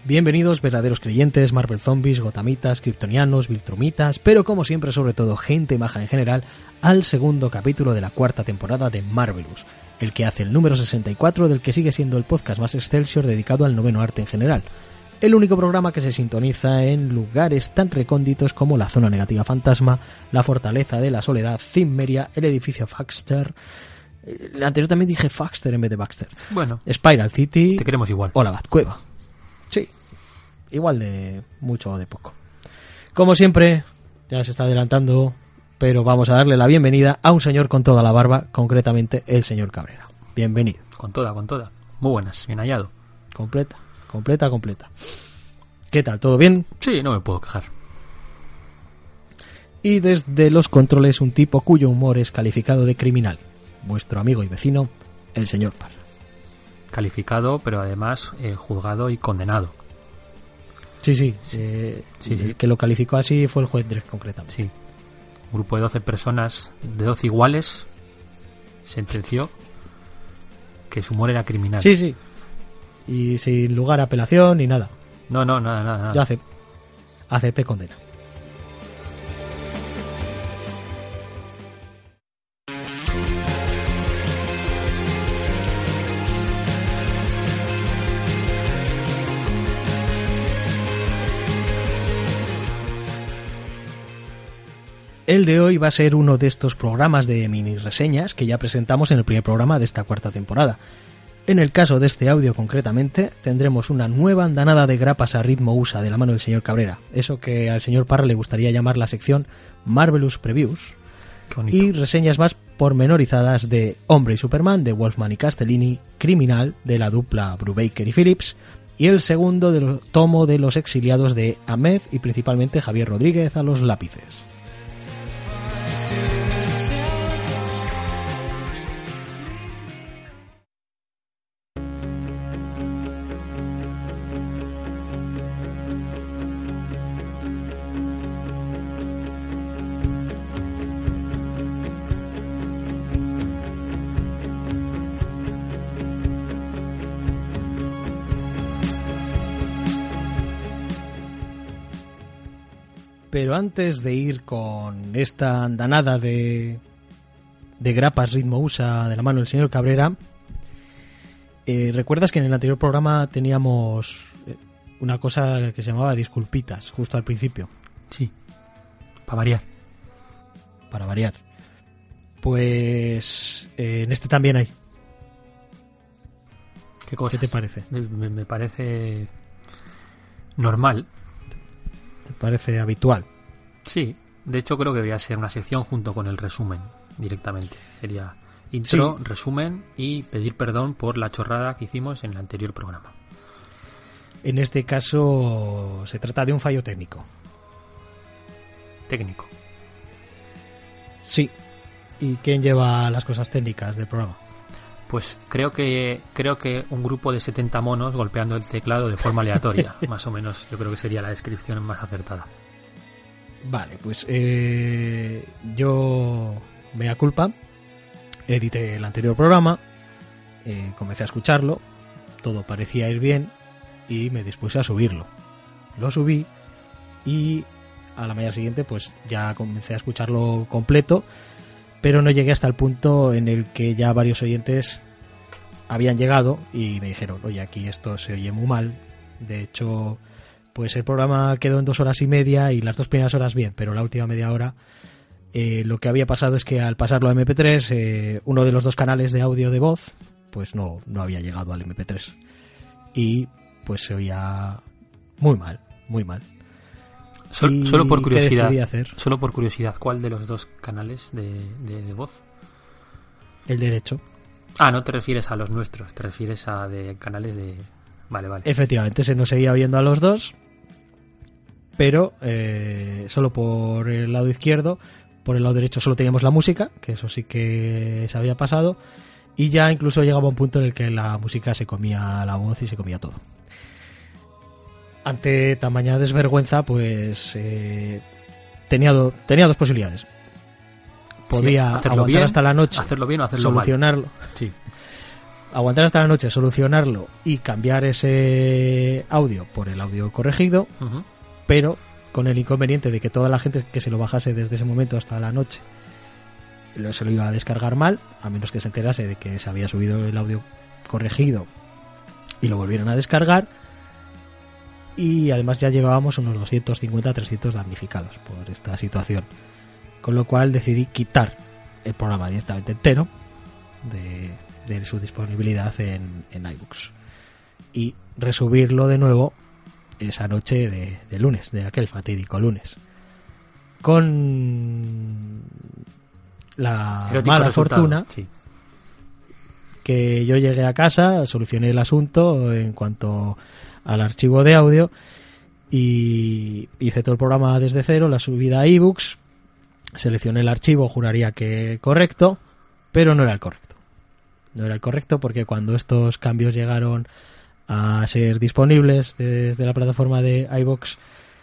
Bienvenidos verdaderos creyentes, Marvel Zombies, Gotamitas, Kryptonianos, Viltrumitas, pero como siempre, sobre todo gente maja en general, al segundo capítulo de la cuarta temporada de Marvelous, el que hace el número 64 del que sigue siendo el podcast más excelsior dedicado al noveno arte en general. El único programa que se sintoniza en lugares tan recónditos como la Zona Negativa Fantasma, la Fortaleza de la Soledad, Cimmeria, el edificio Baxter. El anterior también dije Baxter en vez de Baxter. Bueno, Spiral City. te queremos igual. O la Batcueva. Sí, igual de mucho o de poco. Como siempre, ya se está adelantando, pero vamos a darle la bienvenida a un señor con toda la barba, concretamente el señor Cabrera. Bienvenido. Con toda. Muy buenas, bien hallado. Completa. ¿Qué tal? ¿Todo bien? Sí, no me puedo quejar. Y desde los controles un tipo cuyo humor es calificado de criminal. Vuestro amigo y vecino, el señor Parra. Calificado, pero además juzgado y condenado. Sí. Sí. El que lo calificó así fue el juez Dredd, concretamente. Sí. Un grupo de 12 personas, de 12 iguales, sentenció que su humor era criminal. Sí. Y sin lugar a apelación ni nada. No, nada. Yo acepté condena. El de hoy va a ser uno de estos programas de mini reseñas que ya presentamos en el primer programa de esta cuarta temporada. En el caso de este audio concretamente, tendremos una nueva andanada de grapas a ritmo USA de la mano del señor Cabrera, eso que al señor Parra le gustaría llamar la sección Marvelous Previews, y reseñas más pormenorizadas de Hombre y Superman de Wolfman y Castellini, Criminal de la dupla Brubaker y Phillips, y el segundo tomo de Los Exiliados de Ahmed y principalmente Javier Rodríguez a los lápices. Pero antes de ir con esta andanada de grapas ritmo USA de la mano del señor Cabrera, ¿recuerdas que en el anterior programa teníamos una cosa que se llamaba disculpitas justo al principio? Sí, para variar. Pues en este también hay. ¿Qué cosas? ¿Qué te parece? Me parece normal. ¿Te parece habitual? Sí, de hecho creo que debería ser una sección junto con el resumen directamente. Sería intro, sí, resumen y pedir perdón por la chorrada que hicimos en el anterior programa. En este caso se trata de un fallo técnico. Técnico. Sí. ¿Y quién lleva las cosas técnicas del programa? Pues creo que un grupo de 70 monos golpeando el teclado de forma aleatoria, más o menos. Yo creo que sería la descripción más acertada. Vale, pues yo, mea culpa, edité el anterior programa, comencé a escucharlo, todo parecía ir bien y me dispuse a subirlo. Lo subí y a la mañana siguiente pues ya comencé a escucharlo completo, pero no llegué hasta el punto en el que ya varios oyentes habían llegado y me dijeron, oye, aquí esto se oye muy mal. De hecho, pues el programa quedó en 2 horas y media y las 2 primeras horas bien, pero la última media hora lo que había pasado es que al pasarlo a MP3, uno de los 2 canales de audio de voz pues no había llegado al MP3 y pues se oía muy mal. Solo por curiosidad, hacer? Solo por curiosidad, ¿cuál de los 2 canales de voz? El derecho. Ah, no te refieres a los nuestros, te refieres a de canales de... Vale. Efectivamente, se nos seguía oyendo a los 2, pero solo por el lado izquierdo. Por el lado derecho solo teníamos la música, que eso sí que se había pasado, y ya incluso llegaba un punto en el que la música se comía la voz y se comía todo. Ante tamaña desvergüenza, pues tenía 2 posibilidades. Podía aguantar bien, hasta la noche, hacerlo bien o hacerlo solucionarlo. mal. Sí. aguantar hasta la noche, solucionarlo y cambiar ese audio por el audio corregido, pero con el inconveniente de que toda la gente que se lo bajase desde ese momento hasta la noche se lo iba a descargar mal, a menos que se enterase de que se había subido el audio corregido y lo volvieron a descargar. Y además ya llevábamos unos 250-300 damnificados por esta situación, con lo cual decidí quitar el programa directamente entero de su disponibilidad en iBooks y resubirlo de nuevo esa noche de lunes, de aquel fatídico lunes, con la mala fortuna que yo llegué a casa, solucioné el asunto en cuanto al archivo de audio y hice todo el programa desde cero, la subida a iBooks, seleccioné el archivo, juraría que correcto, pero no era el correcto. No era el correcto porque cuando estos cambios llegaron a ser disponibles desde la plataforma de iVoox,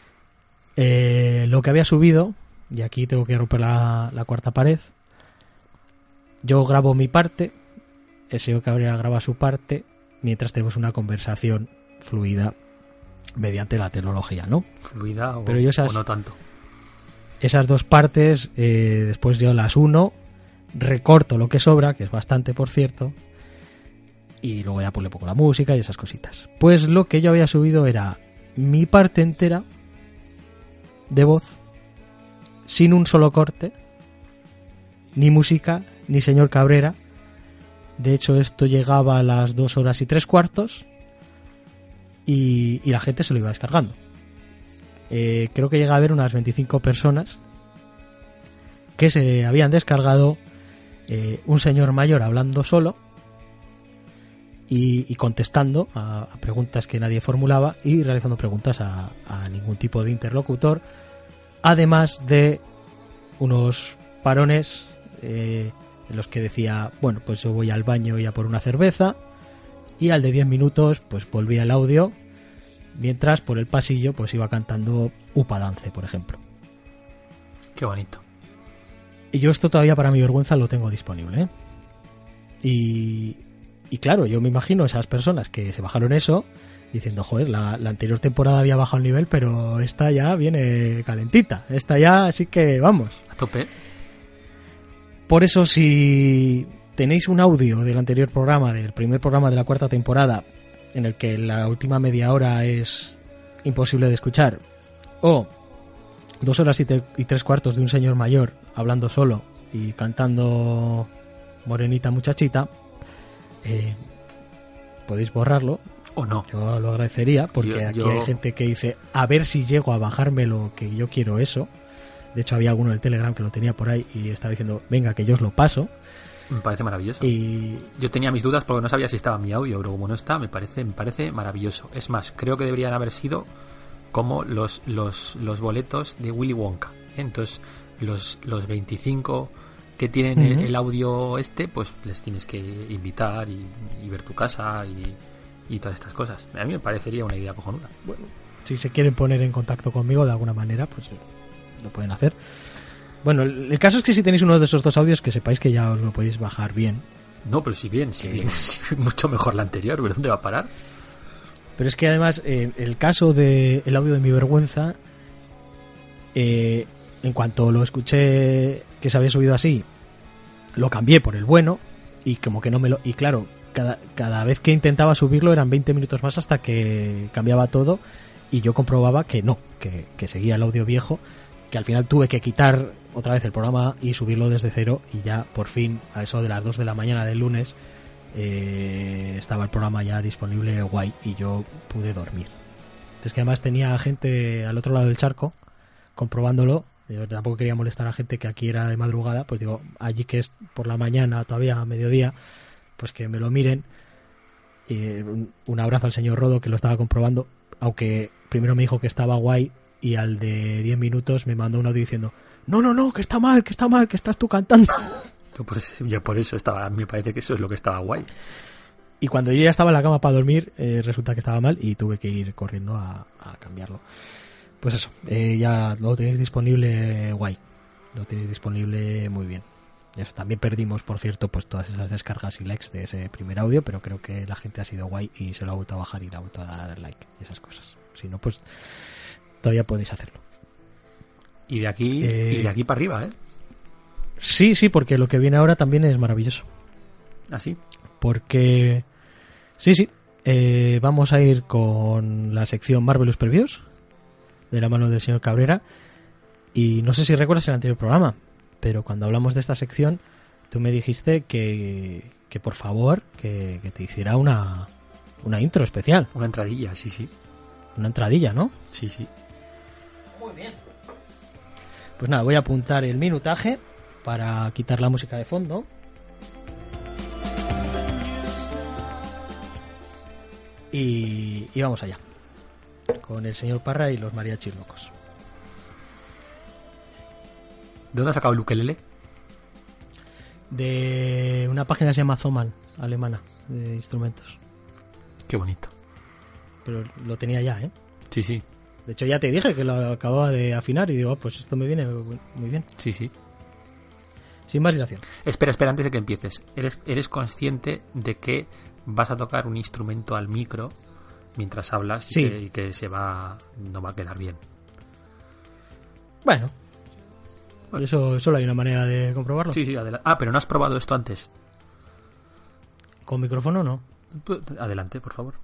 lo que había subido, y aquí tengo que romper la cuarta pared, yo grabo mi parte, el señor Cabrera graba su parte, mientras tenemos una conversación fluida mediante la tecnología, ¿no? Fluida pero yo o no tanto. Esas dos partes, después yo las uno, recorto lo que sobra, que es bastante por cierto, y luego ya pues le pongo la música y esas cositas. Pues lo que yo había subido era mi parte entera de voz, sin un solo corte, ni música, ni señor Cabrera. De hecho esto llegaba a las 2 horas y 3/4 y la gente se lo iba descargando. Creo que llega a haber unas 25 personas que se habían descargado un señor mayor hablando solo y contestando a preguntas que nadie formulaba y realizando preguntas a ningún tipo de interlocutor, además de unos parones en los que decía, bueno, pues yo voy al baño y a por una cerveza, y al de 10 minutos pues volvía el audio, mientras por el pasillo pues iba cantando Upa Dance, por ejemplo. Qué bonito. Y yo esto todavía para mi vergüenza lo tengo disponible, ¿eh? Y claro, yo me imagino esas personas que se bajaron eso diciendo, joder, la anterior temporada había bajado el nivel, pero esta ya viene calentita, esta ya así que vamos. A tope. Por eso, si tenéis un audio del anterior programa, del primer programa de la cuarta temporada, en el que la última media hora es imposible de escuchar, o 2 horas y 3/4 de un señor mayor hablando solo y cantando Morenita Muchachita, podéis borrarlo. O no. Yo lo agradecería, porque aquí hay gente que dice, a ver si llego a bajármelo, que yo quiero eso. De hecho había alguno del Telegram que lo tenía por ahí y estaba diciendo, venga, que yo os lo paso. Me parece maravilloso. Y yo tenía mis dudas porque no sabía si estaba mi audio, pero como no está, me parece maravilloso. Es más, creo que deberían haber sido como los boletos de Willy Wonka. Entonces, los 25 que tienen el audio pues les tienes que invitar y ver tu casa y todas estas cosas. A mí me parecería una idea cojonuda. Bueno, si se quieren poner en contacto conmigo de alguna manera, pues lo pueden hacer. Bueno, el caso es que si tenéis uno de esos dos audios, que sepáis que ya os lo podéis bajar bien. No, pero si bien, mucho mejor la anterior, ¿pero dónde va a parar? Pero es que además, el caso del audio de mi vergüenza, en cuanto lo escuché que se había subido así, lo cambié por el bueno, y como que no me lo... Y claro, cada vez que intentaba subirlo eran 20 minutos más hasta que cambiaba todo, y yo comprobaba que no, que seguía el audio viejo, que al final tuve que quitar otra vez el programa y subirlo desde cero, y ya por fin a eso de las 2 de la mañana del lunes estaba el programa ya disponible guay y yo pude dormir. Entonces, que además tenía gente al otro lado del charco comprobándolo. Yo tampoco quería molestar a gente que aquí era de madrugada, pues digo, allí que es por la mañana, todavía a mediodía, pues que me lo miren. Un abrazo al señor Rodo, que lo estaba comprobando, aunque primero me dijo que estaba guay y al de 10 minutos me mandó un audio diciendo, no, que está mal, que estás tú cantando. Yo por eso me parece que eso es lo que estaba guay. Y cuando yo ya estaba en la cama para dormir, resulta que estaba mal y tuve que ir corriendo a cambiarlo. Pues eso, ya lo tenéis disponible guay, lo tenéis disponible muy bien. Eso, también perdimos, por cierto, pues todas esas descargas y likes de ese primer audio, pero creo que la gente ha sido guay y se lo ha vuelto a bajar y le ha vuelto a dar like y esas cosas. Si no, pues todavía podéis hacerlo. Y de aquí para arriba, ¿eh? Sí, porque lo que viene ahora también es maravilloso. ¿Ah, sí? Porque sí, vamos a ir con la sección Marvelous Previews de la mano del señor Cabrera. Y no sé si recuerdas el anterior programa, pero cuando hablamos de esta sección, tú me dijiste que por favor, que te hiciera una intro especial. Una entradilla, sí. Una entradilla, ¿no? Sí. Muy bien. Pues nada, voy a apuntar el minutaje para quitar la música de fondo. Y vamos allá. Con el señor Parra y los mariachis locos. ¿De dónde has sacado el ukelele? De una página que se llama Zoman, alemana, de instrumentos. Qué bonito. Pero lo tenía ya, ¿eh? Sí. De hecho ya te dije que lo acababa de afinar y digo, pues esto me viene muy bien. Sí. Sin más dilación. Espera, antes de que empieces. ¿Eres consciente de que vas a tocar un instrumento al micro mientras hablas sí. y que no va a quedar bien? Bueno, por eso solo hay una manera de comprobarlo. Sí, adelante. Ah, pero ¿no has probado esto antes? ¿Con micrófono no? Pues, adelante, por favor.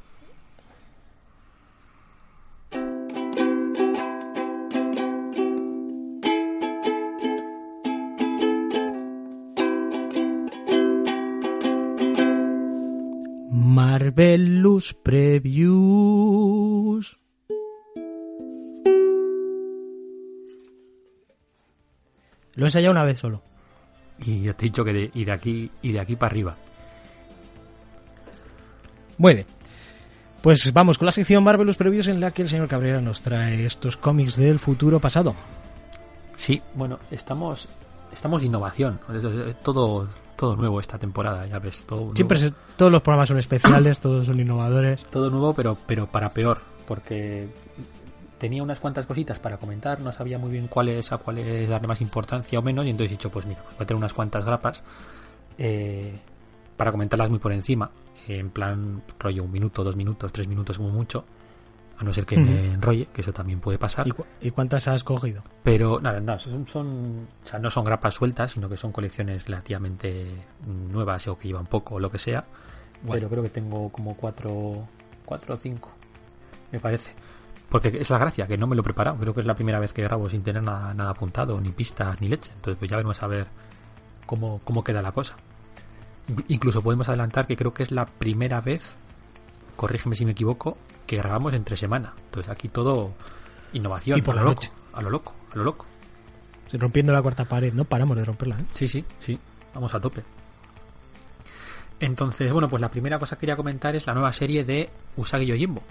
Marvelous Previews. Lo he ensayado una vez solo. Y yo te he dicho que de aquí para arriba. Muy bien. Pues vamos con la sección Marvelous Previews, en la que el señor Cabrera nos trae estos cómics del futuro pasado. Sí, bueno, estamos de innovación. Todo nuevo esta temporada, ya ves. Todo siempre nuevo. Todos los programas son especiales, todos son innovadores. Todo nuevo, pero para peor, porque tenía unas cuantas cositas para comentar, no sabía muy bien a cuáles darle más importancia o menos, y entonces he dicho, pues mira, voy a tener unas cuantas grapas para comentarlas muy por encima, en plan rollo 1 minuto, 2 minutos, 3 minutos como mucho, a no ser que me enrolle, que eso también puede pasar. ¿Y cuántas has cogido? Pero nada, o sea, no son grapas sueltas, sino que son colecciones relativamente nuevas o que llevan poco o lo que sea. Bueno. Pero creo que tengo como 4 o 5, me parece. Porque es la gracia, que no me lo he preparado. Creo que es la primera vez que grabo sin tener nada apuntado, ni pistas, ni leche. Entonces pues ya veremos a ver cómo queda la cosa. Incluso podemos adelantar que creo que es la primera vez, corrígeme si me equivoco, que grabamos entre semana. Entonces aquí todo innovación. Y por la noche. A lo loco. Rompiendo la cuarta pared, no paramos de romperla, ¿eh? Sí. Vamos a tope. Entonces, bueno, pues la primera cosa que quería comentar es la nueva serie de Usagi Yojimbo.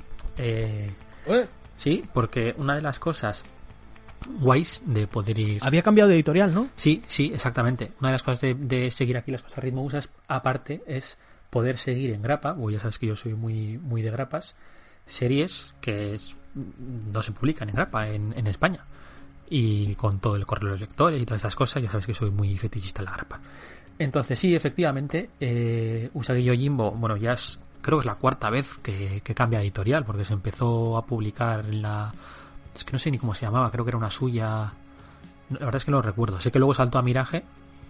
Sí, porque una de las cosas guays de poder ir... Había cambiado de editorial, ¿no? Sí, exactamente. Una de las cosas de seguir aquí las cosas a ritmo USA, aparte, es poder seguir en grapa, o ya sabes que yo soy muy de grapas, series que no se publican en grapa en España. Y con todo el correo de los lectores y todas esas cosas, ya sabes que soy muy fetichista en la grapa. Entonces sí, efectivamente, Usagi Yojimbo, bueno, ya creo que es la 4ª vez que cambia de editorial, porque se empezó a publicar en la... Es que no sé ni cómo se llamaba, creo que era una suya... La verdad es que no lo recuerdo. Sé que luego saltó a Mirage.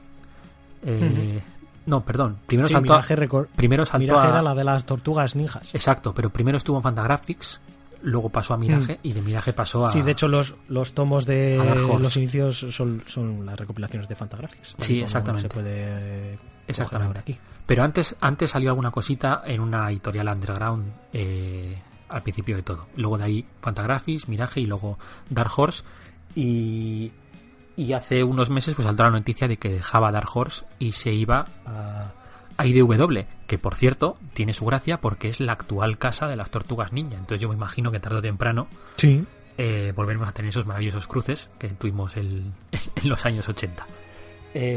No, perdón. Primero saltó Mirage era la de las tortugas ninjas. Exacto, pero primero estuvo en Fantagraphics, luego pasó a Mirage y de Mirage pasó a... Sí, de hecho los tomos de los inicios son las recopilaciones de Fantagraphics. Sí, exactamente. Se puede exactamente aquí. Pero antes salió alguna cosita en una editorial underground al principio de todo. Luego de ahí Fantagraphics, Mirage y luego Dark Horse. Y hace unos meses pues saldrá la noticia de que dejaba Dark Horse y se iba a IDW, que por cierto tiene su gracia porque es la actual casa de las Tortugas Ninja. Entonces yo me imagino que tarde o temprano volveremos a tener esos maravillosos cruces que tuvimos en los años 80.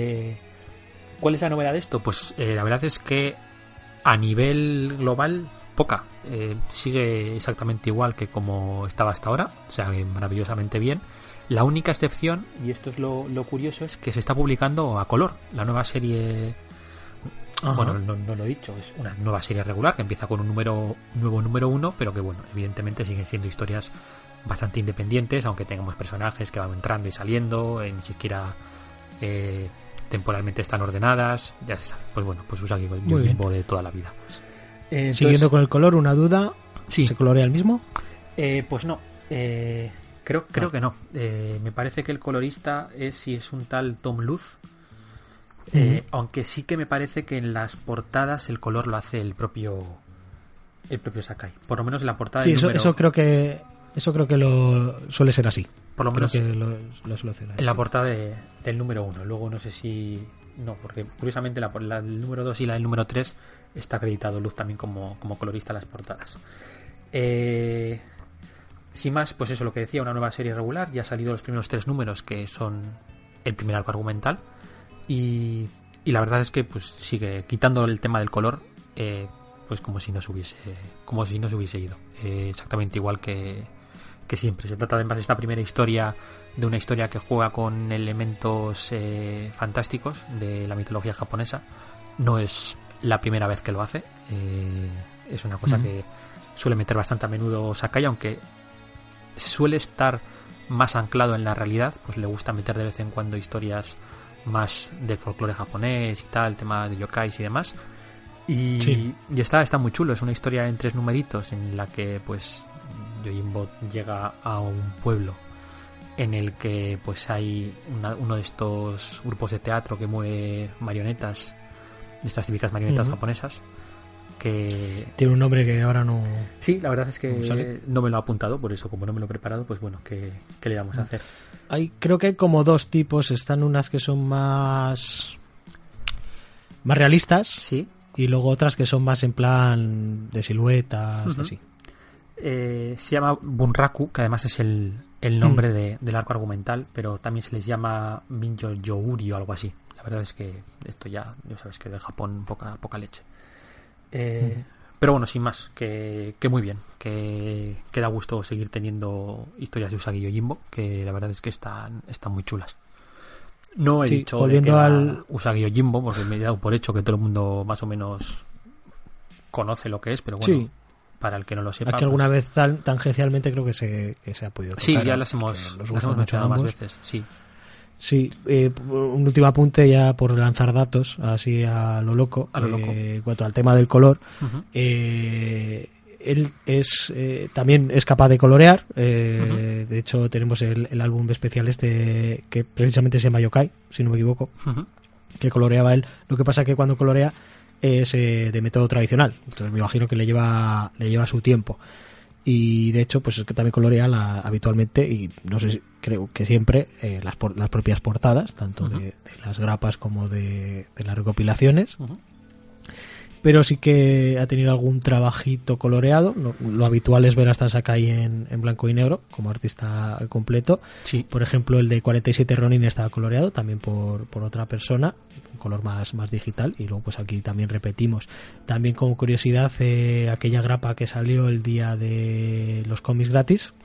¿Cuál es la novedad de esto? Pues la verdad es que a nivel global poca. Sigue exactamente igual que como estaba hasta ahora, o sea, maravillosamente bien. La única excepción, y esto es lo curioso, es que se está publicando a color. La nueva serie... Ajá. Bueno, no lo he dicho, es una nueva serie regular que empieza con un nuevo número 1, pero que bueno, evidentemente siguen siendo historias bastante independientes, aunque tengamos personajes que van entrando y saliendo, ni siquiera temporalmente están ordenadas, ya se sabe. Pues bueno, pues Usagi Yojimbo de toda la vida. Entonces, siguiendo con el color, una duda, sí. ¿Se colorea el mismo? Pues no, creo que no. Me parece que el colorista es un tal Tom Luz. Aunque sí que me parece que en las portadas el color lo hace el propio Sakai. Por lo menos en la portada del número... Eso creo que lo suele ser así. Por lo menos que lo suele hacer en la portada del número 1. Luego no sé si... No, porque curiosamente la del número 2 y la del número 3 está acreditado Luz también como colorista en las portadas. Sin más, pues eso, lo que decía, una nueva serie regular. Ya han salido los primeros 3 números, que son el primer arco argumental. Y la verdad es que pues sigue quitando el tema del color, pues como si no se hubiese ido, exactamente igual que siempre. Se trata además de esta primera historia, de una historia que juega con elementos fantásticos de la mitología japonesa. No es la primera vez que lo hace, es una cosa que suele meter bastante a menudo Sakai, aunque suele estar más anclado en la realidad, pues le gusta meter de vez en cuando historias más del folclore japonés y tal, el tema de yokais y demás. Y está muy chulo. Es una historia en 3 numeritos en la que pues Yojimbo llega a un pueblo en el que pues hay uno de estos grupos de teatro que mueve marionetas, de estas típicas marionetas japonesas, que tiene un nombre que ahora no... Sí, la verdad es que no me lo he apuntado, por eso como no me lo he preparado, pues bueno, ¿qué le vamos a hacer? Creo que hay como 2 tipos. Están unas que son más realistas, sí, y luego otras que son más en plan de siluetas, así. Se llama Bunraku, que además es el nombre del arco argumental, pero también se les llama Minjo Youri o algo así. La verdad es que esto ya sabes que de Japón poca leche. Pero bueno, sin más, que muy bien, que da gusto seguir teniendo historias de Usagi Yojimbo, que la verdad es que están muy chulas. No he dicho volviendo al Usagi Yojimbo, porque me he dado por hecho que todo el mundo más o menos conoce lo que es, pero bueno, para el que no lo sepa... Aquí alguna vez tangencialmente creo que se ha podido tocar. Sí, ya las hemos mencionado más veces, sí. Sí, un último apunte ya por lanzar datos así a lo loco. En cuanto al tema del color, él también es capaz de colorear. De hecho, tenemos el álbum especial que precisamente se llama Yokai, si no me equivoco, que coloreaba él. Lo que pasa es que cuando colorea es de método tradicional, entonces me imagino que le lleva su tiempo. Y de hecho pues es que también colorea habitualmente, y no sé, creo que siempre las propias portadas, tanto de las grapas como de las recopilaciones. Pero sí que ha tenido algún trabajito coloreado. Lo habitual es ver hasta Sakai en blanco y negro como artista completo. Sí. Por ejemplo, el de 47 Ronin estaba coloreado también por otra persona, un color más digital. Y luego pues aquí también repetimos. También como curiosidad, aquella grapa que salió el día de los cómics gratis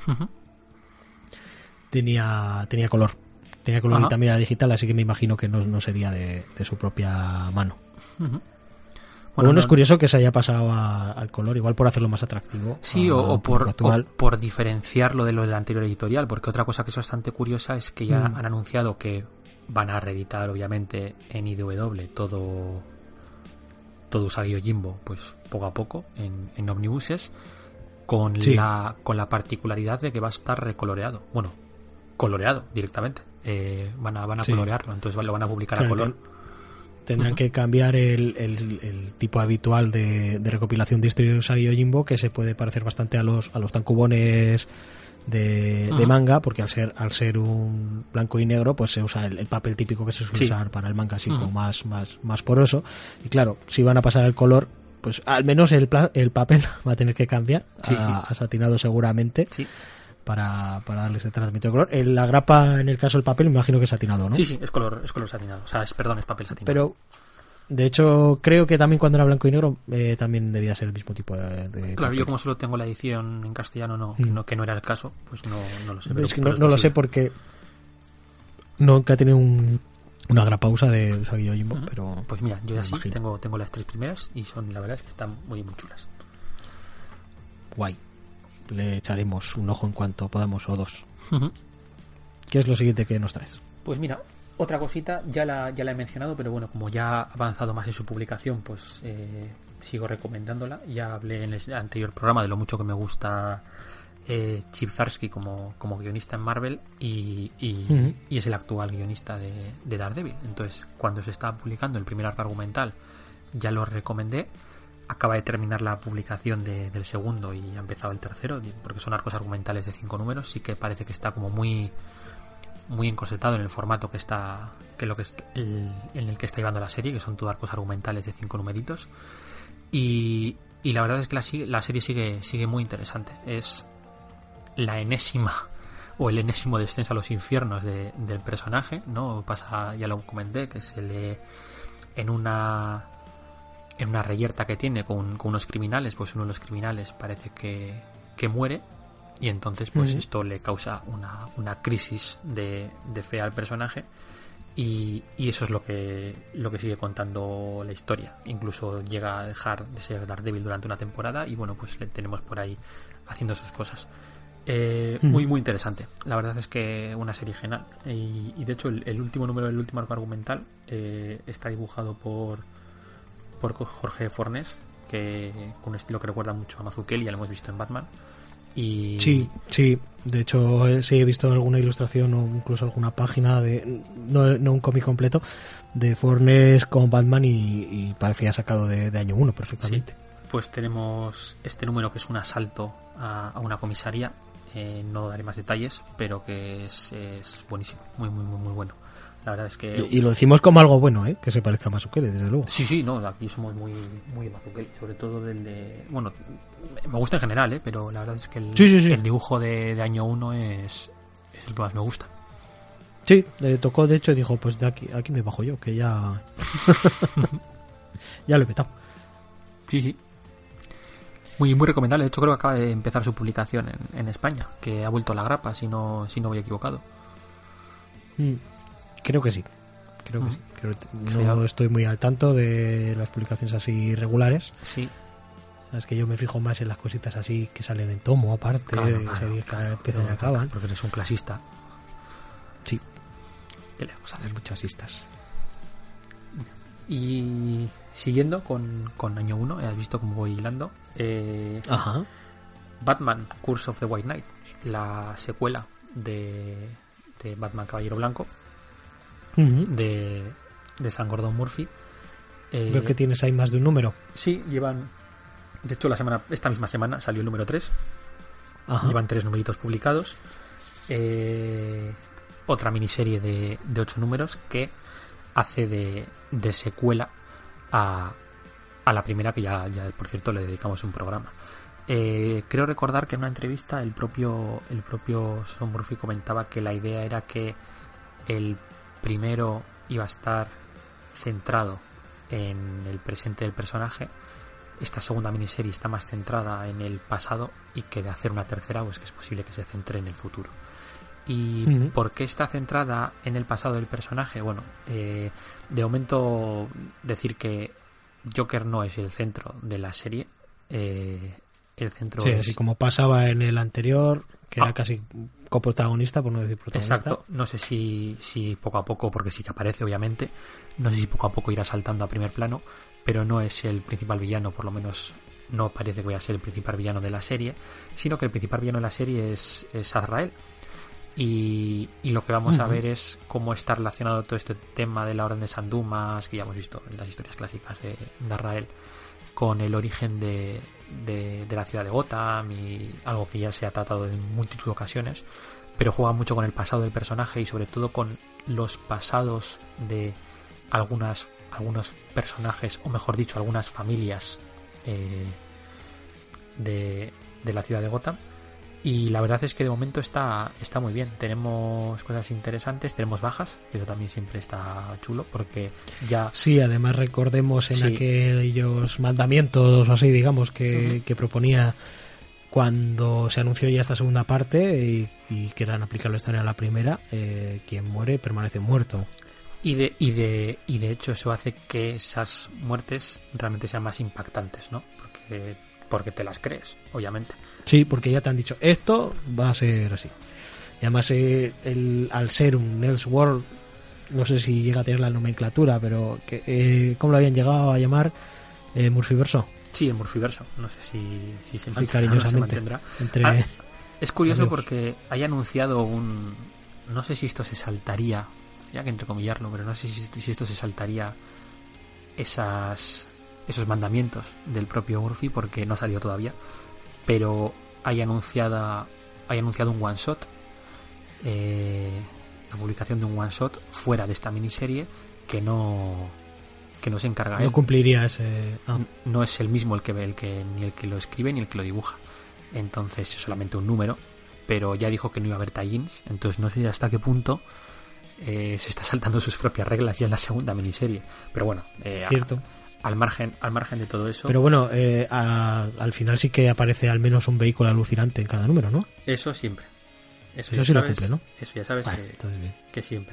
tenía color. Tenía color y también era digital, así que me imagino que no sería de su propia mano. Bueno, es curioso que se haya pasado al color, igual por hacerlo más atractivo. Sí, o por diferenciarlo de lo del anterior editorial, porque otra cosa que es bastante curiosa es que ya han anunciado que van a reeditar, obviamente, en IDW todo Usagi Yojimbo, pues poco a poco, en omnibuses, con la particularidad de que va a estar recoloreado. Bueno, coloreado directamente. Van a colorearlo, entonces lo van a publicar a color. Tendrán que cambiar el tipo habitual de recopilación de historias de Usagi Yojimbo, que se puede parecer bastante a los tankubones de manga, porque al ser un blanco y negro, pues se usa el papel típico que se suele usar para el manga, así como más poroso. Y claro, si van a pasar al color, pues al menos el papel va a tener que cambiar a satinado seguramente. Sí. Para darle ese tratamiento de color. La grapa, en el caso del papel, me imagino que es satinado, ¿no? Sí, es color satinado. O sea, es papel satinado. Pero De hecho, creo que también cuando era blanco y negro también debía ser el mismo tipo de Claro, papel. yo como solo tengo la edición en castellano, que no era el caso, pues no lo sé. Es que pero no lo sé porque nunca he tenido una gran pausa de Usagi Yojimbo, pero... Pues mira, yo ya sí imagino. tengo las 3 primeras y la verdad es que están muy chulas. Guay. Le echaremos un ojo en cuanto podamos, o 2. ¿Qué es lo siguiente que nos traes? Pues mira, otra cosita, ya la he mencionado, pero bueno, como ya ha avanzado más en su publicación, pues sigo recomendándola. Ya hablé en el anterior programa de lo mucho que me gusta Chip Zdarsky como guionista en Marvel y es el actual guionista de Daredevil. Entonces, cuando se estaba publicando el primer arco argumental, ya lo recomendé. Acaba de terminar la publicación del segundo y ha empezado el tercero, porque son arcos argumentales de 5 números. Sí que parece que está como muy encorsetado en el formato en el que está llevando la serie, que son todo arcos argumentales de 5 numeritos. Y la verdad es que la serie sigue muy interesante. Es la enésima o el enésimo descenso a los infiernos del personaje, ¿no? Pasa, ya lo comenté, que se lee en una reyerta que tiene con unos criminales. Pues uno de los criminales parece que muere, y entonces pues esto le causa una crisis de fe al personaje, y eso es lo que sigue contando la historia. Incluso llega a dejar de ser Daredevil durante una temporada y bueno, pues le tenemos por ahí haciendo sus cosas. Muy interesante. La verdad es que una serie genial, y de hecho el último número del último arco argumental está dibujado por Jorge Fornés, que con un estilo que recuerda mucho a Mazzucchelli, ya lo hemos visto en Batman. Y... Sí, de hecho sí he visto alguna ilustración o incluso alguna página no un cómic completo de Fornés con Batman y parecía sacado de año 1 perfectamente. Sí. Pues tenemos este número que es un asalto a una comisaría, no daré más detalles, pero que es buenísimo, muy bueno. La verdad es que... Y lo decimos como algo bueno, que se parezca a Mazzucchelli, desde luego. Sí, no, aquí somos muy Mazzucchelli, sobre todo del de... Bueno, me gusta en general, pero la verdad es que el dibujo de año 1 es el que más me gusta. Sí, le tocó, de hecho, dijo, pues de aquí me bajo yo, que ya... ya lo he petado. Sí. Muy recomendable. De hecho, creo que acaba de empezar su publicación en España, que ha vuelto a la grapa, si no voy equivocado. Creo que sí. No estoy muy al tanto de las publicaciones así regulares. Sí. Sabes que yo me fijo más en las cositas así que salen en tomo, aparte de series que empiezan y acaban. Porque eres un clasista. Sí. ¿Qué le vamos a hacer? Hay muchas asistas. Y siguiendo con año 1, has visto cómo voy hilando. Ajá. Batman Curse of the White Knight, la secuela de Batman Caballero Blanco, de Sam Gordon Murphy. Veo que tienes ahí más de un número. Sí, llevan... De hecho, esta misma semana salió el número 3. Ajá. Llevan 3 numeritos publicados. Otra miniserie de 8 números que hace de secuela a la primera, que ya por cierto le dedicamos un programa. Creo recordar que en una entrevista el propio Sam Murphy comentaba que la idea era que el primero iba a estar centrado en el presente del personaje. Esta segunda miniserie está más centrada en el pasado, y que de hacer una tercera pues que es posible que se centre en el futuro. ¿Y por qué está centrada en el pasado del personaje? Bueno, de momento decir que Joker no es el centro de la serie. El centro es... así como pasaba en el anterior, que era casi coprotagonista, por no decir protagonista. Exacto. No sé si poco a poco, porque sí que aparece obviamente, no sé si poco a poco irá saltando a primer plano, pero no es el principal villano, por lo menos no parece que vaya a ser el principal villano de la serie, sino que el principal villano de la serie es Azrael. Y lo que vamos a ver es cómo está relacionado todo este tema de la Orden de San Dumas, que ya hemos visto en las historias clásicas de Azrael, con el origen de la ciudad de Gotham, y algo que ya se ha tratado en multitud de ocasiones, pero juega mucho con el pasado del personaje y sobre todo con los pasados de algunos personajes, o mejor dicho, algunas familias de la ciudad de Gotham. Y la verdad es que de momento está muy bien. Tenemos cosas interesantes, tenemos bajas, eso también siempre está chulo, porque ya... Sí, además recordemos en aquellos mandamientos o así, digamos, que proponía cuando se anunció ya esta segunda parte y que eran aplicables también a la primera, quien muere permanece muerto. Y de hecho eso hace que esas muertes realmente sean más impactantes, ¿no? Porque te las crees, obviamente. Sí, porque ya te han dicho, esto va a ser así. Y además, al ser un Elseworld, no sé si llega a tener la nomenclatura, pero ¿cómo lo habían llegado a llamar? Murphyverso. Sí, el Murphyverso. No sé si se mantendrá. Es curioso porque hay anunciado no sé si esto se saltaría, ya que entrecomillarlo, pero no sé si esto se saltaría esos mandamientos del propio Murphy, porque no ha salido todavía, pero hay anunciado un one shot, la publicación de un one shot fuera de esta miniserie que no se encarga no cumpliría ese no es el mismo ni el que lo escribe ni el que lo dibuja, entonces es solamente un número, pero ya dijo que no iba a haber tie-ins, entonces no sé hasta qué punto se está saltando sus propias reglas ya en la segunda miniserie, pero bueno, cierto. Al margen de todo eso. Pero bueno, al final sí que aparece al menos un vehículo alucinante en cada número, ¿no? Eso siempre. Eso sí lo cumple, ¿no? Eso ya sabes que siempre.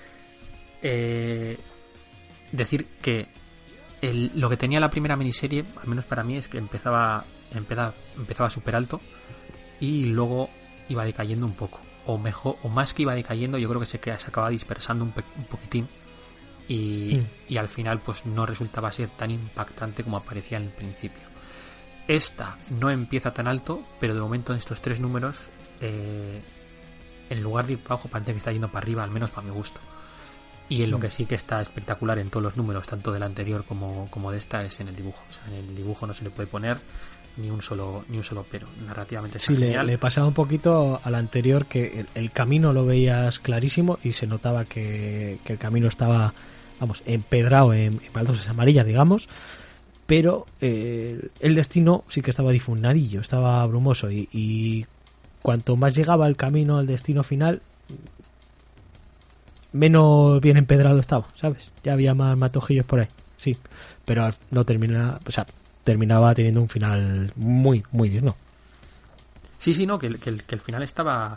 Decir que lo que tenía la primera miniserie, al menos para mí, es que empezaba súper alto y luego iba decayendo un poco. O más que iba decayendo, yo creo que se acaba dispersando un poquitín. Y al final pues no resultaba ser tan impactante como parecía en el principio. Esta no empieza tan alto, pero de momento en estos 3 números en lugar de ir para abajo parece que está yendo para arriba, al menos para mi gusto. Y en lo que sí que está espectacular en todos los números, tanto del anterior como de esta, es en el dibujo. O sea, en el dibujo no se le puede poner ni un solo pero. Narrativamente está genial. Le pasaba un poquito al anterior, que el camino lo veías clarísimo y se notaba que el camino estaba, empedrado en baldosas amarillas, digamos, pero el destino sí que estaba difuminadillo, estaba brumoso y cuanto más llegaba el camino al destino final, menos bien empedrado estaba, ¿sabes? Ya había más matojillos por ahí, sí, pero no terminaba teniendo un final muy, muy digno. Sí, no, que el final estaba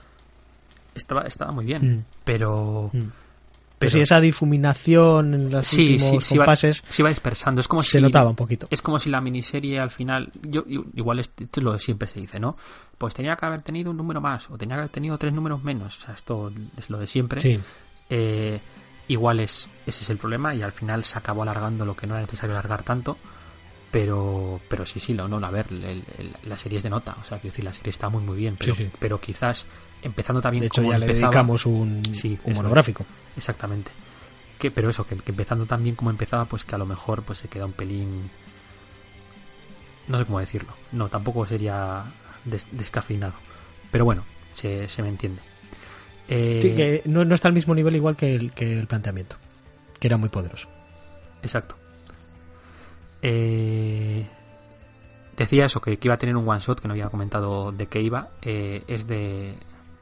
muy bien, pero si esa difuminación en los últimos compases se iba dispersando, es como se notaba un poquito. Es como si la miniserie al final, igual esto es lo que siempre se dice, ¿no? Pues tenía que haber tenido un número más o tenía que haber tenido 3 números menos, o sea, esto es lo de siempre. Sí. Igual ese es el problema y al final se acabó alargando lo que no era necesario alargar tanto. Pero sí, a ver, la serie es de nota, o sea, quiero decir, la serie está muy muy bien, pero quizás empezando también, de hecho, como ya empezaba, le dedicamos un monográfico. Exactamente. Pero eso, que empezando también como empezaba, pues que a lo mejor pues se queda un pelín, no sé cómo decirlo, no, tampoco sería descafeinado, pero bueno, se me entiende. Sí, que no está al mismo nivel igual que el planteamiento, que era muy poderoso. Exacto. Decía eso, que iba a tener un one shot, que no había comentado de qué iba. Es de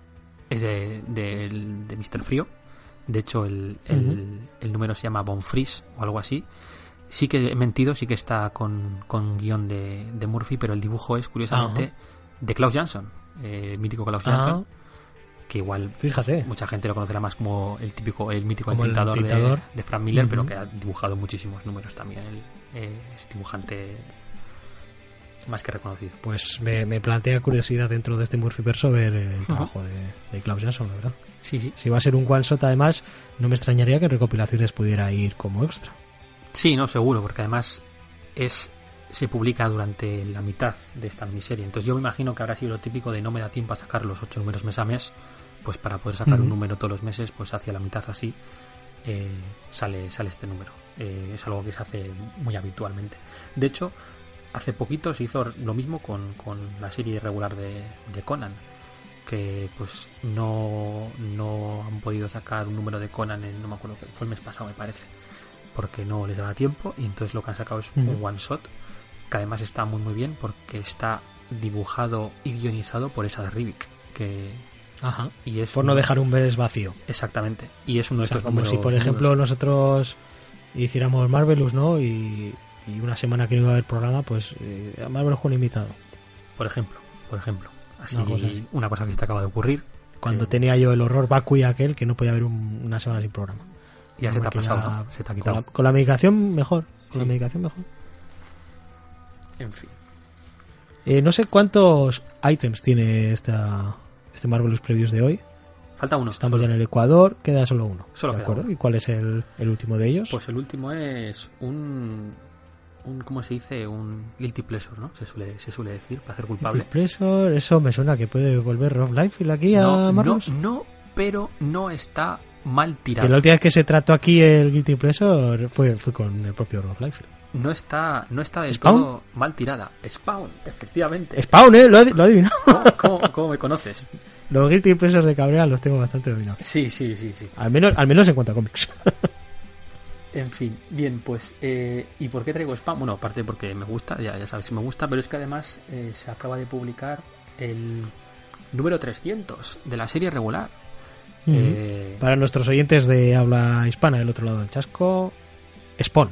Mr. Frío. De hecho el número se llama Von Fries o algo así. Sí que he mentido, sí que está con guión de Murphy, pero el dibujo es curiosamente de Klaus Jansson, mítico Klaus Jansson, que igual, fíjate, mucha gente lo conocerá más como el mítico tintador de Frank Miller, pero que ha dibujado muchísimos números también. Él es dibujante más que reconocido. Pues me plantea curiosidad dentro de este Murphyverso ver el trabajo de Klaus Jansson, la verdad. Sí. Si va a ser un one shot, además, no me extrañaría que en recopilaciones pudiera ir como extra. Sí, no, seguro, porque además se publica durante la mitad de esta miniserie. Entonces yo me imagino que habrá sido lo típico de no me da tiempo a sacar los 8 números mes a mes, pues para poder sacar un número todos los meses, pues hacia la mitad así sale este número. Es algo que se hace muy habitualmente. De hecho, hace poquito se hizo lo mismo con la serie regular de Conan, que pues no han podido sacar un número de Conan no me acuerdo, fue el mes pasado me parece, porque no les daba tiempo, y entonces lo que han sacado es un one shot, que además está muy muy bien porque está dibujado y guionizado por Esad Ribic, que Ajá. y es Por no dejar un mes vacío. Exactamente. Y es uno de O sea, estos como números, si, por ejemplo, nosotros hiciéramos Marvelous, ¿no? Y una semana que no iba a haber programa, pues Marvelous con invitado. Por ejemplo. Así, Así. una cosa que se te acaba de ocurrir. Cuando tenía yo el horror vacui aquel que no podía haber una semana sin programa. Ya se te ha Que pasado, ya- ¿no? Se te ha quitado. Con la medicación mejor. Con Sí. la medicación mejor. En fin. No sé cuántos ítems tiene este Marvelous Previews de hoy. Falta uno. Estamos solo. ya en el Ecuador, queda solo uno. Solo ¿De queda acuerdo? uno. ¿Y cuál es el último de ellos? Pues el último es un ¿cómo se dice? Un guilty pleasure, ¿no? Se suele decir, placer culpable. Guilty Pleasure, eso me suena que puede volver Rob Liefeld aquí a Marvelous. No, pero no está mal Que tirado. la última vez que se trató aquí el Guilty Pleasure fue con el propio Rob Liefeld. No está del ¿Spawn? todo mal tirada. Spawn, efectivamente. Spawn, lo he adivinado. ¿Cómo me conoces? Los Guilty Pleasures de Cabrera los tengo bastante dominados. Sí. Al menos en cuanto a cómics. En fin, bien, pues ¿y por qué traigo Spawn? Bueno, aparte porque me gusta, ya sabes, me gusta, pero es que además se acaba de publicar el número 300 de la serie regular. Para nuestros oyentes de habla hispana del otro lado del chasco, Spawn.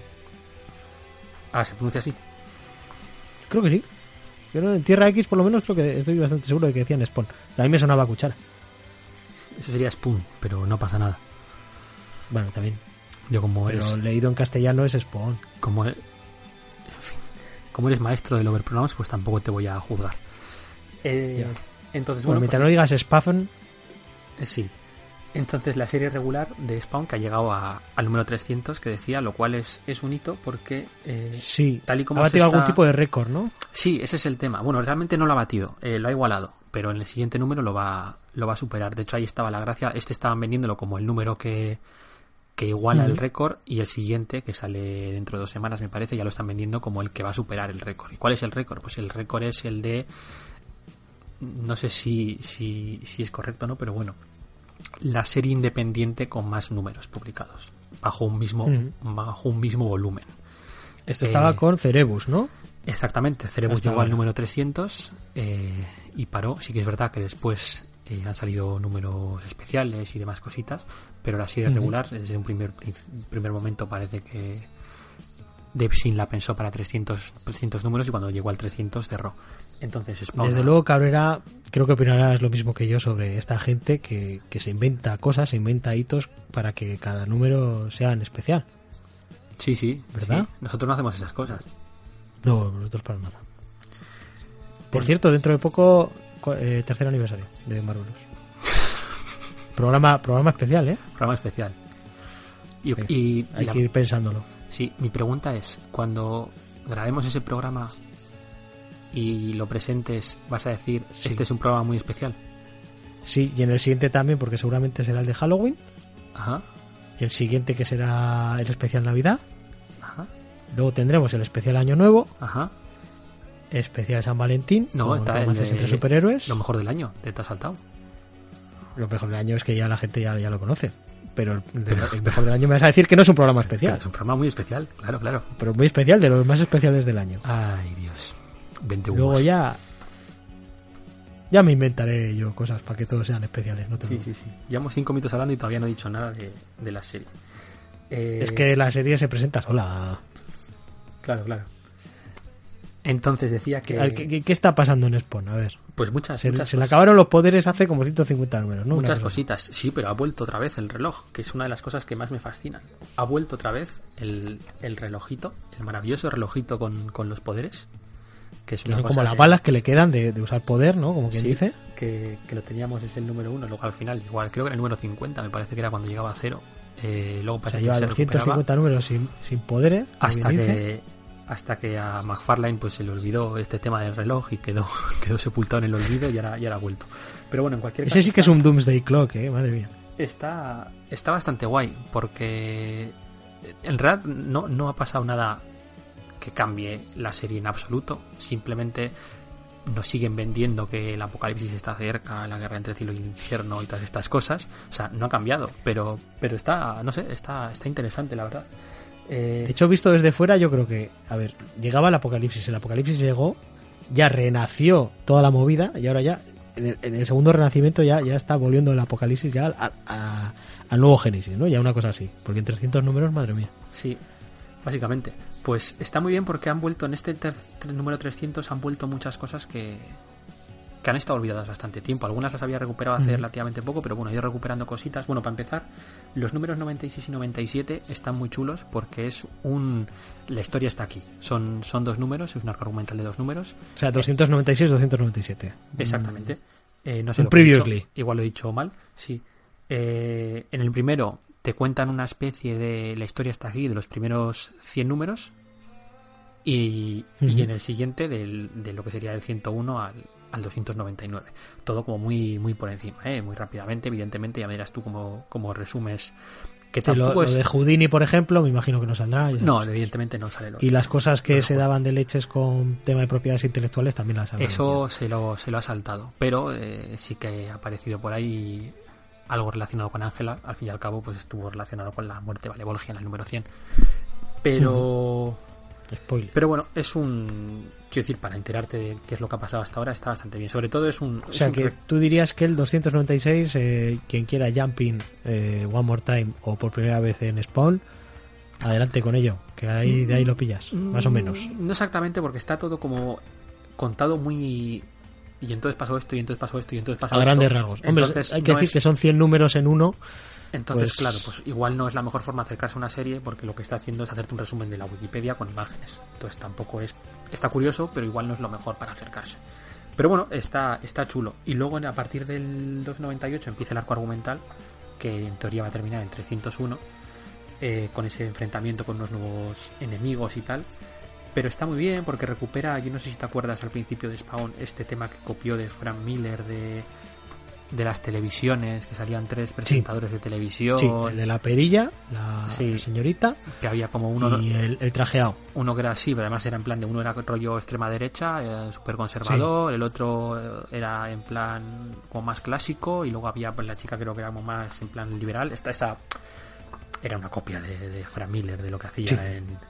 ¿Se pronuncia así? Creo que sí. Yo en Tierra X por lo menos creo que estoy bastante seguro de que decían Spawn. A mí me sonaba a cuchara. Eso sería Spoon, pero no pasa nada. Bueno, también. Yo como Pero eres... leído en castellano es Spawn. En fin, como eres maestro del overpronounce, pues tampoco te voy a juzgar. Entonces, Bueno, mientras no digas Spaffen, sí. Entonces la serie regular de Spawn que ha llegado al número 300, que decía, lo cual es un hito porque sí, tal y como ha batido se está... algún tipo de récord, ¿no? Sí, ese es el tema. Bueno, realmente no lo ha batido, lo ha igualado, pero en el siguiente número lo va a superar. De hecho, ahí estaba la gracia. Estaban vendiéndolo como el número que iguala el récord, y el siguiente, que sale dentro de 2 semanas, me parece, ya lo están vendiendo como el que va a superar el récord. ¿Y cuál es el récord? Pues el récord es el de... No sé si es correcto o no, pero bueno, la serie independiente con más números publicados bajo un mismo volumen. Esto estaba con Cerebus, ¿no? Exactamente, Cerebus Hasta llegó al ahora. número 300 y paró. Sí que es verdad que después han salido números especiales y demás cositas, pero la serie regular desde un primer momento parece que Debsin la pensó para 300 números, y cuando llegó al 300 cerró. Entonces Spawn, Desde luego, Cabrera, creo que opinarás lo mismo que yo sobre esta gente que se inventa cosas, se inventa hitos para que cada número sea en especial. sí, ¿Verdad? sí. Nosotros no hacemos esas cosas. No, nosotros para nada. Por cierto, dentro de poco, tercer aniversario de Marvelous. programa especial, ¿eh? Programa especial. Y Hay que ir pensándolo. Sí, mi pregunta es, cuando grabemos ese programa y lo presentes, ¿vas a decir, Sí. este es un programa muy especial? Sí, y en el siguiente también, porque seguramente será el de Halloween. Ajá, Y el siguiente que será el especial Navidad. ajá, Luego tendremos el especial Año Nuevo, ajá. especial San Valentín, No, con está el romances de entre superhéroes. lo mejor del año, te has saltado. Lo mejor del año es que ya la gente ya lo conoce. Pero el mejor del año me vas a decir que no es un programa Pero especial. es un programa muy especial, claro. Pero muy especial, de los más especiales del año. Ay, Dios. 20 Luego humos. ya me inventaré yo cosas para que todos sean especiales. No te Sí. preocupes. Llevamos 5 minutos hablando y todavía no he dicho nada de la serie. Es que la serie se presenta sola. Claro. Entonces decía que... A ver, ¿Qué está pasando en Spawn? A ver. Pues muchas Se le cosas. acabaron los poderes hace como 150 números, ¿no? Una Muchas cosa así. cositas, sí, pero ha vuelto otra vez el reloj, que es una de las cosas que más me fascinan. Ha vuelto otra vez el relojito, el maravilloso relojito con los poderes, que es Que una son cosa como las que- balas que le quedan de usar poder, ¿no? Como quien sí, dice. que lo teníamos desde el número 1, luego al final, igual creo que era el número 50, me parece que era cuando llegaba a 0. Luego O sea, parece lleva que se 250 números sin poderes, como hasta bien dice. hasta que a McFarlane pues se le olvidó este tema del reloj y quedó sepultado en el olvido y ahora ha vuelto. Pero bueno, en cualquier Ese caso sí que es un Doomsday Clock, madre mía. está bastante guay, porque en realidad no ha pasado nada que cambie la serie en absoluto. Simplemente nos siguen vendiendo que el apocalipsis está cerca, la guerra entre cielo y infierno y todas estas cosas. O sea, no ha cambiado, pero está, no sé, está interesante, la verdad. De hecho, visto desde fuera, yo creo que, a ver, llegaba el apocalipsis llegó ya renació toda la movida y ahora ya en el segundo renacimiento ya está volviendo el apocalipsis ya al nuevo Génesis, ¿no? Ya una cosa así, porque en 300 números, madre mía. Sí, básicamente. Pues está muy bien porque han vuelto en este número 300, han vuelto muchas cosas que han estado olvidadas bastante tiempo. Algunas las había recuperado hace relativamente poco, pero bueno, he ido recuperando cositas. Bueno, para empezar, los números 96 y 97 están muy chulos porque la historia está aquí. Son dos números, es un arco argumental de 2 números. O sea, 296, 297. Exactamente. No sé un lo que he dicho. previously. Igual lo he dicho mal, sí. En el primero te cuentan una especie de la historia está aquí de los primeros 100 números y en el siguiente de lo que sería del 101 al 299. Todo como muy muy por encima, muy rápidamente. Evidentemente ya me dirás tú cómo resumes. Que tampoco lo de Houdini, por ejemplo, me imagino que no saldrá. No, evidentemente no sale. Y las cosas que se daban de leches con tema de propiedades intelectuales también las saldrán. Eso se lo ha saltado, pero sí que ha aparecido por ahí algo relacionado con Ángela. Al fin y al cabo pues estuvo relacionado con la muerte de Valevolgia en el número 100. Pero spoiler. Pero bueno, quiero decir, para enterarte de qué es lo que ha pasado hasta ahora está bastante bien. Sobre todo o sea que tú dirías que el 296, quien quiera Jumping, One More Time o por primera vez en Spawn, adelante con ello, que ahí de ahí lo pillas, más o menos. No exactamente, porque está todo como contado muy... Y entonces pasó esto, y entonces pasó esto, y entonces pasó esto. A grandes rasgos. Hombre, entonces, hay que decir que son 100 números en uno. Entonces, claro, pues igual no es la mejor forma de acercarse a una serie, porque lo que está haciendo es hacerte un resumen de la Wikipedia con imágenes. Entonces tampoco está curioso, pero igual no es lo mejor para acercarse. Pero bueno, está chulo. Y luego a partir del 298 empieza el arco argumental, que en teoría va a terminar en 301, con ese enfrentamiento con unos nuevos enemigos y tal. Pero está muy bien porque recupera, yo no sé si te acuerdas al principio de Spawn, este tema que copió de Frank Miller de las televisiones, que salían 3 presentadores de televisión. Sí, el de la perilla, la señorita, que había como uno y el trajeado. Uno que era así, pero además era en plan de uno era rollo extrema derecha, súper conservador, el otro era en plan como más clásico, y luego había pues la chica creo que era como más en plan liberal. Esta era una copia de Frank Miller, de lo que hacía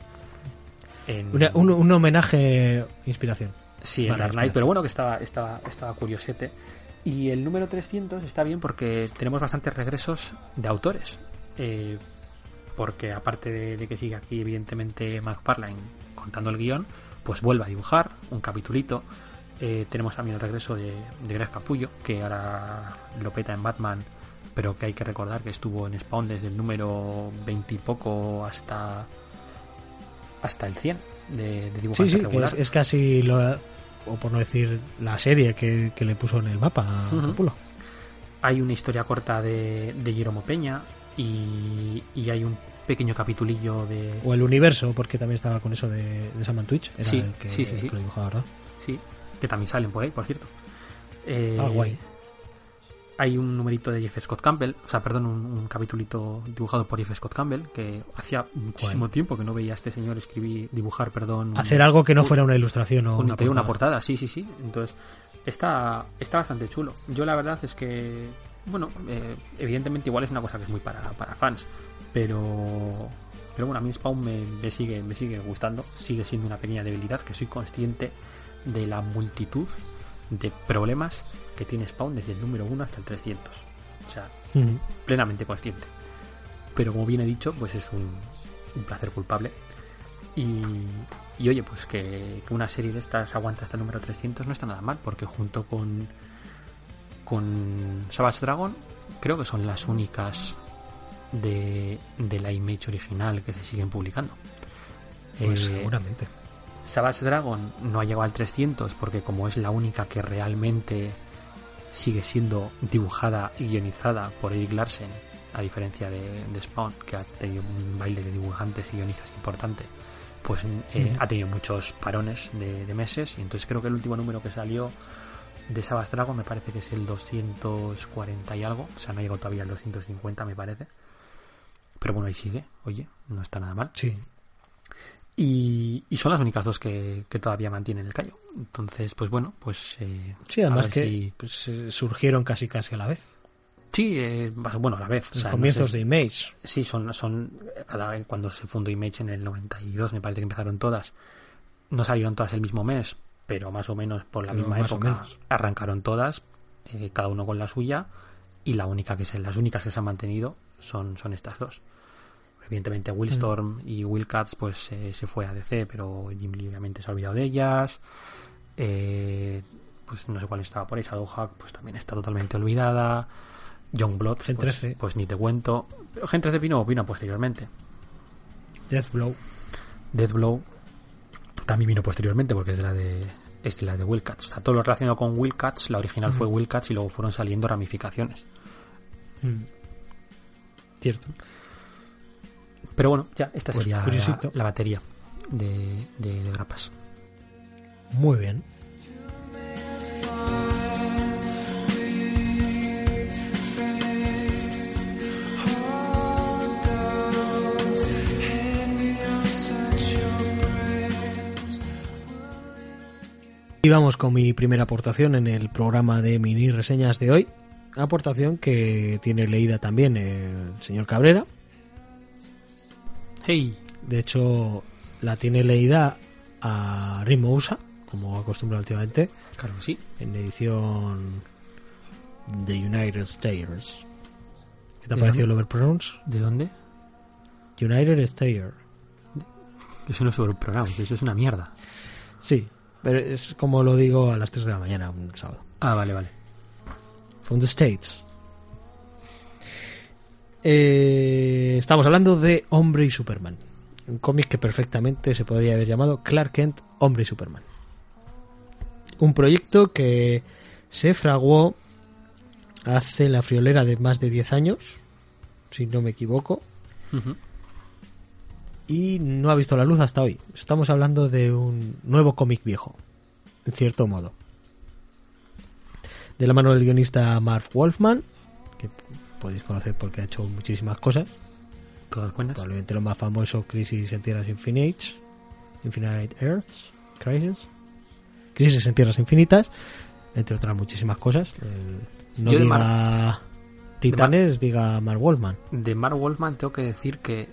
un homenaje, inspiración. Sí, en Dark Knight, pero bueno, que estaba curiosete. Y el número 300 está bien porque tenemos bastantes regresos de autores. Porque aparte de que sigue aquí, evidentemente, McFarlane contando el guión, pues vuelve a dibujar un capitulito. Tenemos también el regreso de Greg Capullo, que ahora lo peta en Batman, pero que hay que recordar que estuvo en Spawn desde el número 20 y poco hasta el 100 de dibujante regular. Que es casi o por no decir la serie que le puso en el mapa a Capullo. Hay una historia corta de Jeromo Peña y hay un pequeño capitulillo de... O el universo, porque también estaba con eso de Saman Twitch. Era el que lo dibujaba, ¿verdad? Sí, que también salen por ahí, por cierto. Guay. Hay un numerito de Jeff Scott Campbell, un capitulito dibujado por Jeff Scott Campbell, que hacía muchísimo tiempo que no veía a este señor dibujar. Hacer algo que no fuera una ilustración o una portada. Sí. Entonces, está bastante chulo. Yo la verdad es que, bueno, evidentemente igual es una cosa que es muy para fans, pero bueno, a mí Spawn me sigue gustando. Sigue siendo una pequeña debilidad, que soy consciente de la multitud de problemas que tiene Spawn desde el número 1 hasta el 300. O sea, plenamente consciente. Pero como bien he dicho, pues es un placer culpable. Y oye, pues que una serie de estas aguanta hasta el número 300 no está nada mal, porque junto con Savage Dragon creo que son las únicas de la Image original que se siguen publicando. Pues seguramente. Savage Dragon no ha llegado al 300 porque como es la única que realmente sigue siendo dibujada y guionizada por Eric Larsen, a diferencia de Spawn, que ha tenido un baile de dibujantes y guionistas importante, pues ha tenido muchos parones de meses, y entonces creo que el último número que salió de Savage Dragon me parece que es el 240 y algo, o sea, no ha llegado todavía al 250 me parece, pero bueno, ahí sigue, oye, no está nada mal. Sí. Y son las únicas dos que todavía mantienen el callo. Entonces, pues bueno, pues... sí, además que surgieron casi a la vez. Sí, bueno, a la vez. Los comienzos de Image. Sí, son cuando se fundó Image en el 92, me parece que empezaron todas. No salieron todas el mismo mes, pero más o menos por la Pero misma más o época menos. arrancaron todas, cada uno con la suya, y las únicas que se han mantenido son estas dos. Evidentemente Willstorm y Wildcats pues se fue a DC, pero Jim Lee obviamente se ha olvidado de ellas. Pues no sé cuál estaba por ahí. Shadowhawk pues también está totalmente olvidada. Youngblood Gen 13. pues ni te cuento. Pero Gen 13 vino posteriormente. Deathblow también vino posteriormente porque es de la de Wildcats. O sea, todo lo relacionado con Wildcats, la original fue Wildcats y luego fueron saliendo ramificaciones. Cierto. Pero bueno, ya esta Pues sería curiosito. la batería de grapas. Muy bien. Y vamos con mi primera aportación en el programa de mini reseñas de hoy. Aportación que tiene leída también el señor Cabrera. ¡Hey! De hecho, la tiene leída a ritmo USA, como acostumbra últimamente, Claro que sí. en edición de United States. ¿Qué te ha ¿De parecido dónde? el overpronounce? ¿De dónde? United States. Eso no es sobre el programa, eso es una mierda. Sí, pero es como lo digo a las 3 de la mañana un sábado. Ah, vale. From the States. Estamos hablando de Hombre y Superman. Un cómic que perfectamente se podría haber llamado Clark Kent, Hombre y Superman. Un proyecto que se fraguó hace la friolera de más de 10 años, si no me equivoco, Ujú. y no ha visto la luz hasta hoy. Estamos hablando de un nuevo cómic viejo, en cierto modo. De la mano del guionista Marv Wolfman, que podéis conocer porque ha hecho muchísimas cosas. Todas buenas. Probablemente lo más famoso, Crisis en Tierras Infinites, Infinite Earths, Crisis en Tierras Infinitas, entre otras muchísimas cosas. No Yo de diga Titanes, diga Marv Wolfman. De Mark Wolfman tengo que decir que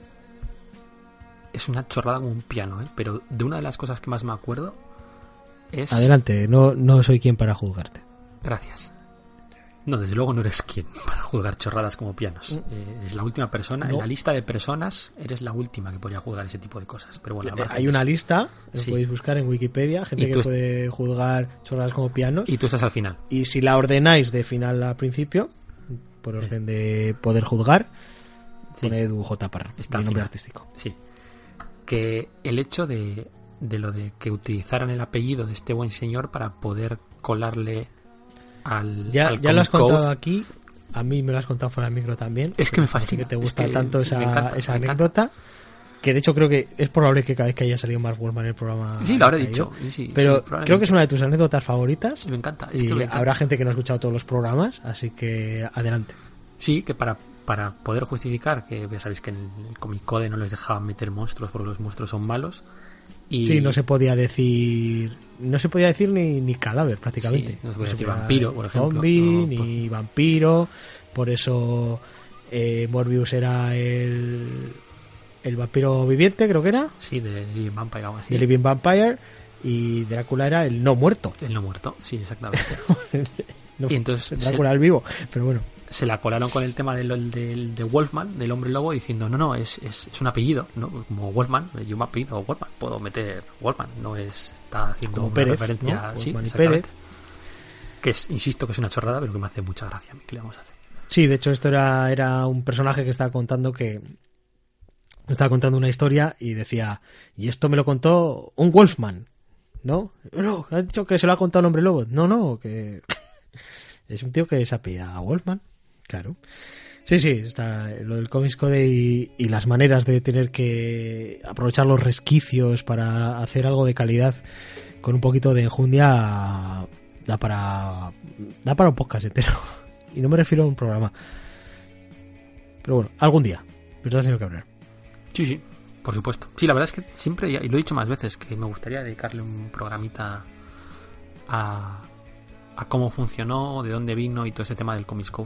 es una chorrada como un piano, ¿eh? Pero de una de las cosas que más me acuerdo es... Adelante, no soy quien para juzgarte. Gracias. No, desde luego no eres quien para juzgar chorradas como pianos. Es la última persona. No. En la lista de personas eres la última que podría juzgar ese tipo de cosas. Pero bueno, Hay una lista, lo Sí. podéis buscar en Wikipedia, gente Y que tú puede juzgar chorradas como pianos. Y tú estás al final. Y si la ordenáis de final a principio, por orden de poder juzgar, Sí. pone Edu J. Parra, Está mi al nombre final. artístico. Sí. Que el hecho de lo de que utilizaran el apellido de este buen señor para poder colarle al Ya al lo has Comic Code. contado aquí, a mí me lo has contado fuera del micro también. Es que me parece fascina. Que te Es gusta que tanto me esa encanta, esa me encanta. anécdota, que de hecho creo que es probable que cada vez que haya salido Marv Wolfman en el programa... Sí, lo habré haya dicho. ido. Sí, Pero probablemente. creo que es una de tus anécdotas favoritas. Me encanta. Es Y que me encanta. habrá gente que no ha escuchado todos los programas, así que adelante. Sí, que para poder justificar, que ya sabéis que en el Comic Code no les dejaban meter monstruos porque los monstruos son malos. Y Sí, no se podía decir ni cadáver prácticamente. Sí, no se podía decir podía vampiro, por ejemplo. zombie, No, ni vampiro. Por eso Morbius era el vampiro viviente, creo que era, Sí, de Living Vampire o algo así. The Living Vampire, y Drácula era el no muerto. El no muerto, sí, exactamente. No, Y entonces Drácula el vivo, pero bueno. se la colaron con el tema de Wolfman, del hombre lobo, diciendo, no, es un apellido, ¿no? Como Wolfman, yo me apellido Wolfman, puedo meter Wolfman, no está haciendo Como una Pérez, referencia, ¿no? sí, Wolfman y exactamente. Que insisto que es una chorrada, pero que me hace mucha gracia a mí, ¿qué le vamos a hacer? Sí, de hecho esto era un personaje que estaba contando una historia y decía, y esto me lo contó un Wolfman, ¿no? No, ha dicho que se lo ha contado el hombre lobo. No, que es un tío que se apellida Wolfman, claro. Sí, está lo del Comics Code y las maneras de tener que aprovechar los resquicios para hacer algo de calidad con un poquito de enjundia da para un podcast entero. Y no me refiero a un programa. Pero bueno, algún día, ¿verdad, señor Cabrera? Sí, por supuesto. Sí, la verdad es que siempre, y lo he dicho más veces, que me gustaría dedicarle un programita a cómo funcionó, de dónde vino y todo ese tema del Comics Code.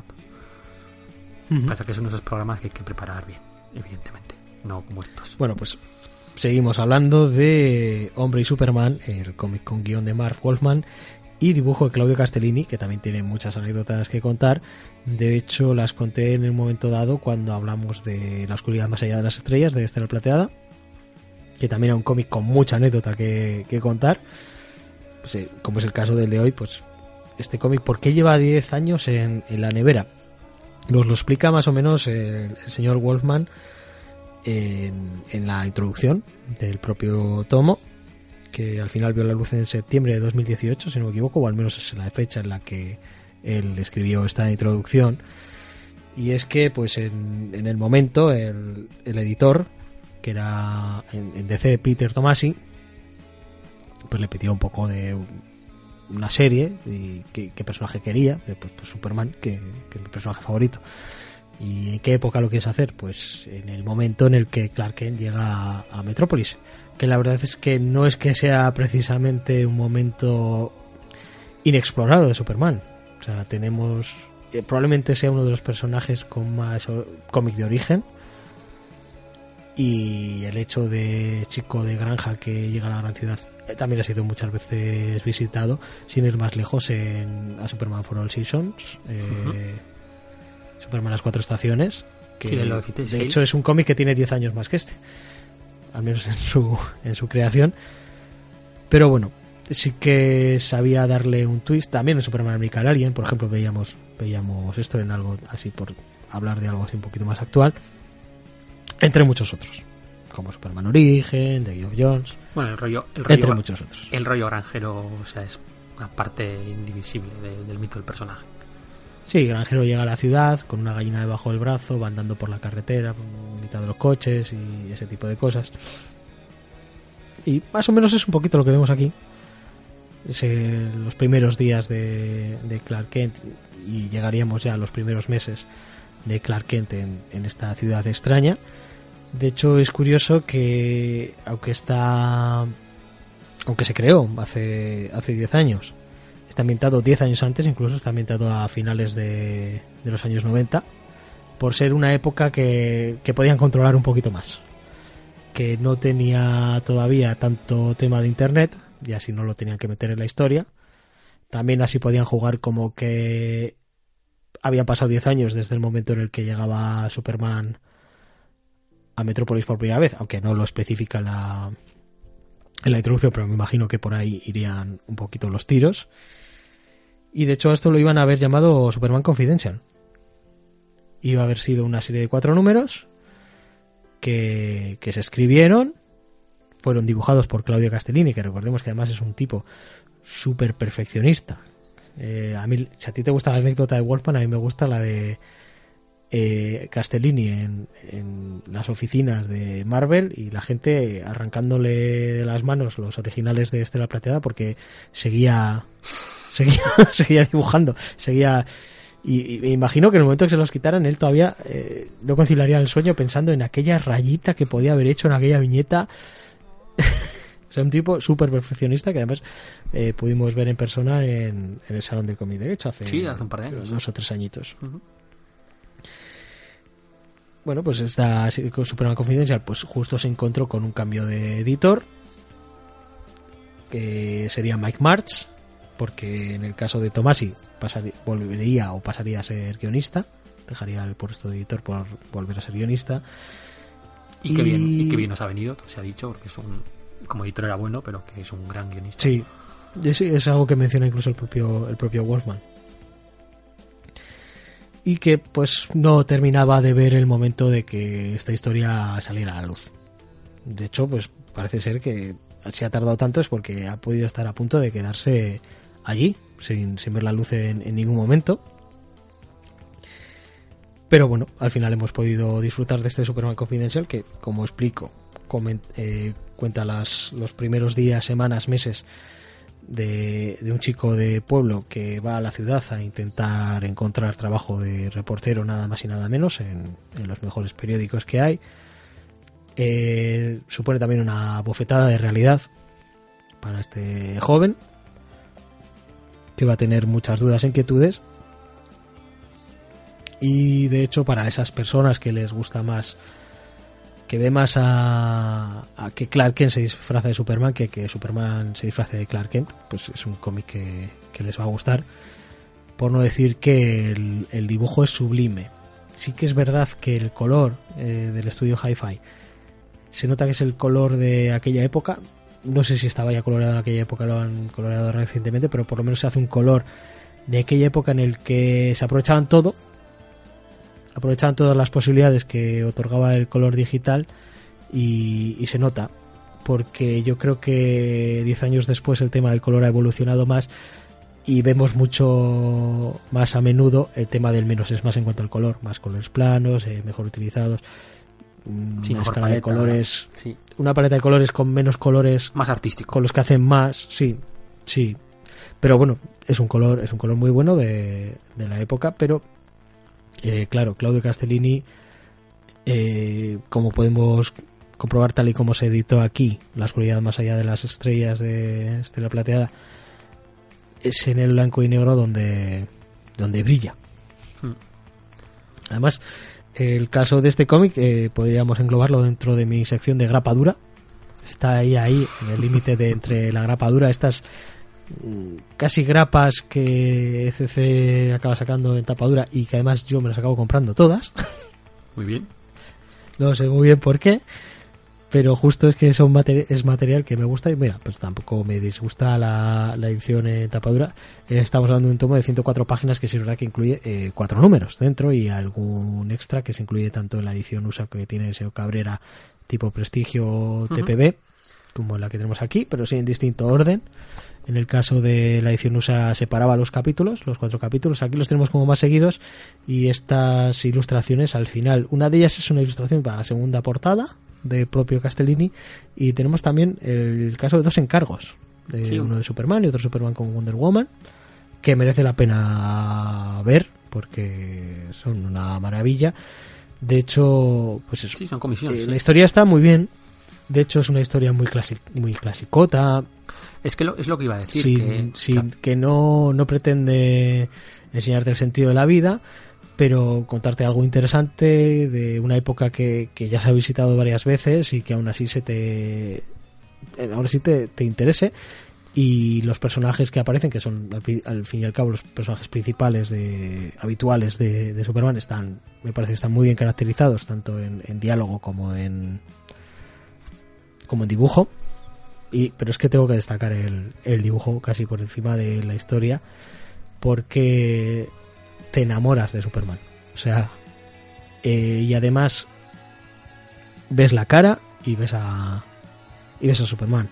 Pasa que son esos programas que hay que preparar bien, evidentemente, no como estos. Bueno, pues seguimos hablando de Hombre y Superman, el cómic con guión de Marv Wolfman y dibujo de Claudio Castellini, que también tiene muchas anécdotas que contar. De hecho, las conté en un momento dado cuando hablamos de La oscuridad más allá de las estrellas, de Estela Plateada, que también era un cómic con mucha anécdota que contar. Pues, como es el caso del de hoy, pues este cómic, ¿por qué lleva 10 años en la nevera? Nos lo explica más o menos el señor Wolfman en la introducción del propio tomo, que al final vio la luz en septiembre de 2018, si no me equivoco, o al menos es la fecha en la que él escribió esta introducción. Y es que pues en el momento el editor, que era en DC Peter Tomasi, pues le pidió un poco de una serie y qué personaje quería, pues Superman, que es mi personaje favorito. ¿Y en qué época lo quieres hacer? Pues en el momento en el que Clark Kent llega a Metrópolis, que la verdad es que no es que sea precisamente un momento inexplorado de Superman. O sea, tenemos, probablemente sea uno de los personajes con más cómic de origen, y el hecho de chico de granja que llega a la gran ciudad también ha sido muchas veces visitado, sin ir más lejos, a Superman for All Seasons, Superman las 4 estaciones, que sí, de hecho es un cómic que tiene 10 años más que este, al menos en su creación. Pero bueno, sí que sabía darle un twist. También en Superman American Alien, por ejemplo, veíamos esto en algo así, por hablar de algo así un poquito más actual, entre muchos otros, como Superman Origen, de Geoff Jones. Bueno, el rollo entre muchos otros. El rollo granjero, o sea, es una parte indivisible del mito del personaje. Sí, Granjero llega a la ciudad con una gallina debajo del brazo, va andando por la carretera, en mitad de los coches y ese tipo de cosas. Y más o menos es un poquito lo que vemos aquí. Es los primeros días de Clark Kent, y llegaríamos ya a los primeros meses de Clark Kent en esta ciudad extraña. De hecho, es curioso que aunque se creó hace 10 años, está ambientado 10 años antes, incluso está ambientado a finales de los años 90, por ser una época que podían controlar un poquito más, que no tenía todavía tanto tema de internet, y así no lo tenían que meter en la historia. También así podían jugar como que habían pasado 10 años desde el momento en el que llegaba Superman a Metrópolis por primera vez, aunque no lo especifica en la introducción, pero me imagino que por ahí irían un poquito los tiros. Y de hecho esto lo iban a haber llamado Superman Confidential. Iba a haber sido una serie de 4 números que se escribieron, fueron dibujados por Claudio Castellini, que recordemos que además es un tipo súper perfeccionista. A mí, si a ti te gusta la anécdota de Wolfman, a mí me gusta la de Castellini en las oficinas de Marvel y la gente arrancándole de las manos los originales de Estela Plateada porque seguía dibujando, y me imagino que en el momento que se los quitaran él todavía no conciliaría el sueño pensando en aquella rayita que podía haber hecho en aquella viñeta. O sea, un tipo súper perfeccionista que además pudimos ver en persona en el Salón del Cómic, de hecho hace un par de años, 2 o 3 añitos. Bueno, pues esta Superman Confidential pues justo se encontró con un cambio de editor, que sería Mike Marts, porque en el caso de Tomasi pasaría a ser guionista, dejaría el puesto de editor por volver a ser guionista. Y qué bien nos ha venido, se ha dicho, porque como editor era bueno, pero que es un gran guionista. Sí, es algo que menciona incluso el propio Wolfman. Y que pues no terminaba de ver el momento de que esta historia saliera a la luz. De hecho, pues parece ser que si ha tardado tanto es porque ha podido estar a punto de quedarse allí, sin ver la luz en ningún momento. Pero bueno, al final hemos podido disfrutar de este Superman Confidential que, como explico, cuenta los primeros días, semanas, meses de un chico de pueblo que va a la ciudad a intentar encontrar trabajo de reportero, nada más y nada menos, en los mejores periódicos que hay. Supone también una bofetada de realidad para este joven, que va a tener muchas dudas e inquietudes. Y de hecho, para esas personas que les gusta más que ve más a que Clark Kent se disfraza de Superman que Superman se disfrace de Clark Kent, pues es un cómic que les va a gustar, por no decir que el dibujo es sublime. Sí que es verdad que el color del estudio Hi-Fi se nota que es el color de aquella época. No sé si estaba ya coloreado en aquella época, lo han coloreado recientemente, pero por lo menos se hace un color de aquella época en el que se aprovechaban todas las posibilidades que otorgaba el color digital y se nota, porque yo creo que 10 años después el tema del color ha evolucionado más y vemos mucho más a menudo el tema del menos es más en cuanto al color, más colores planos, mejor utilizados, una escala de colores, sí. Una paleta de colores con menos colores, más artístico, con los que hacen más, sí, pero bueno, es un color muy bueno de la época, pero claro, Claudio Castellini, como podemos comprobar tal y como se editó aquí, La oscuridad más allá de las estrellas de Estela Plateada, es en el blanco y negro donde brilla. Además, el caso de este cómic podríamos englobarlo dentro de mi sección de grapa dura. Está ahí en el límite de entre la grapa dura, estas casi grapas que ECC acaba sacando en tapa dura y que además yo me las acabo comprando todas. Muy bien. No sé muy bien por qué, pero justo es que es material que me gusta y mira, pues tampoco me disgusta la edición en tapa dura. Estamos hablando de un tomo de 104 páginas que sí es verdad que incluye 4 números dentro y algún extra que se incluye tanto en la edición USA que tiene SEO Cabrera tipo Prestigio TPB como la que tenemos aquí, pero sí en distinto orden. En el caso de la edición USA separaba los 4 capítulos, aquí los tenemos como más seguidos y estas ilustraciones al final, una de ellas es una ilustración para la segunda portada de propio Castellini y tenemos también el caso de 2 encargos, uno de Superman y otro Superman con Wonder Woman, que merece la pena ver porque son una maravilla. De hecho, pues eso, sí, son comisiones, la historia está muy bien. De hecho es una historia muy clasicota. Es que es lo que iba a decir. Que no pretende enseñarte el sentido de la vida, pero contarte algo interesante de una época que ya se ha visitado varias veces y que aún así te interese. Y los personajes que aparecen, que son al fin y al cabo los personajes principales habituales de Superman, me parece que están muy bien caracterizados, tanto en diálogo como en dibujo. Pero es que tengo que destacar el dibujo casi por encima de la historia, porque te enamoras de Superman. O sea, y además ves la cara y ves a Superman.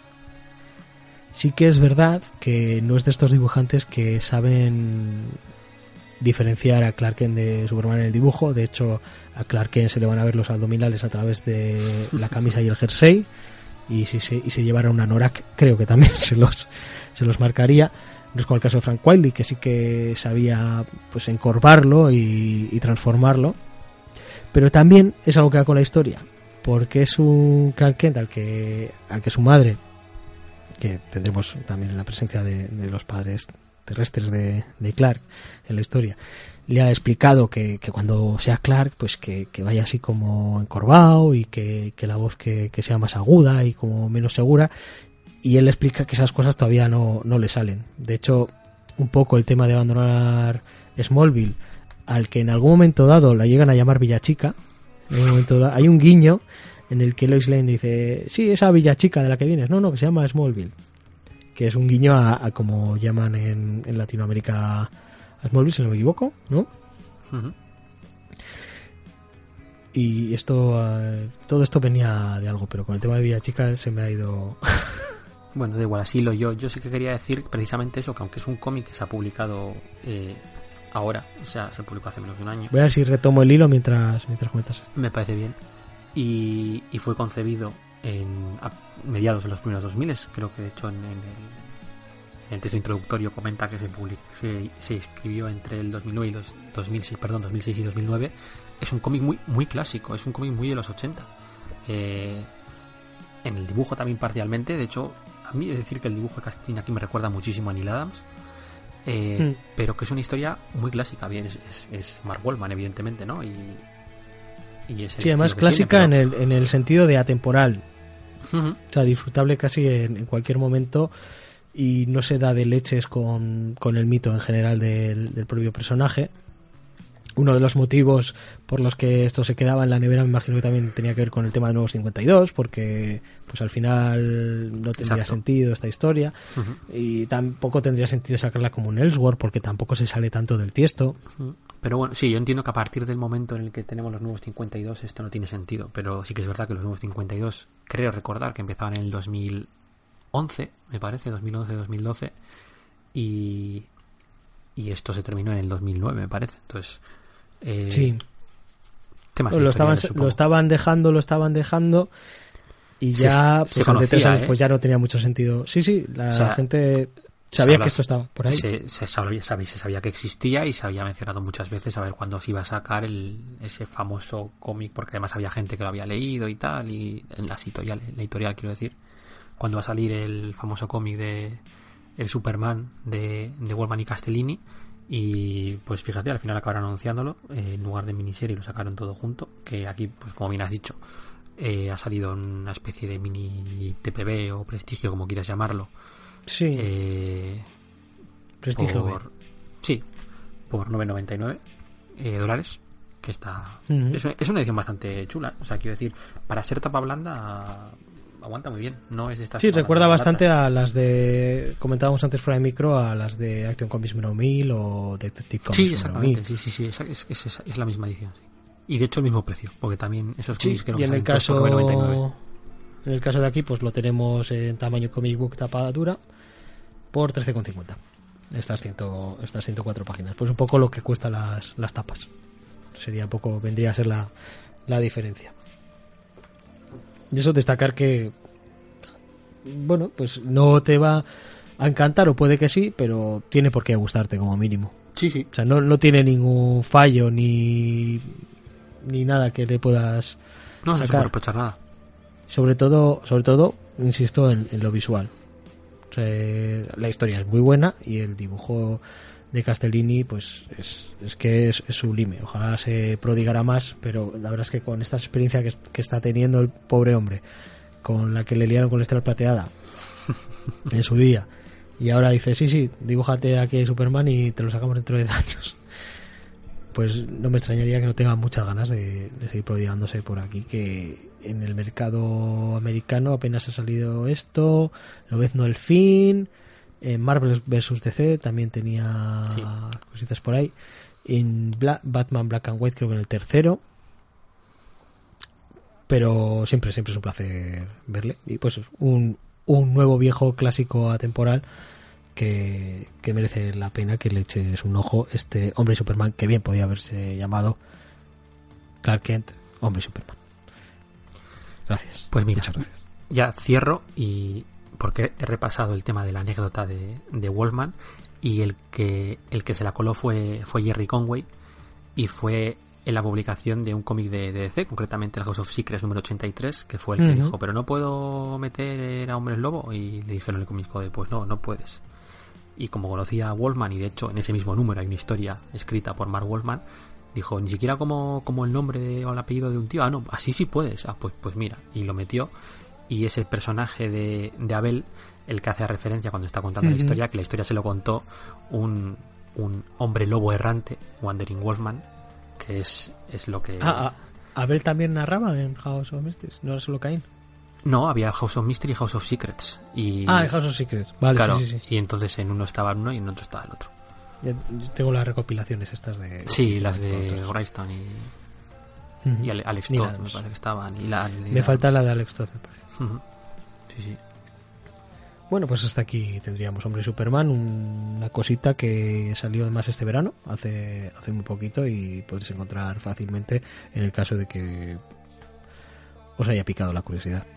Sí que es verdad que no es de estos dibujantes que saben diferenciar a Clark Kent de Superman en el dibujo. De hecho, a Clark Kent se le van a ver los abdominales a través de la camisa y el jersey. Y si se llevara una anorak, creo que también se los marcaría. No es como el caso de Frank Wiley, que sí que sabía pues encorvarlo y transformarlo. Pero también es algo que va con la historia, porque es un Clark Kent al que su madre, que tendremos también en la presencia de los padres terrestres de Clark en la historia, le ha explicado que cuando sea Clark pues que vaya así como encorvado y que la voz que sea más aguda y como menos segura, y él le explica que esas cosas todavía no le salen. De hecho, un poco el tema de abandonar Smallville, al que en algún momento dado la llegan a llamar Villachica, en un momento dado, hay un guiño en el que Lois Lane dice, sí, esa Villachica de la que vienes, no, que se llama Smallville, que es un guiño a como llaman en Latinoamérica a Smallville, si no me equivoco, ¿no? Uh-huh. Y todo esto venía de algo, pero con el tema de Villachica se me ha ido. Bueno, da igual, así yo sí que quería decir precisamente eso, que aunque es un cómic que se ha publicado ahora, o sea, se publicó hace menos de un año. Voy a ver si retomo el hilo mientras comentas esto. Me parece bien. Y fue concebido a mediados de los primeros 2000, creo que de hecho en el texto introductorio comenta que se escribió entre el 2009 y 2006 y 2009. Es un cómic muy, muy clásico, es un cómic muy de los 80. En el dibujo también parcialmente, de hecho, a mí es decir que el dibujo de Castellini aquí me recuerda muchísimo a Neil Adams, pero que es una historia muy clásica. Bien, es Mark Wolfman, evidentemente, ¿no? Y es sí, además clásica tiene, pero... en el sentido de atemporal. O sea, disfrutable casi en cualquier momento y no se da de leches con el mito en general del propio personaje. Uno de los motivos por los que esto se quedaba en la nevera me imagino que también tenía que ver con el tema de Nuevos 52, porque pues al final no tendría sentido esta historia y tampoco tendría sentido sacarla como un Elseworld porque tampoco se sale tanto del tiesto. Pero bueno, sí, yo entiendo que a partir del momento en el que tenemos los Nuevos 52 esto no tiene sentido, pero sí que es verdad que los Nuevos 52 creo recordar que empezaban en el 2011, me parece, 2011-2012 y esto se terminó en el 2009, me parece. Entonces sí, lo estaban dejando y ya pues conocía, 3 años pues ya no tenía mucho sentido. Sí, la gente sabía que esto estaba por ahí. Se sabía que existía y se había mencionado muchas veces a ver cuándo se iba a sacar ese famoso cómic, porque además había gente que lo había leído y tal, y en la editorial quiero decir, cuando va a salir el famoso cómic de el Superman de Waldman y Castellini. Y pues fíjate, al final acabaron anunciándolo en lugar de miniserie, lo sacaron todo junto, que aquí pues como bien has dicho ha salido una especie de mini TPB o prestigio, como quieras llamarlo. Sí, prestigio por $9.99 $, que está es una edición bastante chula, o sea, quiero decir, para ser tapa blanda aguanta muy bien, no es esta. Sí, recuerda bastante a las de, comentábamos antes fuera de micro, a las de Action Comics número 1000 o Detective Comics. Sí, exactamente, sí, es la misma edición, sí. Y de hecho el mismo precio, porque también esos cómics que no, y en el caso por $9.99. En el caso de aquí pues lo tenemos en tamaño comic book tapa dura por $13.50. Estas 104 páginas, pues un poco lo que cuestan las tapas. Vendría a ser la diferencia. Y eso, destacar que bueno, pues no te va a encantar, o puede que sí, pero tiene por qué gustarte como mínimo. Sí. O sea, no tiene ningún fallo ni nada que le puedas sacar. No se puede reprochar nada. Sobre todo, insisto, en lo visual. O sea, la historia es muy buena y el dibujo de Castellini pues es sublime. Ojalá se prodigara más, pero la verdad es que con esta experiencia que está teniendo el pobre hombre, con la que le liaron con la Estrella Plateada en su día, y ahora dice sí, dibújate aquí Superman y te lo sacamos dentro de años, pues no me extrañaría que no tenga muchas ganas de seguir prodigándose por aquí, que en el mercado americano apenas ha salido esto, Lobezno el fin, en Marvel vs DC también tenía cositas por ahí, en Batman Black and White creo que en el tercero, pero siempre es un placer verle, y pues un nuevo viejo clásico atemporal que merece la pena que le eches un ojo. Este Hombre y Superman, que bien podía haberse llamado Clark Kent, Hombre y Superman. Gracias. Pues mira, muchas gracias. Ya cierro, y porque he repasado el tema de la anécdota de Waldman, y el que se la coló fue Jerry Conway, y fue en la publicación de un cómic de DC, concretamente el House of Secrets número 83, que fue el que dijo, pero no puedo meter a Hombres Lobo, y le dijeron el cómic de pues no puedes. Y como conocía a Waldman, y de hecho en ese mismo número hay una historia escrita por Mark Waldman, dijo, ni siquiera como el nombre o el apellido de un tío, no, así sí puedes, pues mira, y lo metió, y es el personaje de Abel el que hace referencia cuando está contando la historia, que la historia se lo contó un hombre lobo errante, Wandering Wolfman, que es lo que... Abel también narraba en House of Mysteries, no era solo Cain. No, había House of Mystery y House of Secrets. En House of Secrets, vale, claro, sí. Y entonces en uno estaba uno y en otro estaba el otro. Yo tengo las recopilaciones estas de... Sí, las de Grayston y Alex Todd, me parece que estaban. Me falta la de Alex Todd, me parece. Sí. Bueno, pues hasta aquí tendríamos Hombre y Superman, una cosita que salió además este verano, hace muy poquito, y podréis encontrar fácilmente en el caso de que os haya picado la curiosidad.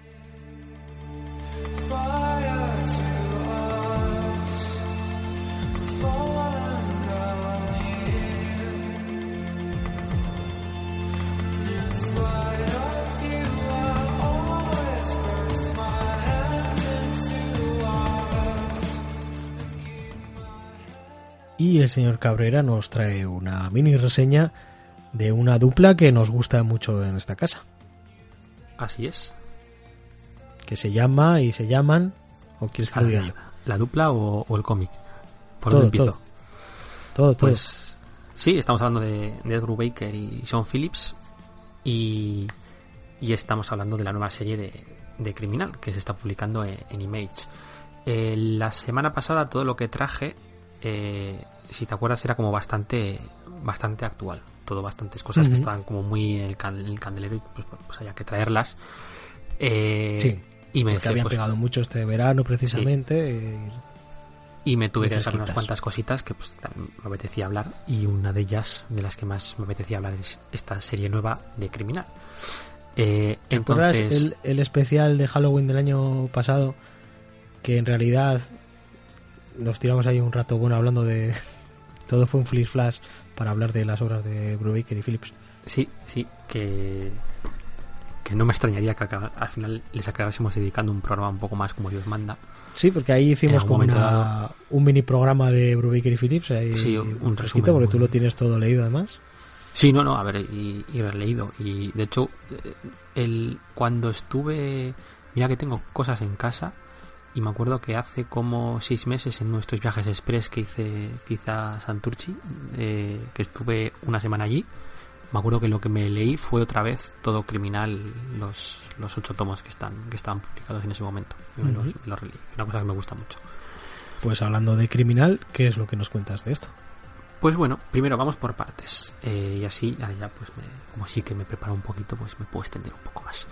Y el señor Cabrera nos trae una mini reseña de una dupla que nos gusta mucho en esta casa, Así es. que se llama y se llaman, ¿o quieres que lo diga yo? ¿La dupla o el cómic? ¿Por Todo, dónde empiezo? Todo. Pues sí, estamos hablando de Ed Brubaker y Sean Phillips y estamos hablando de la nueva serie de Criminal que se está publicando en Image. La semana pasada todo lo que traje, si te acuerdas, era como bastante actual. Todo bastantes cosas que estaban como muy en el candelero y pues había que traerlas. Sí, y me que decía, habían pues, pegado mucho este verano precisamente. y me tuve que dejar fresquitas. unas cuantas cositas que pues también me apetecía hablar, y una de ellas, de las que más me apetecía hablar, es esta serie nueva de Criminal. ¿Te acuerdas Entonces, el especial de Halloween del año pasado? Que en realidad nos tiramos ahí un rato bueno hablando de... Todo fue un flash flash para hablar de las obras de Brubaker y Phillips. sí, que no me extrañaría que al final les acabásemos dedicando un programa un poco más como Dios manda. Sí, porque ahí hicimos algún como momento dado. un mini programa de Brubaker y Phillips. Ahí Sí, un fresquito, resumen porque muy- tú lo tienes todo leído además. Sí, no, a ver, y releído. Y de hecho, cuando estuve... Mira que tengo cosas en casa, y me acuerdo que hace como 6 meses en nuestros viajes express que hice a Santurchi, que estuve una semana allí, me acuerdo que lo que me leí fue otra vez todo Criminal, los 8 tomos que estaban publicados en ese momento. Y me los releí. Una cosa que me gusta mucho. Pues hablando de Criminal, ¿qué es lo que nos cuentas de esto? Pues bueno, primero vamos por partes, y así ahora ya pues como sí que me preparo un poquito, pues me puedo extender un poco más.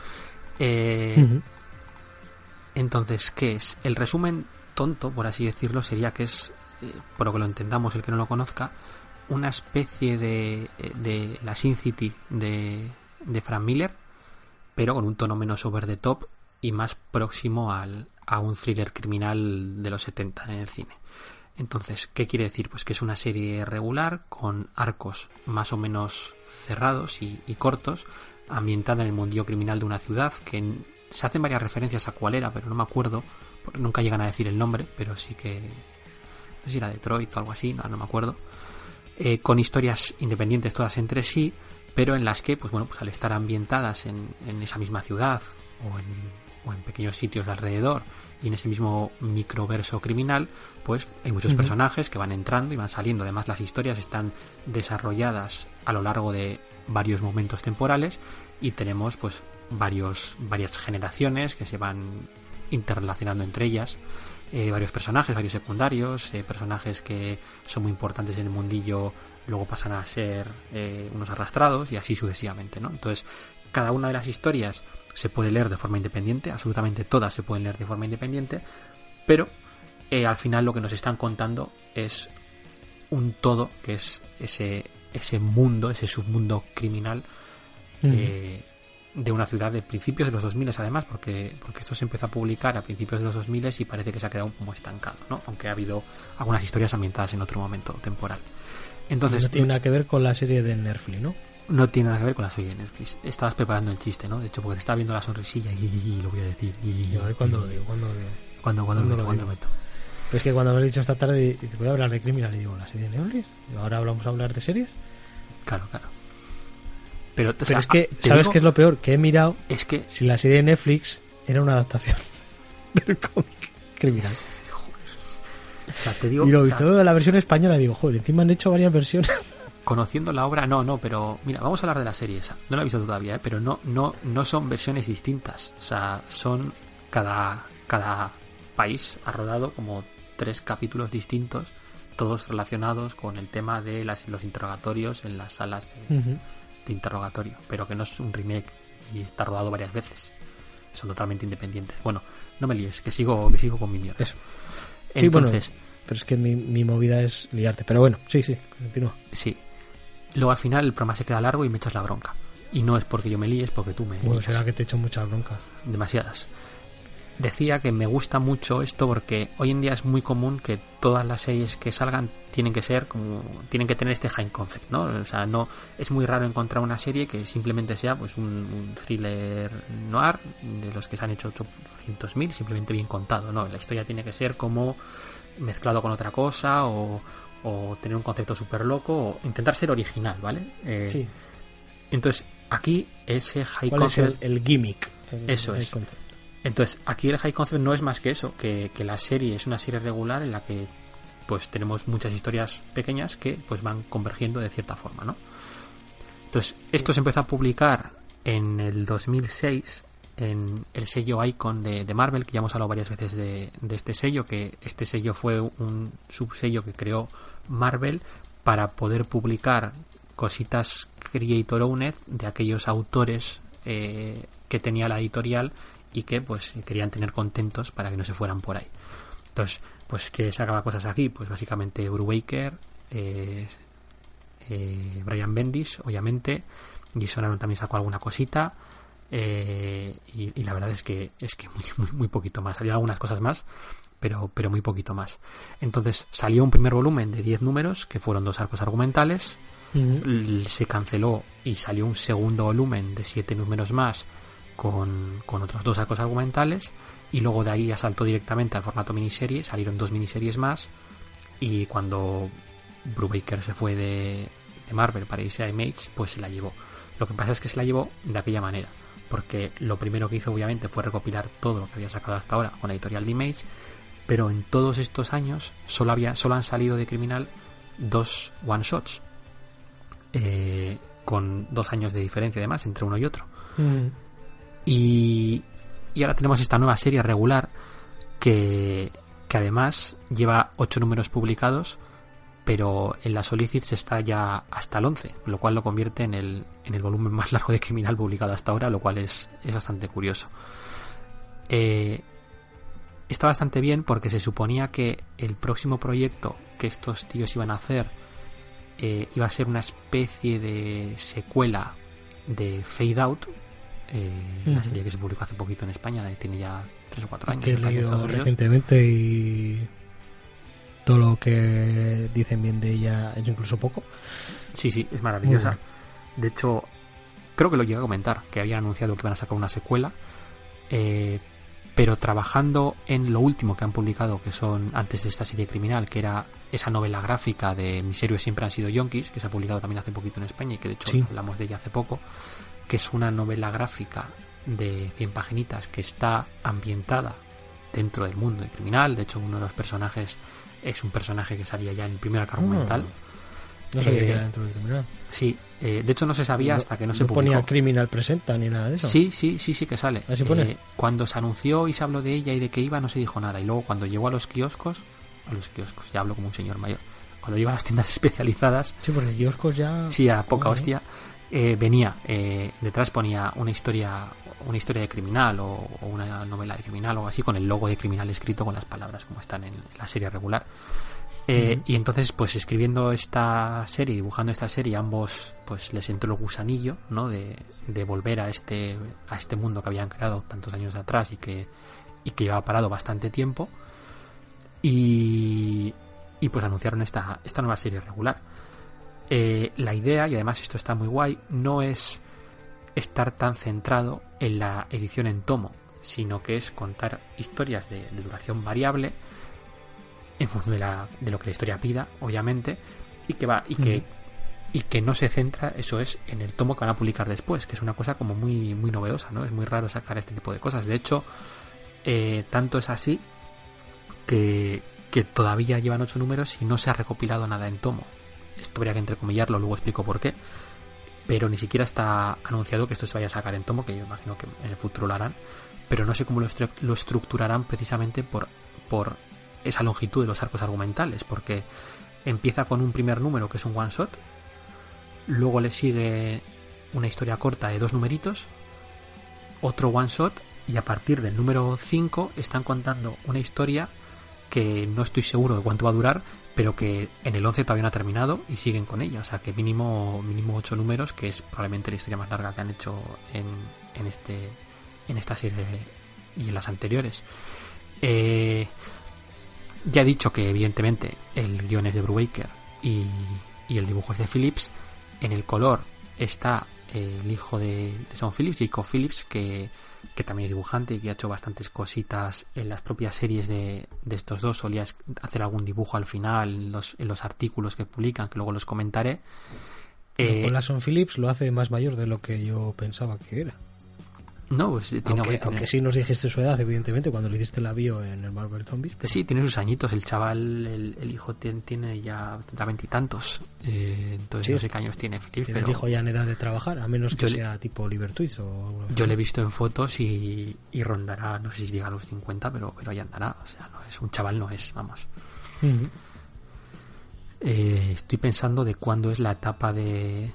Entonces, ¿qué es? El resumen tonto, por así decirlo, sería que es, por lo que lo entendamos el que no lo conozca, una especie de la Sin City de Frank Miller, pero con un tono menos over the top y más próximo a un thriller criminal de los 70 en el cine. Entonces, ¿qué quiere decir? Pues que es una serie regular con arcos más o menos cerrados y cortos, ambientada en el mundillo criminal de una ciudad que se hacen varias referencias a cuál era, pero no me acuerdo, porque nunca llegan a decir el nombre, pero sí que... No sé si era Detroit o algo así, no me acuerdo. Con historias independientes todas entre sí, pero en las que, pues bueno, pues al estar ambientadas en esa misma ciudad o en pequeños sitios de alrededor y en ese mismo microverso criminal, pues hay muchos personajes que van entrando y van saliendo. Además, las historias están desarrolladas a lo largo de varios momentos temporales y tenemos pues varias generaciones que se van interrelacionando entre ellas, varios personajes, varios secundarios, personajes que son muy importantes en el mundillo luego pasan a ser unos arrastrados y así sucesivamente, ¿no? Entonces, cada una de las historias se puede leer de forma independiente, absolutamente todas se pueden leer de forma independiente, pero al final lo que nos están contando es un todo, que es ese mundo, ese submundo criminal de una ciudad de principios de los 2000 además, porque esto se empezó a publicar a principios de los 2000 y parece que se ha quedado como estancado, ¿no? Aunque ha habido algunas historias ambientadas en otro momento temporal. Entonces, no tiene nada que ver con la serie de Netflix, ¿no? No tiene nada que ver con la serie de Netflix. Estabas preparando el chiste, ¿no? De hecho, porque te estaba viendo la sonrisilla y lo voy a decir. Y a ver cuándo lo digo, ¿Cuándo lo meto? Pero es que cuando me has dicho esta tarde, te voy a hablar de Criminal, y digo, ¿la serie de Netflix? ¿Y ahora vamos a hablar de series? Claro. Pero o sea, es que, ¿sabes qué es lo peor? Que he mirado es que si la serie de Netflix era una adaptación del cómic Criminal. O sea, te digo, Y lo he visto en la versión española y digo, joder, encima han hecho varias versiones. Conociendo la obra, no, pero mira, vamos a hablar de la serie esa. No la he visto todavía, pero no son versiones distintas. O sea, son cada país ha rodado como 3 capítulos distintos, todos relacionados con el tema de los interrogatorios en las salas de interrogatorio, pero que no es un remake y está rodado varias veces. Son totalmente independientes. Bueno, no me líes, que sigo con mi mierda. Eso. Entonces, sí, bueno, pero es que mi movida es liarte. Pero bueno, sí, continúa. Sí. Luego al final el programa se queda largo y me echas la bronca. Y no es porque yo me líe, es porque tú me Bueno, lías. será que te echo muchas broncas. Demasiadas. Decía que me gusta mucho esto porque hoy en día es muy común que todas las series que salgan tienen que tener este high concept, ¿no? O sea, no es muy raro encontrar una serie que simplemente sea pues un thriller noir de los que se han hecho 800.000 simplemente bien contado, ¿no? La historia tiene que ser como mezclado con otra cosa o o tener un concepto súper loco o intentar ser original, ¿vale? Sí. Entonces, aquí ese high ¿Cuál concept... es el gimmick? Eso es. Concept. Entonces, aquí el high concept no es más que eso, que la serie es una serie regular en la que pues tenemos muchas historias pequeñas que pues van convergiendo de cierta forma, ¿no? Entonces, esto se empezó a publicar en el 2006 en el sello Icon de Marvel, que ya hemos hablado varias veces de este sello, que este sello fue un subsello que creó Marvel para poder publicar cositas creator owned de aquellos autores que tenía la editorial y que pues querían tener contentos para que no se fueran por ahí. Entonces, pues que sacaba cosas aquí, pues básicamente Brubaker, Brian Bendis, obviamente, Jason Aaron también sacó alguna cosita, y la verdad es que muy poquito más. Salieron algunas cosas más, pero muy poquito más. Entonces salió un primer volumen de 10 números que fueron 2 arcos argumentales. Se canceló y salió un segundo volumen de 7 números más con otros 2 arcos argumentales, y luego de ahí ya saltó directamente al formato miniserie. Salieron 2 miniseries más, y cuando Brubaker se fue de Marvel para irse a Image, pues se la llevó. Lo que pasa es que se la llevó de aquella manera, porque lo primero que hizo obviamente fue recopilar todo lo que había sacado hasta ahora con la editorial de Image, pero en todos estos años solo han salido de Criminal 2 one shots, con 2 años de diferencia además entre uno y otro. Y ahora tenemos esta nueva serie regular que además lleva 8 números publicados, pero en la Solicits está ya hasta el 11, lo cual lo convierte en el volumen más largo de Criminal publicado hasta ahora, lo cual es bastante curioso. Está bastante bien porque se suponía que el próximo proyecto que estos tíos iban a hacer iba a ser una especie de secuela de Fade Out, la serie que se publicó hace poquito en España, tiene ya 3 o 4 años. Que he leído recientemente y todo lo que dicen bien de ella es incluso poco. Sí, es maravillosa. De hecho, creo que lo llegué a comentar, que habían anunciado que iban a sacar una secuela, pero trabajando en lo último que han publicado, que son antes de esta serie Criminal, que era esa novela gráfica de Mis héroes siempre han sido yonkis, que se ha publicado también hace poquito en España y que de hecho hablamos de ella hace poco, que es una novela gráfica de 100 paginitas que está ambientada dentro del mundo de Criminal. De hecho, uno de los personajes es un personaje que salía ya en el primer arco argumental. No sabía que era dentro del Criminal. Sí, de hecho no se sabía hasta que no se publicó. No ponía Criminal Presenta ni nada de eso. Sí que sale. ¿Así pone? Cuando se anunció y se habló de ella y de que iba, no se dijo nada. Y luego cuando llegó a los kioscos, ya hablo como un señor mayor, cuando llegó a las tiendas especializadas... Sí, porque kioscos ya... Sí, a poca hostia. Venía, detrás ponía una historia de criminal o una novela de criminal o algo así, con el logo de Criminal escrito con las palabras como están en la serie regular. Y entonces, pues escribiendo esta serie, dibujando esta serie, ambos pues les entró el gusanillo, ¿no? de volver a este mundo que habían creado tantos años atrás y que llevaba parado bastante tiempo, y pues anunciaron esta nueva serie regular. La idea, y además esto está muy guay, no es estar tan centrado en la edición en tomo, sino que es contar historias de duración variable en función de lo que la historia pida, obviamente, y que no se centra, eso es, en el tomo que van a publicar después, que es una cosa como muy novedosa, ¿no? Es muy raro sacar este tipo de cosas. De hecho, tanto es así que todavía llevan 8 números y no se ha recopilado nada en tomo. Esto habría que entrecomillarlo, luego explico por qué, pero ni siquiera está anunciado que esto se vaya a sacar en tomo, que yo imagino que en el futuro lo harán, pero no sé cómo lo estructurarán precisamente por esa longitud de los arcos argumentales, porque empieza con un primer número que es un one shot, luego le sigue una historia corta de 2 numeritos, otro one shot, y a partir del número 5 están contando una historia que no estoy seguro de cuánto va a durar, pero que en el 11 todavía no ha terminado y siguen con ella. O sea que mínimo 8 números, que es probablemente la historia más larga que han hecho en esta serie y en las anteriores. Ya he dicho que evidentemente el guion es de Brubaker y el dibujo es de Phillips. En el color está el hijo de Sean Phillips, Jacob Phillips, que también es dibujante y que ha hecho bastantes cositas en las propias series de estos dos. Solía hacer algún dibujo al final en los artículos que publican, que luego los comentaré. Con Sean Phillips lo hace más mayor de lo que yo pensaba que era. No, pues aunque sí nos dijiste su edad, evidentemente, cuando le hiciste la bio en el Marvel Zombies. Pero... Sí, tiene sus añitos. El chaval, el hijo tiene ya, tendrá 20 y tantos. Entonces sí, no sé qué años tiene Phillips, pero... el hijo ya en edad de trabajar, a menos que sea tipo Oliver Twist o algo. Yo le he visto en fotos y rondará, no sé si llega a los 50, pero ahí andará. O sea, no es un chaval, no es, vamos. Uh-huh. Estoy pensando de cuándo es la etapa de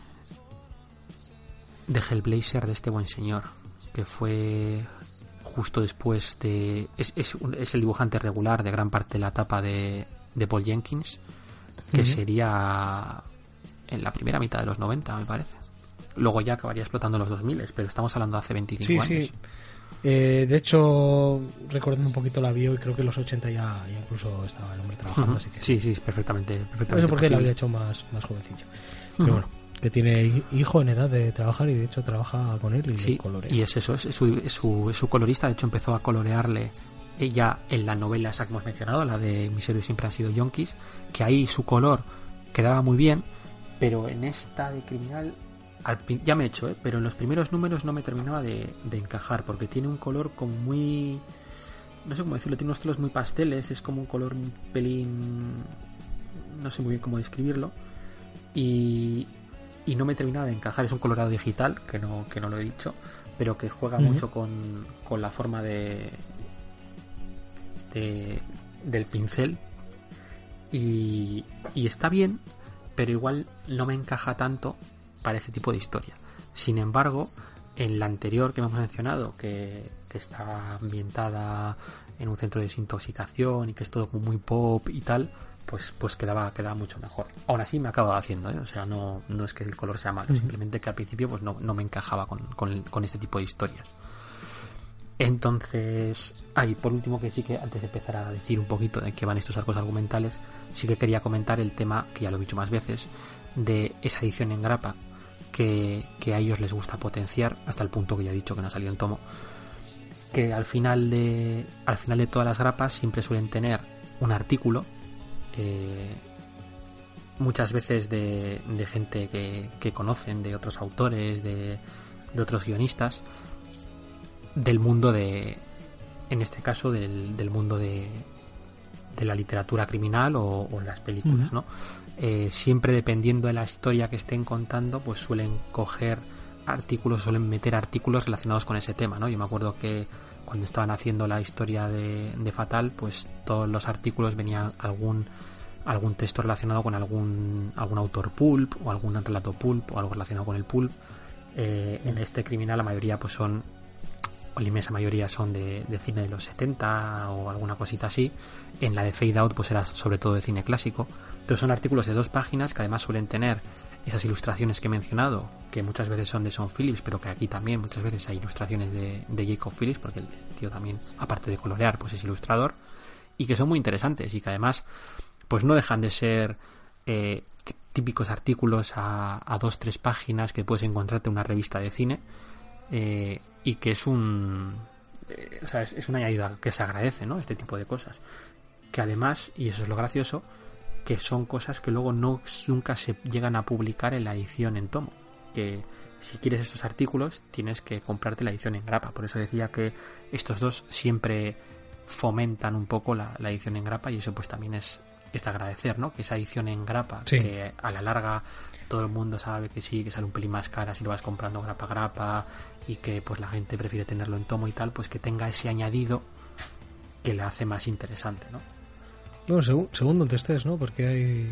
Hellblazer de este buen señor, que fue justo después de... Es el dibujante regular de gran parte de la etapa de Paul Jenkins, que sería en la primera mitad de los 90, me parece. Luego ya acabaría explotando los 2000, pero estamos hablando de hace 25 años. Sí. De hecho, recordando un poquito la bio, y creo que en los 80 ya incluso estaba el hombre trabajando. Así que sí, perfectamente. No sé por qué lo había hecho más jovencillo. Pero bueno, que tiene hijo en edad de trabajar y de hecho trabaja con él y le colorea. Y es eso, es su colorista. De hecho empezó a colorearle ella en la novela esa que hemos mencionado, la de Mis héroes siempre han sido yonkis, que ahí su color quedaba muy bien, pero en esta de Criminal ya me he hecho, pero en los primeros números no me terminaba de encajar, porque tiene un color como muy... no sé cómo decirlo, tiene unos tonos muy pasteles, es como un color un pelín... no sé muy bien cómo describirlo, y no me terminaba de encajar. Es un colorado digital, que no lo he dicho, pero que juega mucho con la forma del pincel, y está bien, pero igual no me encaja tanto para ese tipo de historia. Sin embargo, en la anterior que hemos mencionado, que está ambientada en un centro de desintoxicación y que es todo como muy pop y tal, pues quedaba mucho mejor. Aún así me acaba haciendo, o sea, no es que el color sea malo, simplemente que al principio pues no me encajaba con este tipo de historias. Entonces, por último, que sí, que antes de empezar a decir un poquito de qué van estos arcos argumentales, sí que quería comentar el tema, que ya lo he dicho más veces, de esa edición en grapa que a ellos les gusta potenciar, hasta el punto que ya he dicho que no ha salido en tomo, que al final de todas las grapas siempre suelen tener un artículo, muchas veces de gente que conocen, de otros autores, de otros guionistas, del mundo en este caso del mundo de la literatura criminal o las películas, ¿no? Siempre dependiendo de la historia que estén contando, pues suelen meter artículos relacionados con ese tema, ¿no? Yo me acuerdo que cuando estaban haciendo la historia de Fatal, pues todos los artículos venían algún texto relacionado con algún autor pulp o algún relato pulp o algo relacionado con el pulp. En este Criminal la mayoría pues son, o la inmensa mayoría son de cine de los 70 o alguna cosita así. En la de Fade Out pues era sobre todo de cine clásico. Entonces son artículos de 2 páginas que además suelen tener esas ilustraciones que he mencionado, que muchas veces son de Sean Phillips, pero que aquí también muchas veces hay ilustraciones de Jacob Phillips, porque el tío también, aparte de colorear, pues es ilustrador, y que son muy interesantes y que además pues no dejan de ser típicos artículos a 2-3 páginas que puedes encontrarte en una revista de cine, y que es un añadido que se agradece, ¿no? Este tipo de cosas, que además, y eso es lo gracioso, que son cosas que luego nunca se llegan a publicar en la edición en tomo, que si quieres estos artículos tienes que comprarte la edición en grapa. Por eso decía que estos dos siempre fomentan un poco la edición en grapa, y eso pues también es de agradecer, ¿no? Que esa edición en grapa, sí, que a la larga todo el mundo sabe que sí, que sale un pelín más cara si lo vas comprando grapa a grapa, y que pues la gente prefiere tenerlo en tomo y tal, pues que tenga ese añadido que le hace más interesante, ¿no? Bueno, según donde estés, ¿no? Porque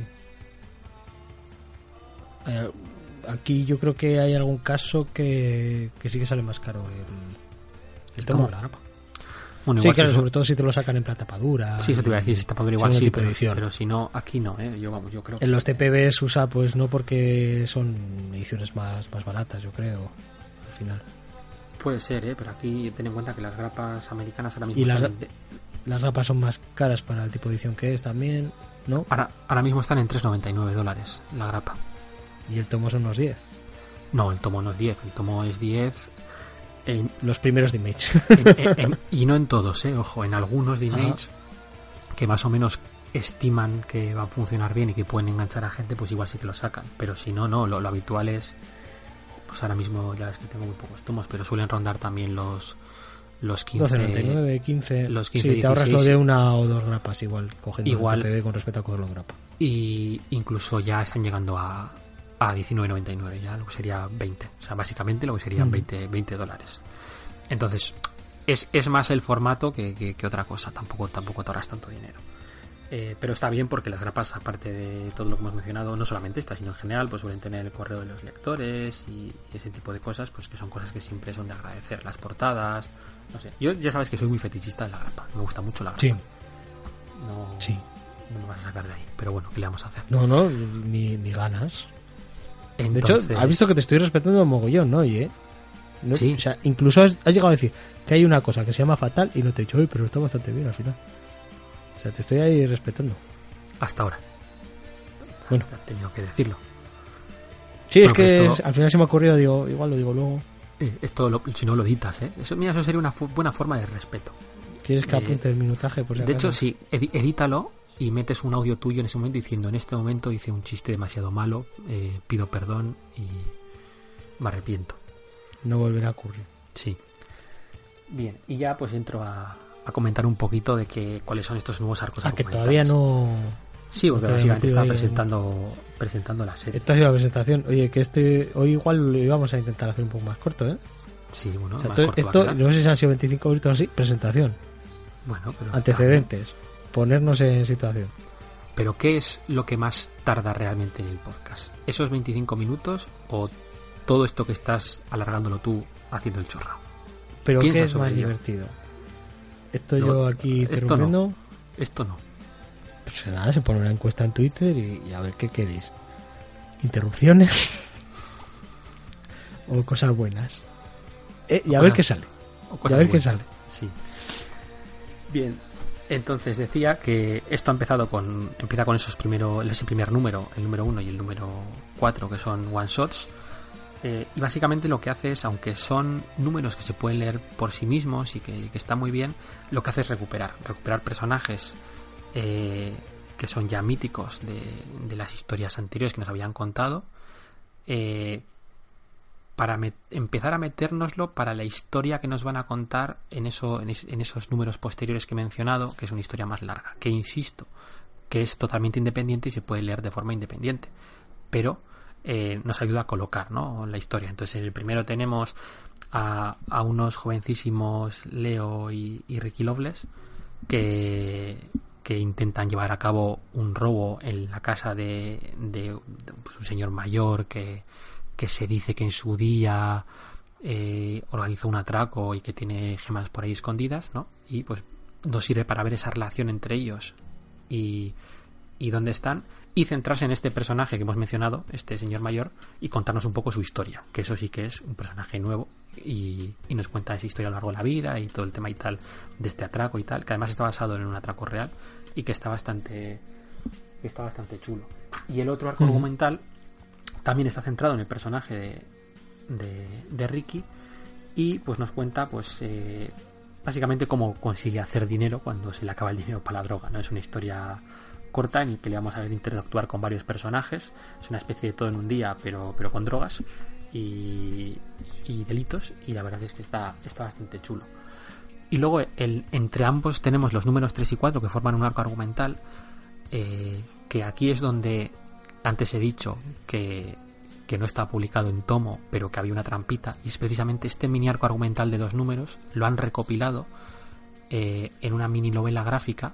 hay aquí yo creo que hay algún caso que sí que sale más caro el tomo de la grapa. Bueno, sí, claro, sobre todo si te lo sacan en plata tapadura. Sí, eso te iba a decir, si tapadura igual sí, pero si no, aquí no, yo creo que... En los TPBs usa, pues no, porque son ediciones más baratas, yo creo, al final. Puede ser, pero aquí ten en cuenta que las grapas americanas ahora mismo... Y las grapas son más caras para el tipo de edición que es también, ¿no? Ahora mismo están en $3.99 la grapa. Y el tomo son unos 10. No, el tomo no es 10, el tomo es 10 en, Los primeros de Image. y no en todos, ojo, en algunos de Image que más o menos estiman que va a funcionar bien y que pueden enganchar a gente, pues igual sí que lo sacan, pero si no, lo habitual es, pues ahora mismo ya es que tengo muy pocos tomos, pero suelen rondar también los 15, 12.99, 15. Los 15, sí, te ahorras 16, lo de una o dos grapas igual, cogiendo igual, el TPB con respecto a cogerlo en grapa. Y incluso ya están llegando a 19.99, ya lo que sería 20, o sea, básicamente lo que serían $20. Entonces, es más el formato que otra cosa, tampoco te ahorras tanto dinero. Pero está bien porque las grapas, aparte de todo lo que hemos mencionado, no solamente esta, sino en general, pues suelen tener el correo de los lectores y ese tipo de cosas, pues que son cosas que siempre son de agradecer. Las portadas, no sé. Yo ya sabes que soy muy fetichista de la grapa, me gusta mucho la grapa. Sí. No me vas a sacar de ahí, pero bueno, ¿qué le vamos a hacer? No, ni ganas. Entonces, de hecho, has visto que te estoy respetando un mogollón, ¿no? Oye, ¿no? Sí. O sea, incluso has llegado a decir que hay una cosa que se llama fatal y no te he dicho, oye, pero está bastante bien al final. O sea, te estoy ahí respetando. Hasta ahora. Bueno. He tenido que decirlo. Sí, bueno, es que esto, al final se me ha ocurrido, digo, igual lo digo luego. Esto, si no lo editas, Eso sería una buena forma de respeto. ¿Quieres que apunte el minutaje? Por si de acaso? hecho, sí, edítalo y metes un audio tuyo en ese momento diciendo, en este momento hice un chiste demasiado malo, pido perdón y me arrepiento. No volverá a ocurrir. Sí. Bien, y ya pues entro a comentar un poquito de cuáles son estos nuevos arcos que todavía no... Sí, porque básicamente estaba presentando la serie. Esta ha sido la presentación. Oye, que hoy igual lo íbamos a intentar hacer un poco más corto, ¿eh? Sí, bueno, o sea, más corto esto no sé si han sido 25 minutos así, presentación. Bueno, pero... Antecedentes. Ponernos en situación. Pero ¿qué es lo que más tarda realmente en el podcast? ¿Esos 25 minutos o todo esto que estás alargándolo tú haciendo el chorrao? ¿Pero qué es más divertido? ¿Esto yo aquí interrumpiendo? Esto no. Pues nada, se pone una encuesta en Twitter y a ver qué queréis. ¿Interrupciones? ¿O cosas buenas? Y a ver qué sale. Y a ver qué sale. Sí. Bien. Entonces decía que esto empieza con ese primer número, el número 1 y el número 4, que son one shots. Y básicamente lo que hace es, aunque son números que se pueden leer por sí mismos y que está muy bien, lo que hace es recuperar personajes que son ya míticos de las historias anteriores que nos habían contado, para empezar a metérnoslo para la historia que nos van a contar en esos números posteriores que he mencionado, que es una historia más larga, que insisto, que es totalmente independiente y se puede leer de forma independiente, pero nos ayuda a colocar, ¿no?, la historia. Entonces en el primero tenemos a unos jovencísimos Leo y Ricky Loveless que intentan llevar a cabo un robo en la casa de pues, un señor mayor que se dice que en su día organizó un atraco y que tiene gemas por ahí escondidas, ¿no? Y pues nos sirve para ver esa relación entre ellos y dónde están, y centrarse en este personaje que hemos mencionado, este señor mayor, y contarnos un poco su historia, que eso sí que es un personaje nuevo y nos cuenta esa historia a lo largo de la vida y todo el tema y tal de este atraco y tal, que además está basado en un atraco real y que está bastante chulo. Y el otro arco argumental también está centrado en el personaje de Ricky y pues nos cuenta pues básicamente cómo consigue hacer dinero cuando se le acaba el dinero para la droga, ¿no? Es una historia corta en el que le vamos a ver interactuar con varios personajes. Es una especie de todo en un día, pero con drogas y delitos, y la verdad es que está bastante chulo. Y luego entre ambos tenemos los números 3 y 4 que forman un arco argumental, que aquí es donde antes he dicho que no está publicado en tomo, pero que había una trampita, y es precisamente este mini arco argumental de 2 números, lo han recopilado en una mini novela gráfica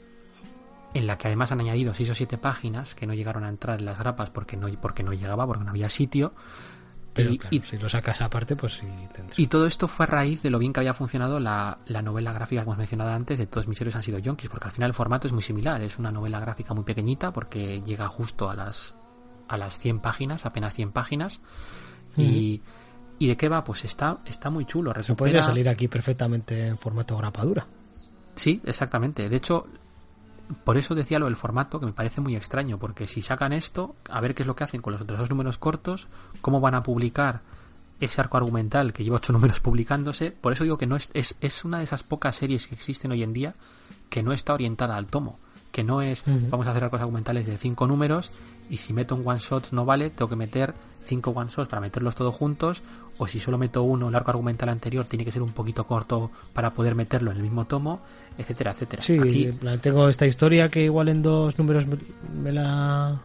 en la que además han añadido 6 o 7 páginas que no llegaron a entrar en las grapas porque no llegaba, porque no había sitio. Pero claro, si lo sacas aparte, pues sí tendrás. Y todo esto fue a raíz de lo bien que había funcionado la novela gráfica que hemos mencionado antes de Todos mis héroes han sido yonkis, porque al final el formato es muy similar. Es una novela gráfica muy pequeñita porque llega justo a las 100 páginas, apenas 100 páginas. ¿Y de qué va? Pues está muy chulo. Se podría salir aquí perfectamente en formato grapadura. Sí, exactamente. De hecho, por eso decía lo del formato, que me parece muy extraño, porque si sacan esto, a ver qué es lo que hacen con los otros 2 números cortos, cómo van a publicar ese arco argumental que lleva 8 números publicándose. Por eso digo que no es una de esas pocas series que existen hoy en día que no está orientada al tomo, que no es vamos a hacer arcos argumentales de 5 números y si meto un one shot no vale, tengo que meter 5 one shots para meterlos todos juntos, o si solo meto uno, el arco argumental anterior tiene que ser un poquito corto para poder meterlo en el mismo tomo, etcétera, etcétera. Sí, aquí tengo esta historia que igual en 2 números me la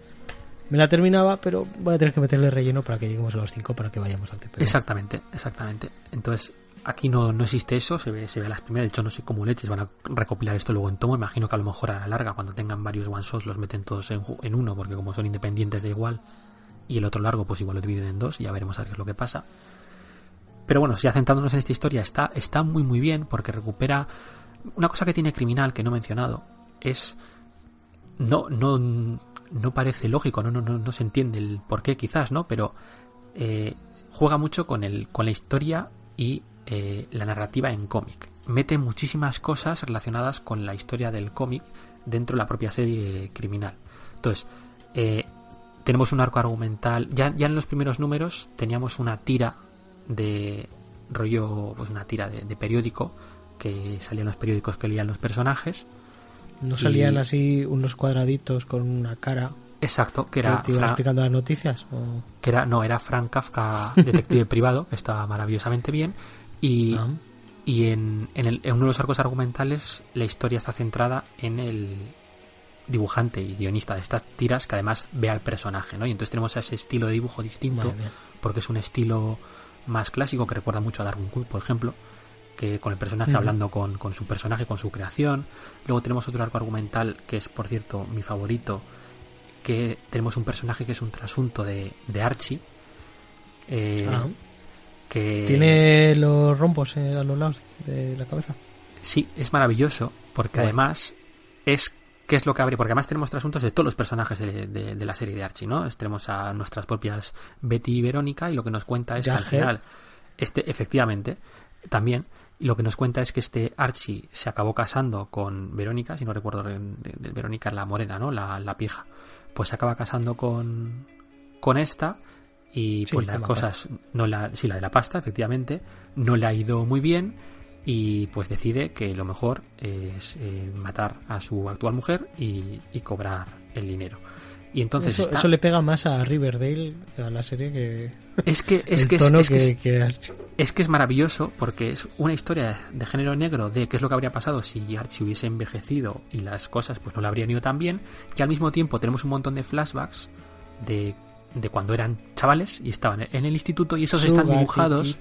terminaba, pero voy a tener que meterle relleno para que lleguemos a los 5 para que vayamos al TPO. Exactamente. Entonces, aquí no existe eso, se ve las primeras. De hecho, no sé cómo leches van a recopilar esto luego en tomo. Imagino que a lo mejor a la larga, cuando tengan varios one shots, los meten todos en uno, porque como son independientes da igual. Y el otro largo, pues igual lo dividen en 2 y ya veremos a ver qué es lo que pasa. Pero bueno, ya centrándonos en esta historia, está muy muy bien, porque recupera una cosa que tiene Criminal que no he mencionado. Es no parece lógico, no se entiende el por qué quizás, ¿no? Pero juega mucho con la historia y la narrativa en cómic. Mete muchísimas cosas relacionadas con la historia del cómic dentro de la propia serie Criminal. Entonces, tenemos un arco argumental. Ya en los primeros números teníamos una tira de rollo, pues una tira de periódico que salían los periódicos que leían los personajes. ¿No salían así unos cuadraditos con una cara? Exacto, que era... ¿Te iban explicando las noticias? ¿O? Era Frank Kafka, detective privado, que estaba maravillosamente bien. Y en uno de los arcos argumentales la historia está centrada en el dibujante y guionista de estas tiras, que además ve al personaje, ¿no? Y entonces tenemos ese estilo de dibujo distinto, porque es un estilo más clásico que recuerda mucho a Darwin Cook, por ejemplo, que con el personaje hablando con su personaje, con su creación. Luego tenemos otro arco argumental que es, por cierto, mi favorito, que tenemos un personaje que es un trasunto de Archie, que tiene los rombos a los lados de la cabeza. Sí, es maravilloso, porque además ¿qué es lo que abre? Porque además tenemos trasuntos de todos los personajes de la serie de Archie, ¿no? Tenemos a nuestras propias Betty y Verónica, y lo que nos cuenta es que al final, efectivamente, también, y lo que nos cuenta es que Archie se acabó casando con Verónica, si no recuerdo, de Verónica la morena, ¿no? La pija. Pues se acaba casando con esta, y pues las cosas, la de la pasta, efectivamente, no le ha ido muy bien, y pues decide que lo mejor es matar a su actual mujer y cobrar el dinero. Y entonces eso le pega más a Riverdale, a la serie, que es que es maravilloso, porque es una historia de género negro de qué es lo que habría pasado si Archie hubiese envejecido y las cosas pues no le habrían ido tan bien, que al mismo tiempo tenemos un montón de flashbacks de cuando eran chavales y estaban en el instituto, y esos están dibujados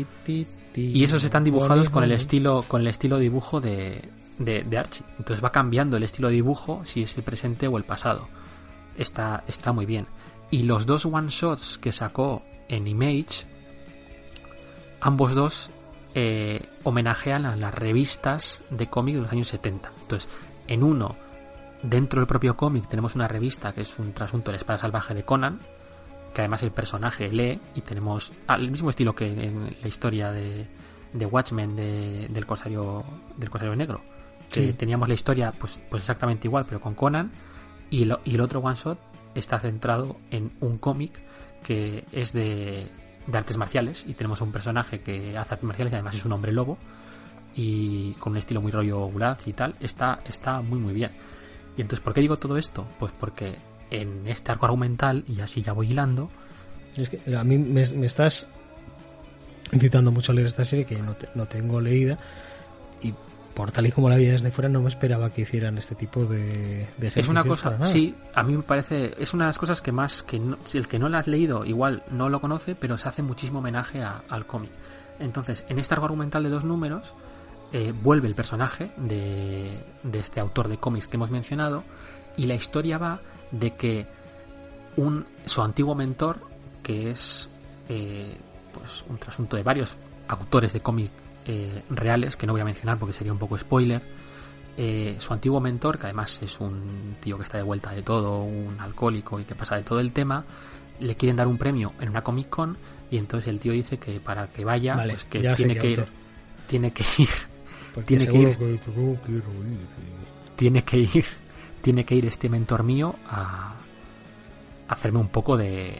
con el estilo dibujo de Archie. Entonces va cambiando el estilo de dibujo si es el presente o el pasado. Está muy bien. Y los 2 one shots que sacó en Image, ambos dos homenajean a las revistas de cómic de los años 70. Entonces, en uno, dentro del propio cómic, tenemos una revista que es un trasunto de la espada salvaje de Conan, que además el personaje lee, y tenemos al mismo estilo que en la historia de Watchmen del Corsario Negro, que teníamos la historia pues exactamente igual, pero con Conan, y el otro one shot está centrado en un cómic que es de artes marciales, y tenemos un personaje que hace artes marciales y además es un hombre lobo, y con un estilo muy rollo Gulaz y tal. Está muy muy bien. Y entonces, ¿por qué digo todo esto? Pues porque en este arco argumental, y así ya voy hilando, es que a mí me estás incitando mucho a leer esta serie, que no tengo leída, y por tal y como la vi desde fuera no me esperaba que hicieran este tipo de ejercicios. Es una cosa, sí, a mí me parece, es una de las cosas que más, si el que no la has leído igual no lo conoce, pero se hace muchísimo homenaje al cómic. Entonces, en este arco argumental de 2 números, vuelve el personaje de este autor de cómics que hemos mencionado, y la historia va de que su antiguo mentor, que es pues un trasunto de varios autores de cómic reales, que no voy a mencionar porque sería un poco spoiler, su antiguo mentor, que además es un tío que está de vuelta de todo, un alcohólico y que pasa de todo el tema, le quieren dar un premio en una Comic Con, y entonces el tío dice que para que vaya, pues que tiene que ir. tiene que ir este mentor mío a hacerme un poco de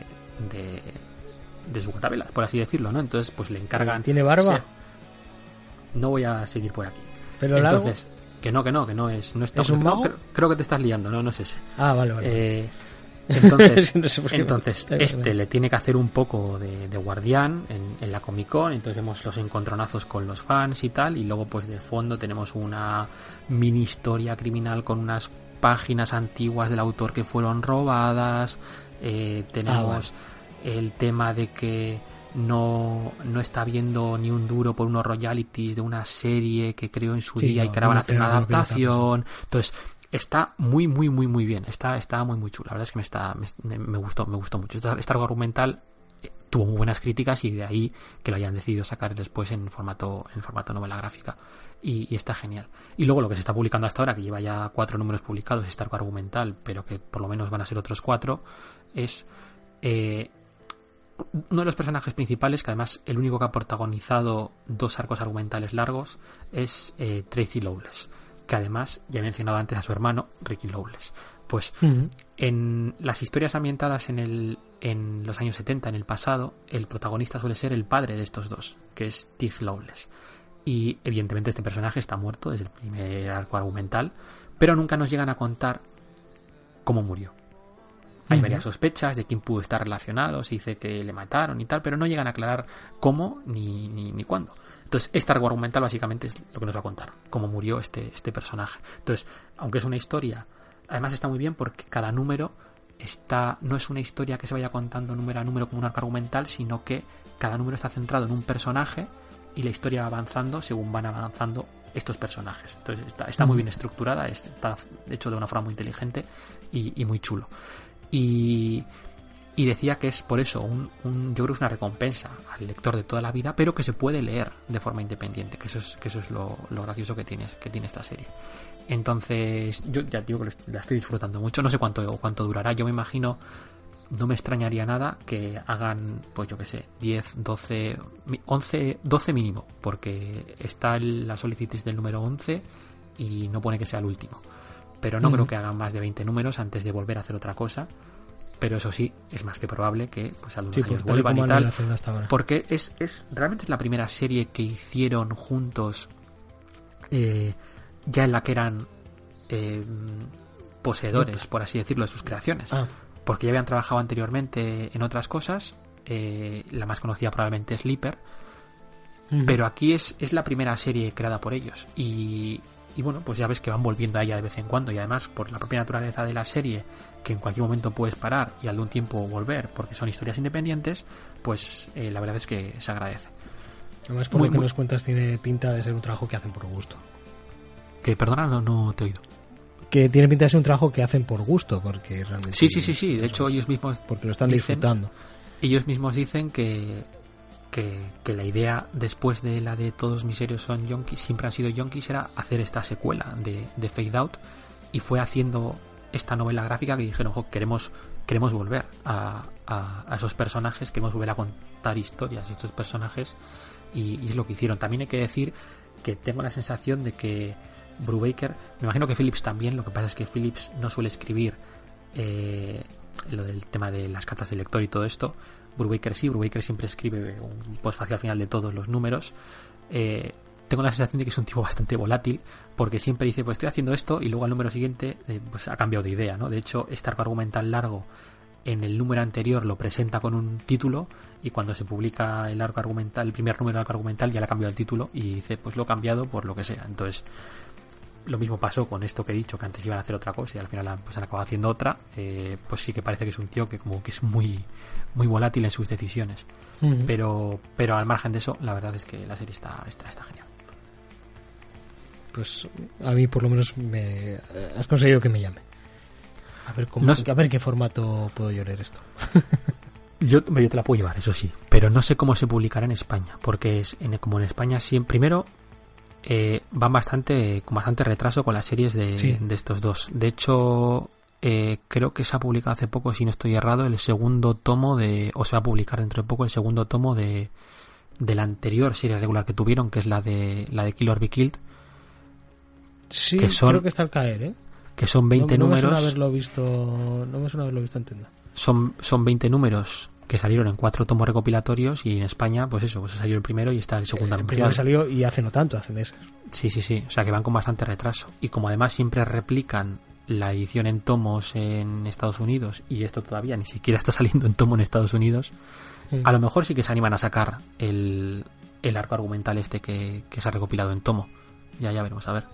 su catabela, por así decirlo, ¿no? Entonces, pues le encargan... ¿Tiene barba? No voy a seguir por aquí. ¿Pero entonces, largo? No es ¿Es un mago? Creo que te estás liando, no es ese. Ah, vale. Entonces, no sé por qué le tiene que hacer un poco de guardián en la Comic Con. Entonces vemos los encontronazos con los fans y tal, y luego pues de fondo tenemos una mini historia criminal con unas páginas antiguas del autor que fueron robadas. Tenemos el tema de que no está viendo ni un duro por unos royalties de una serie que creó en su día y que ahora van a hacer una adaptación. Entonces está muy bien, está muy chulo. La verdad es que me gustó mucho. Este arco argumental tuvo muy buenas críticas, y de ahí que lo hayan decidido sacar después en formato novela gráfica, y está genial. Y luego lo que se está publicando hasta ahora, que lleva ya 4 números publicados, este arco argumental, pero que por lo menos van a ser otros 4, es uno de los personajes principales, que además el único que ha protagonizado 2 arcos argumentales largos, es Tracy Lawless, que además ya he mencionado antes a su hermano Ricky Lawless. Pues en las historias ambientadas en los años 70, en el pasado, el protagonista suele ser el padre de estos dos, que es Tig Lawless. Y evidentemente este personaje está muerto desde el primer arco argumental, pero nunca nos llegan a contar cómo murió. Hay varias sospechas de quién pudo estar relacionado, se dice que le mataron y tal, pero no llegan a aclarar cómo ni cuándo. Entonces, este arco argumental básicamente es lo que nos va a contar, cómo murió este personaje. Entonces, aunque es una historia, además está muy bien porque cada número no es una historia que se vaya contando número a número como un arco argumental, sino que cada número está centrado en un personaje y la historia va avanzando según van avanzando estos personajes. Entonces, está muy bien estructurada, está hecho de una forma muy inteligente y muy chulo. Y decía que es por eso yo creo que es una recompensa al lector de toda la vida, pero que se puede leer de forma independiente, que eso es lo gracioso que tiene esta serie. Entonces yo ya digo que la estoy disfrutando mucho. No sé cuánto durará. Yo me imagino, no me extrañaría nada que hagan, pues yo que sé, 10, 12, 11, 12 mínimo, porque está la solicitud del número 11 y no pone que sea el último. Pero no creo que hagan más de 20 números antes de volver a hacer otra cosa. Pero eso sí, es más que probable que pues algunos años vuelvan y tal, porque realmente es la primera serie que hicieron juntos, ya en la que eran poseedores, por así decirlo, de sus creaciones, porque ya habían trabajado anteriormente en otras cosas. La más conocida probablemente es Sleeper, pero aquí es la primera serie creada por ellos, y bueno, pues ya ves que van volviendo a ella de vez en cuando, y además por la propia naturaleza de la serie, que en cualquier momento puedes parar y al de un tiempo volver, porque son historias independientes, pues la verdad es que se agradece. Además, por lo que nos cuentas, tiene pinta de ser un trabajo que hacen por gusto. Que perdona, no te he oído. Que tiene pinta de ser un trabajo que hacen por gusto, porque realmente... Sí, de hecho ellos mismos... Porque lo están disfrutando. Ellos mismos dicen que la idea después de la de Todos mis héroes son yonkis, siempre han sido yonkis, era hacer esta secuela de Fade Out, y fue haciendo esta novela gráfica que dijeron, queremos volver a esos personajes, queremos volver a contar historias de estos personajes, y es lo que hicieron. También hay que decir que tengo la sensación de que Brubaker, me imagino que Phillips también, lo que pasa es que Phillips no suele escribir lo del tema de las cartas de lector y todo esto. Brubaker siempre escribe un postfacio al final de todos los números. Tengo la sensación de que es un tipo bastante volátil, porque siempre dice, pues estoy haciendo esto, y luego al número siguiente pues ha cambiado de idea, ¿no? De hecho, este arco argumental largo, en el número anterior lo presenta con un título, y cuando se publica el arco argumental, el primer número del arco argumental, ya le ha cambiado el título y dice, pues lo he cambiado por lo que sea. Entonces, lo mismo pasó con esto que he dicho, que antes iban a hacer otra cosa y al final pues han acabado haciendo otra. Pues sí que parece que es un tío que como que es muy volátil en sus decisiones. Pero al margen de eso, la verdad es que la serie está genial. Pues a mí por lo menos has conseguido que me llame. A ver qué formato puedo yo leer esto. Yo te la puedo llevar, eso sí, pero no sé cómo se publicará en España, porque como en España siempre, primero van con bastante retraso con las series de estos dos. De hecho, creo que se ha publicado hace poco, si no estoy errado, el segundo tomo o se va a publicar dentro de poco el segundo tomo de la anterior serie regular que tuvieron, que es la de Kill or Be Killed, Sí, que son, creo que está al caer, ¿eh? Que son 20 números. No me suena haberlo visto en tienda. Son 20 números que salieron en 4 tomos recopilatorios y en España, pues eso, pues salió el primero y está el segundo anunciado. El primero salió y hace no tanto, hace meses. Sí. O sea que van con bastante retraso. Y como además siempre replican la edición en tomos en Estados Unidos y esto todavía ni siquiera está saliendo en tomo en Estados Unidos, a lo mejor sí que se animan a sacar el arco argumental este que se ha recopilado en tomo. Ya veremos, a ver.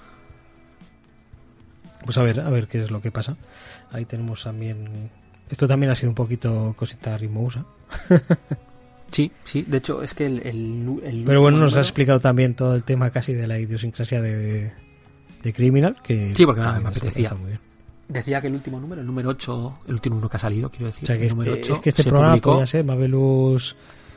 Pues a ver qué es lo que pasa. Ahí tenemos también... Esto también ha sido un poquito cosita rimosa. Sí, de hecho es que el pero bueno, nos has explicado también todo el tema casi de la idiosincrasia de Criminal, que sí, porque nada, me apetecía. Muy bien. Decía que el último número, el número 8, el último número que ha salido, quiero decir, o sea, que el número 8 es que este programa publicó... podía ser Marvelous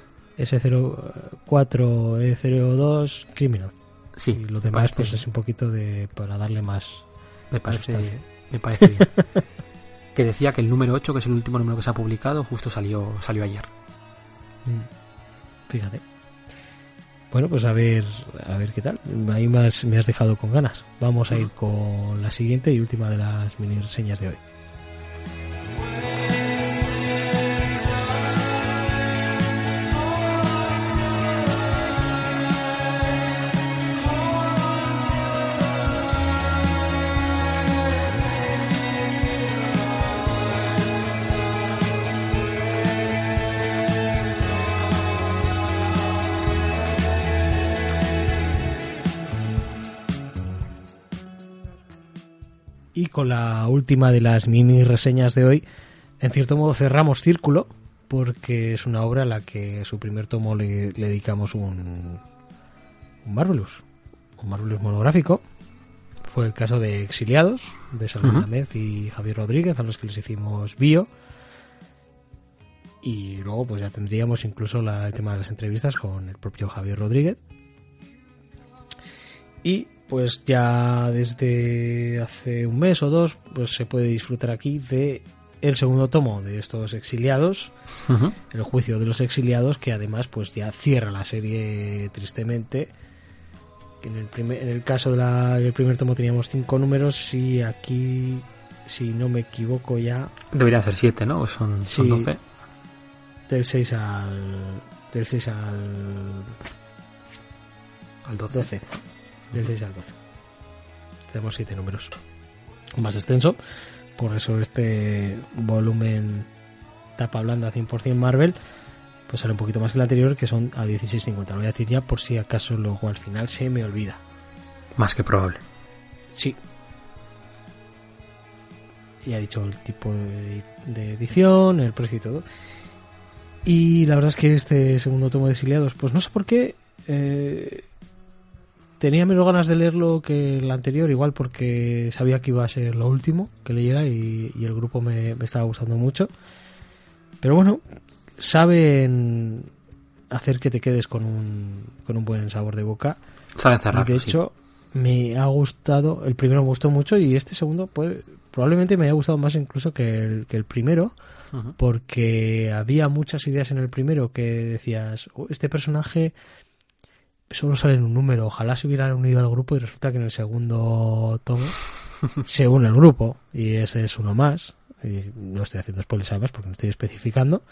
S04E02 Criminal. Sí. Y lo demás pues es un poquito para darle más... Me parece bien. Que decía que el número 8, que es el último número que se ha publicado, justo salió ayer. Fíjate. Bueno, pues a ver qué tal. Ahí me has dejado con ganas. Vamos a ir con la siguiente y última de las mini reseñas de hoy. Y con la última de las mini reseñas de hoy, en cierto modo cerramos círculo, porque es una obra a la que su primer tomo le dedicamos un Marvelous monográfico. Fue el caso de Exiliados, de Salvador Lamez y Javier Rodríguez, a los que les hicimos bio. Y luego pues ya tendríamos incluso el tema de las entrevistas con el propio Javier Rodríguez. Y pues ya desde hace un mes o dos pues se puede disfrutar aquí de el segundo tomo de estos Exiliados, El juicio de los exiliados, que además pues ya cierra la serie tristemente. En el caso del primer tomo teníamos 5 números y aquí, si no me equivoco, ya deberían ser 7, ¿no? Son 12. Del 6 al 12. Del 6 al 12. Tenemos 7 números. Más extenso. Por eso este volumen tapa blanda 100% Marvel pues sale un poquito más que el anterior, que son a 16.50. Lo voy a decir ya por si acaso luego al final se me olvida. Más que probable. Sí. Y ha dicho el tipo de edición, el precio y todo. Y la verdad es que este segundo tomo de Exiliados, pues no sé por qué tenía menos ganas de leerlo que el anterior, igual porque sabía que iba a ser lo último que leyera y el grupo me estaba gustando mucho. Pero bueno, saben hacer que te quedes con un buen sabor de boca. Saben cerrarlo, y de hecho me ha gustado, el primero me gustó mucho y este segundo probablemente me haya gustado más incluso que el primero, porque había muchas ideas en el primero que decías, este personaje solo sale en un número, ojalá se hubieran unido al grupo, y resulta que en el segundo tomo se une al grupo y ese es uno más. Y no estoy haciendo spoilers además porque no estoy especificando.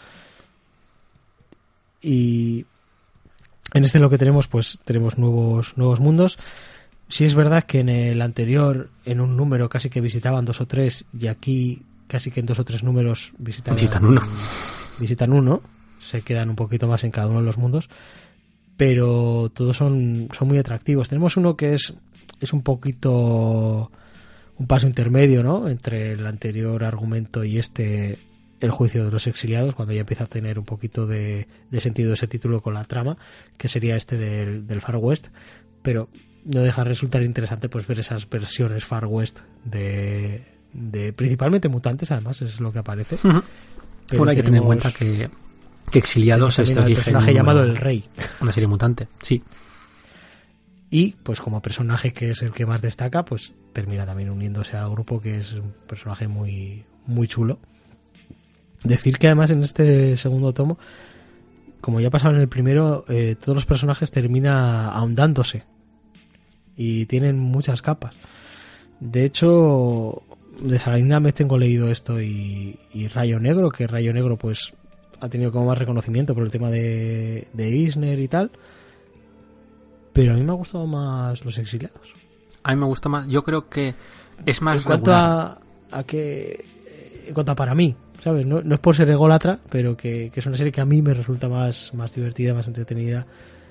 Y en este lo que tenemos, pues tenemos nuevos mundos. Sí es verdad que en el anterior, en un número casi que visitaban 2 o 3, y aquí casi que en 2 o 3 números visitan uno. Se quedan un poquito más en cada uno de los mundos, pero todos son muy atractivos. Tenemos uno que es un poquito un paso intermedio, ¿no?, entre el anterior argumento y el juicio de los exiliados, cuando ya empieza a tener un poquito de sentido ese título con la trama, que sería este del Far West, pero no deja de resultar interesante pues ver esas versiones Far West de principalmente mutantes, además es lo que aparece. Bueno, hay que tener en cuenta que Exiliados es el personaje llamado El Rey, una serie mutante, sí. Y pues como personaje que es el que más destaca, pues termina también uniéndose al grupo, que es un personaje muy, muy chulo. Decir que además en este segundo tomo, como ya pasaba en el primero, todos los personajes termina ahondándose. y tienen muchas capas. De hecho, de Saladin me tengo leído esto y Rayo Negro, que Rayo Negro pues ha tenido como más reconocimiento por el tema de Eisner y tal, pero a mí me ha gustado más Los Exiliados. A mí me gusta más, yo creo que es más en cuanto a para mí, ¿sabes? No es por ser ególatra, pero que es una serie que a mí me resulta más divertida, más entretenida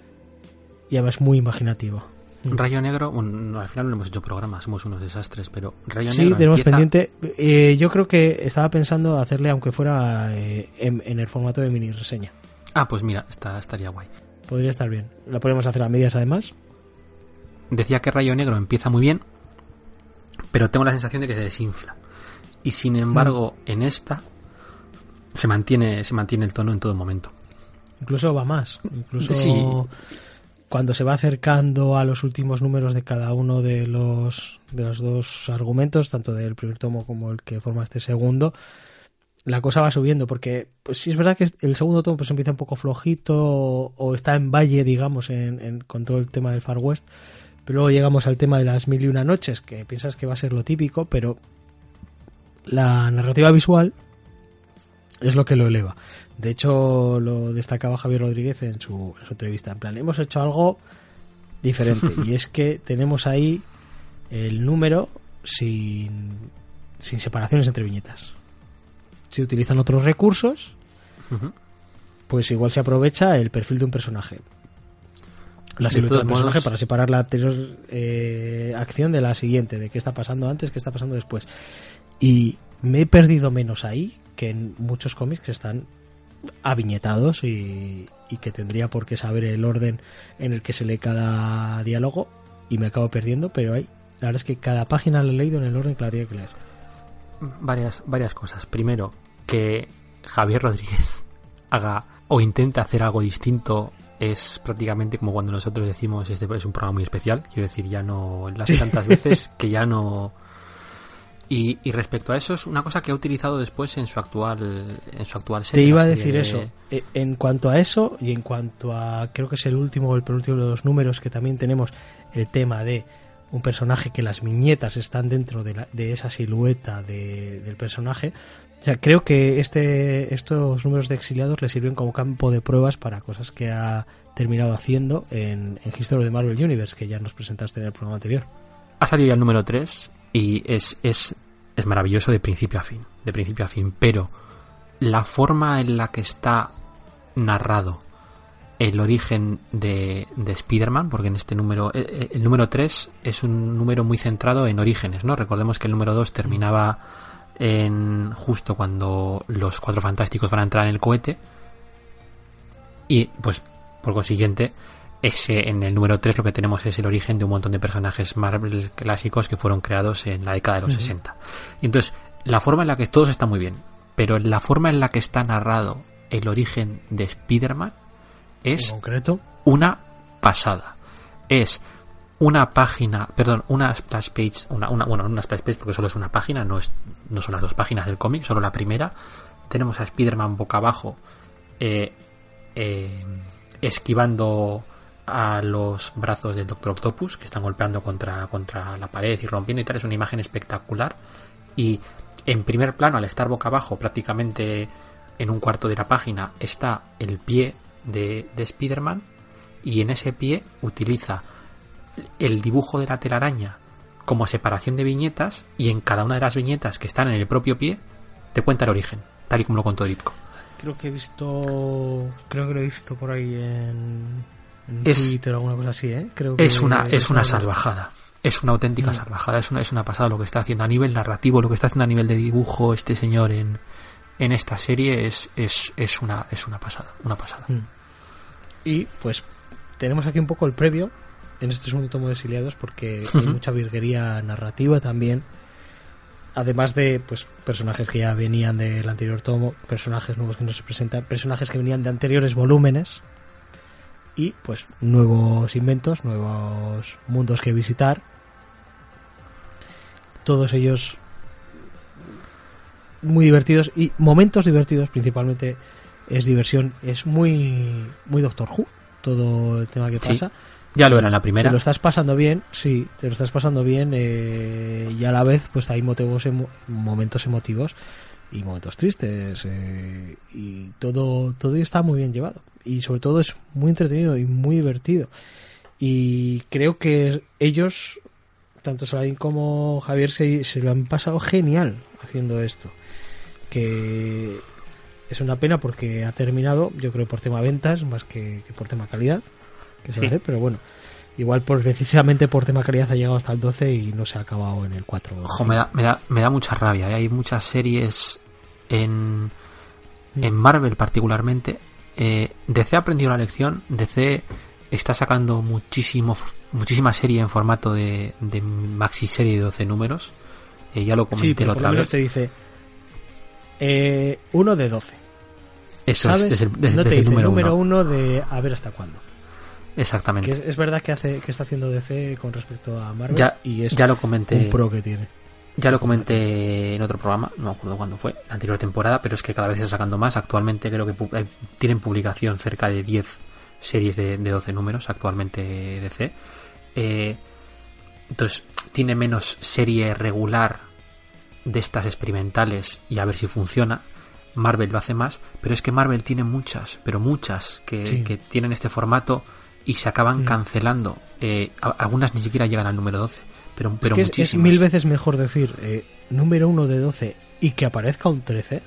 y además muy imaginativa. Rayo Negro, bueno, al final no hemos hecho programa, somos unos desastres, pero Rayo sí, Negro tenemos empieza... pendiente. Yo creo que estaba pensando hacerle, aunque fuera en el formato de mini reseña. Ah, pues mira, estaría guay. Podría estar bien. La podemos hacer a medias además. Decía que Rayo Negro empieza muy bien, pero tengo la sensación de que se desinfla. Y sin embargo, en esta se mantiene el tono en todo momento. Incluso va más. Incluso sí. Cuando se va acercando a los últimos números de cada uno de los dos argumentos, tanto del primer tomo como el que forma este segundo, la cosa va subiendo, porque pues sí es verdad que el segundo tomo pues empieza un poco flojito o está en valle, digamos, con todo el tema del Far West, pero luego llegamos al tema de las 1001 noches, que piensas que va a ser lo típico, pero la narrativa visual es lo que lo eleva. De hecho, lo destacaba Javier Rodríguez en su entrevista. En plan, hemos hecho algo diferente. Y es que tenemos ahí el número sin separaciones entre viñetas. Si utilizan otros recursos, pues igual se aprovecha el perfil de un personaje. La silueta del personaje para separar la anterior acción de la siguiente, de qué está pasando antes, qué está pasando después. Y me he perdido menos ahí que en muchos cómics que están aviñetados y que tendría por qué saber el orden en el que se lee cada diálogo, y me acabo perdiendo, pero la verdad es que cada página la he leído en el orden que la tiene que leer. Varias cosas. Primero, que Javier Rodríguez haga o intente hacer algo distinto es prácticamente como cuando nosotros decimos este es un programa muy especial, quiero decir, ya no las tantas veces que ya no. Y respecto a eso, es una cosa que ha utilizado después en su actual serie. Te iba a decir eso. En cuanto a eso, y en cuanto a, creo que es el último o el penúltimo de los números, que también tenemos el tema de un personaje que las viñetas están dentro de esa silueta del personaje. O sea, creo que estos números de Exiliados le sirven como campo de pruebas para cosas que ha terminado haciendo en History of the Marvel Universe, que ya nos presentaste en el programa anterior. Ha salido ya el número 3 y es maravilloso de principio a fin, pero la forma en la que está narrado el origen de Spider-Man, porque en este número, el número 3 es un número muy centrado en orígenes, ¿no? Recordemos que el número 2 terminaba justo cuando los Cuatro Fantásticos van a entrar en el cohete, y pues por consiguiente en el número 3 lo que tenemos es el origen de un montón de personajes Marvel clásicos que fueron creados en la década de los 60. Y entonces, la forma en la que todos está muy bien, pero la forma en la que está narrado el origen de Spider-Man es ¿en concreto? Una pasada. Es una página, perdón, una splash page, una splash page porque solo es una página, no son las dos páginas del cómic, solo la primera. Tenemos a Spider-Man boca abajo esquivando a los brazos del Doctor Octopus, que están golpeando contra la pared y rompiendo y tal. Es una imagen espectacular, y en primer plano, al estar boca abajo, prácticamente en un cuarto de la página, está el pie de Spider-Man, y en ese pie utiliza el dibujo de la telaraña como separación de viñetas, y en cada una de las viñetas que están en el propio pie te cuenta el origen, tal y como lo contó Ditko. Creo que lo he visto por ahí en Twitter o alguna cosa así, ¿eh? Creo que es una salvajada. Es una auténtica salvajada. Es una pasada lo que está haciendo a nivel narrativo, lo que está haciendo a nivel de dibujo este señor en esta serie es una pasada, una pasada. Y pues tenemos aquí un poco el previo en este segundo tomo de Exiliados, porque hay mucha virguería narrativa también. Además de pues personajes que ya venían del anterior tomo, personajes nuevos que no se presentan, personajes que venían de anteriores volúmenes, y pues nuevos inventos, nuevos mundos que visitar. Todos ellos muy divertidos, y momentos divertidos, principalmente es diversión. Es muy Doctor Who todo el tema que pasa. Ya lo era en la primera. Te lo estás pasando bien, sí, te lo estás pasando bien y a la vez pues hay momentos emotivos y momentos tristes y todo está muy bien llevado y sobre todo es muy entretenido y muy divertido y creo que ellos, tanto Saladín como Javier, se lo han pasado genial haciendo esto, que es una pena porque ha terminado, yo creo, por tema ventas más que por tema calidad, que se va a hacer, pero bueno, igual precisamente por tema calidad ha llegado hasta el 12 y no se ha acabado en el 4. Ojo, me da mucha rabia, ¿eh? Hay muchas series en Marvel particularmente. DC ha aprendido la lección. DC está sacando muchísima serie en formato de maxi serie de 12 números. Ya lo comenté la otra vez. Te dice 1 de 12. Eso ¿sabes? Es, desde no te dice el número 1 de a ver hasta cuándo. Exactamente. Que es verdad que está haciendo DC con respecto a Marvel y es ya lo comenté, un pro que tiene. Ya lo comenté en otro programa, no me acuerdo cuándo fue, la anterior temporada, pero es que cada vez está sacando más. Actualmente creo que tienen publicación cerca de 10 series de 12 números actualmente DC. Entonces tiene menos serie regular de estas experimentales y a ver si funciona. Marvel lo hace más, pero es que Marvel tiene muchas que tienen este formato y se acaban cancelando. Algunas ni siquiera llegan al número 12, pero es 1000 veces mejor decir número 1 de 12 y que aparezca un 13.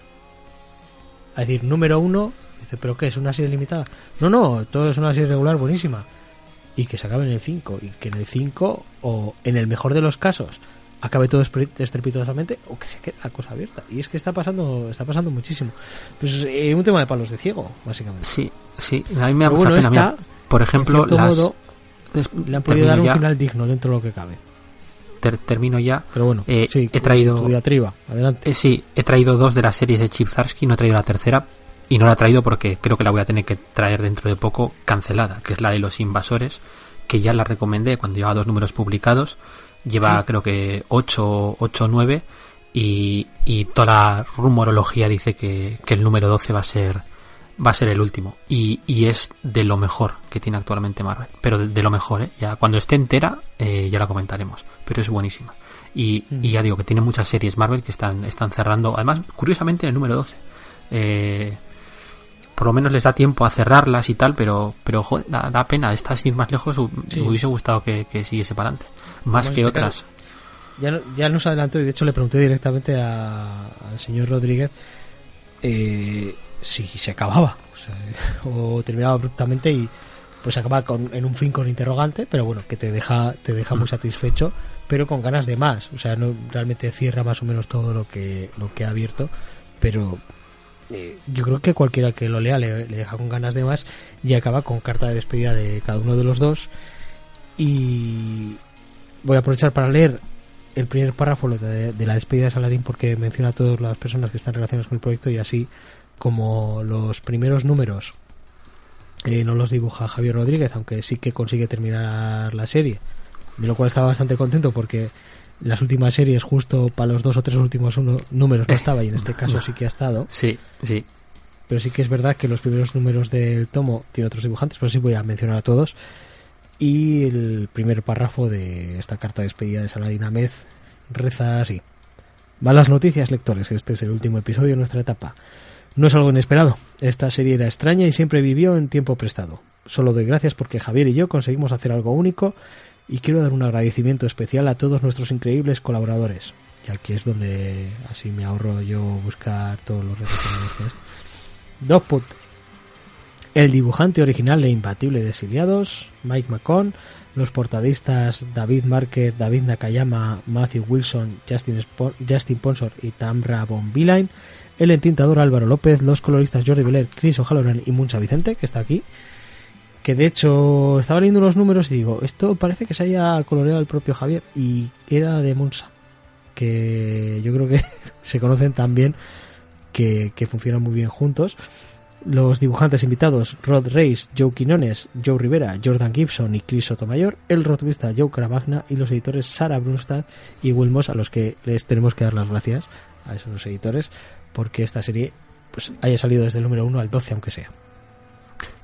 A decir, número 1, dice, ¿pero qué? ¿Es una serie limitada? No, todo es una serie regular buenísima. Y que se acabe en el 5. Y que en el 5, o en el mejor de los casos, acabe todo estrepitosamente, o que se quede la cosa abierta. Y es que está pasando muchísimo. Pues un tema de palos de ciego, básicamente. Sí, a mí me da mucha pena. Mira, por ejemplo, le han podido dar un final digno dentro de lo que cabe. Termino ya. Pero bueno, he traído tu diatriba, adelante. He traído 2 de las series de Chip Zdarsky, no he traído la tercera y no la he traído porque creo que la voy a tener que traer dentro de poco cancelada, que es la de Los Invasores, que ya la recomendé cuando llevaba 2 números publicados. Lleva creo que 8 o 9 y toda la rumorología dice que el número 12 va a ser el último y es de lo mejor que tiene actualmente Marvel, pero de lo mejor, ya cuando esté entera ya la comentaremos, pero es buenísima y ya digo que tiene muchas series Marvel que están cerrando, además curiosamente en el número 12 por lo menos les da tiempo a cerrarlas y tal, pero joder, da pena, estas sin ir más lejos me hubiese gustado que siguiese para adelante más que otras. Ya nos adelantó y de hecho le pregunté directamente al señor Rodríguez si se acababa o terminaba abruptamente y pues acaba en un fin con interrogante, pero bueno, que te deja muy satisfecho, pero con ganas de más. O sea, no realmente cierra más o menos todo lo que ha abierto, pero yo creo que cualquiera que lo lea le deja con ganas de más y acaba con carta de despedida de cada uno de los dos. Y voy a aprovechar para leer el primer párrafo de la despedida de Saladín porque menciona a todas las personas que están relacionadas con el proyecto y así como los primeros números no los dibuja Javier Rodríguez, aunque sí que consigue terminar la serie, de lo cual estaba bastante contento porque las últimas series justo para los 2 o 3 últimos números no estaba y en este caso sí que ha estado. Sí. Pero sí que es verdad que los primeros números del tomo tiene otros dibujantes, pero sí voy a mencionar a todos. Y el primer párrafo de esta carta de despedida de Saladín Ahmed reza así: malas noticias, lectores, este es el último episodio de nuestra etapa. No es algo inesperado, esta serie era extraña y siempre vivió en tiempo prestado. Solo doy gracias porque Javier y yo conseguimos hacer algo único y quiero dar un agradecimiento especial a todos nuestros increíbles colaboradores. Y aquí es donde así me ahorro yo buscar todos los referencias. 2 puntos. El dibujante original e imbatible de Exiliados, Mike McCone, los portadistas David Márquez, David Nakayama, Matthew Wilson, Justin Ponsor y Tamra Bonvillain, el entintador Álvaro López, los coloristas Jordi Beler, Chris O'Halloran y Muncha Vicente, que está aquí, que de hecho estaba leyendo unos números y digo, esto parece que se haya coloreado el propio Javier, y era de Muncha, que yo creo que se conocen tan bien que funcionan muy bien juntos. Los dibujantes invitados Rod Reis, Joe Quinones, Joe Rivera, Jordan Gibson y Chris Sotomayor, el rotulista Joe Caramagna y los editores Sara Brunstad y Will Moss, a los que les tenemos que dar las gracias a esos editores porque esta serie pues haya salido desde el número 1 al 12 aunque sea.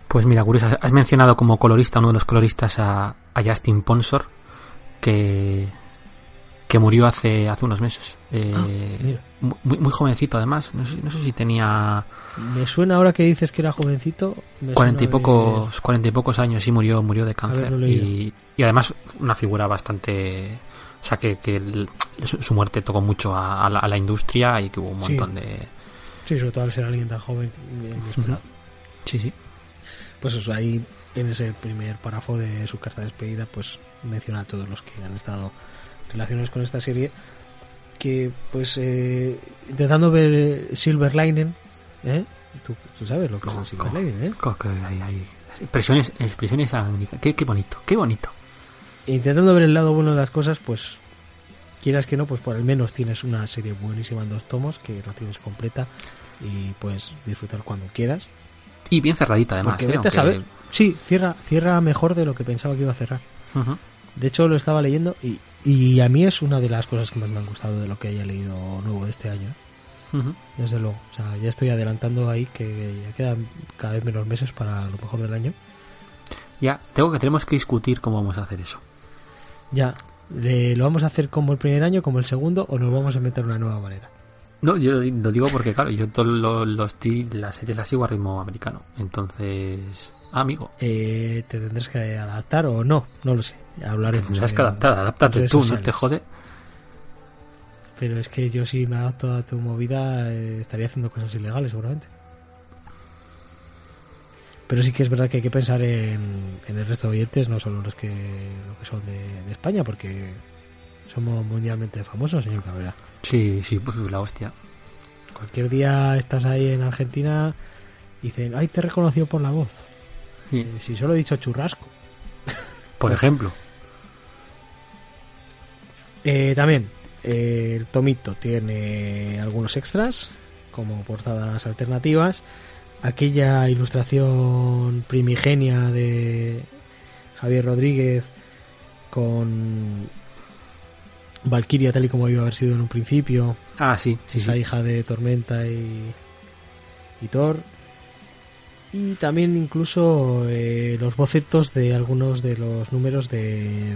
Pues mira, curioso, has mencionado como colorista, uno de los coloristas a Justin Ponsor, que murió hace unos meses. Muy jovencito, además. No sé si tenía... Me suena ahora que dices que era jovencito. 40 y pocos años, sí, murió de cáncer. Y además una figura bastante... O sea, que su muerte tocó mucho a la industria y que hubo un montón de... Sí, sobre todo al ser alguien tan joven y inesperado. Sí. Pues eso, ahí en ese primer párrafo de su carta de despedida, pues menciona a todos los que han estado relacionados con esta serie, que pues intentando ver Silver Lining, tú sabes lo que es el Silver Lining, hay expresiones qué bonito. Intentando ver el lado bueno de las cosas, pues quieras que no, pues por al menos tienes una serie buenísima en 2 tomos, que la tienes completa y puedes disfrutar cuando quieras. Y bien cerradita, además. Porque vete a saber. Sí, cierra mejor de lo que pensaba que iba a cerrar. Uh-huh. De hecho, lo estaba leyendo y a mí es una de las cosas que más me han gustado de lo que haya leído nuevo de este año. Uh-huh. Desde luego. O sea, ya estoy adelantando ahí que ya quedan cada vez menos meses para lo mejor del año. Ya, tenemos que discutir cómo vamos a hacer eso. Ya. ¿Lo vamos a hacer como el primer año, como el segundo, o nos vamos a inventar una nueva manera? No, yo lo digo porque, claro, yo todas las series las sigo a ritmo americano. Entonces, amigo. ¿Te tendrás que adaptar o no? No lo sé. Hablaremos. Tendrás que adáptate tú, sociales. No te jode. Pero es que yo si me adapto a tu movida estaría haciendo cosas ilegales seguramente. Pero sí que es verdad que hay que pensar en el resto de oyentes, no solo los que son de España, porque somos mundialmente famosos, señor Cabrera. Sí, pues la hostia. Cualquier día estás ahí en Argentina y dicen, ay, te he reconocido por la voz. Sí. Si solo he dicho churrasco. Por ejemplo. También, el tomito tiene algunos extras, como portadas alternativas. Aquella ilustración primigenia de Javier Rodríguez con Valkyria tal y como iba a haber sido en un principio. Sí. Esa hija de Tormenta y Thor. Y también incluso los bocetos de algunos de los números de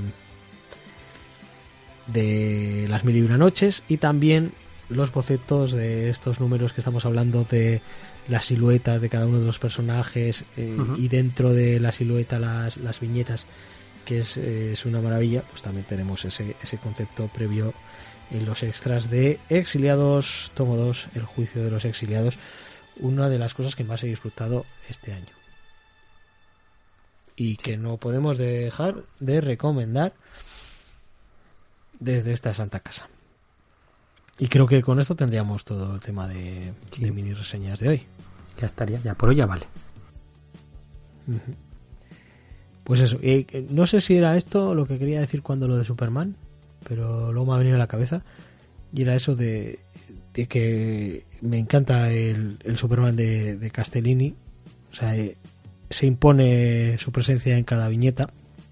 Las Mil y Una Noches, y también los bocetos de estos números que estamos hablando, de la silueta de cada uno de los personajes, uh-huh. Y dentro de la silueta las viñetas, que es una maravilla. Pues también tenemos ese concepto previo en los extras de Exiliados, tomo 2, El juicio de los exiliados, una de las cosas que más he disfrutado este año y que no podemos dejar de recomendar desde esta santa casa. Y creo que con esto tendríamos todo el tema de mini reseñas de hoy. Ya estaría, ya por hoy ya vale. Pues eso, no sé si era esto lo que quería decir cuando lo de Superman, pero luego me ha venido a la cabeza, y era eso de que me encanta el Superman de Castellini. O sea, se impone su presencia en cada viñeta.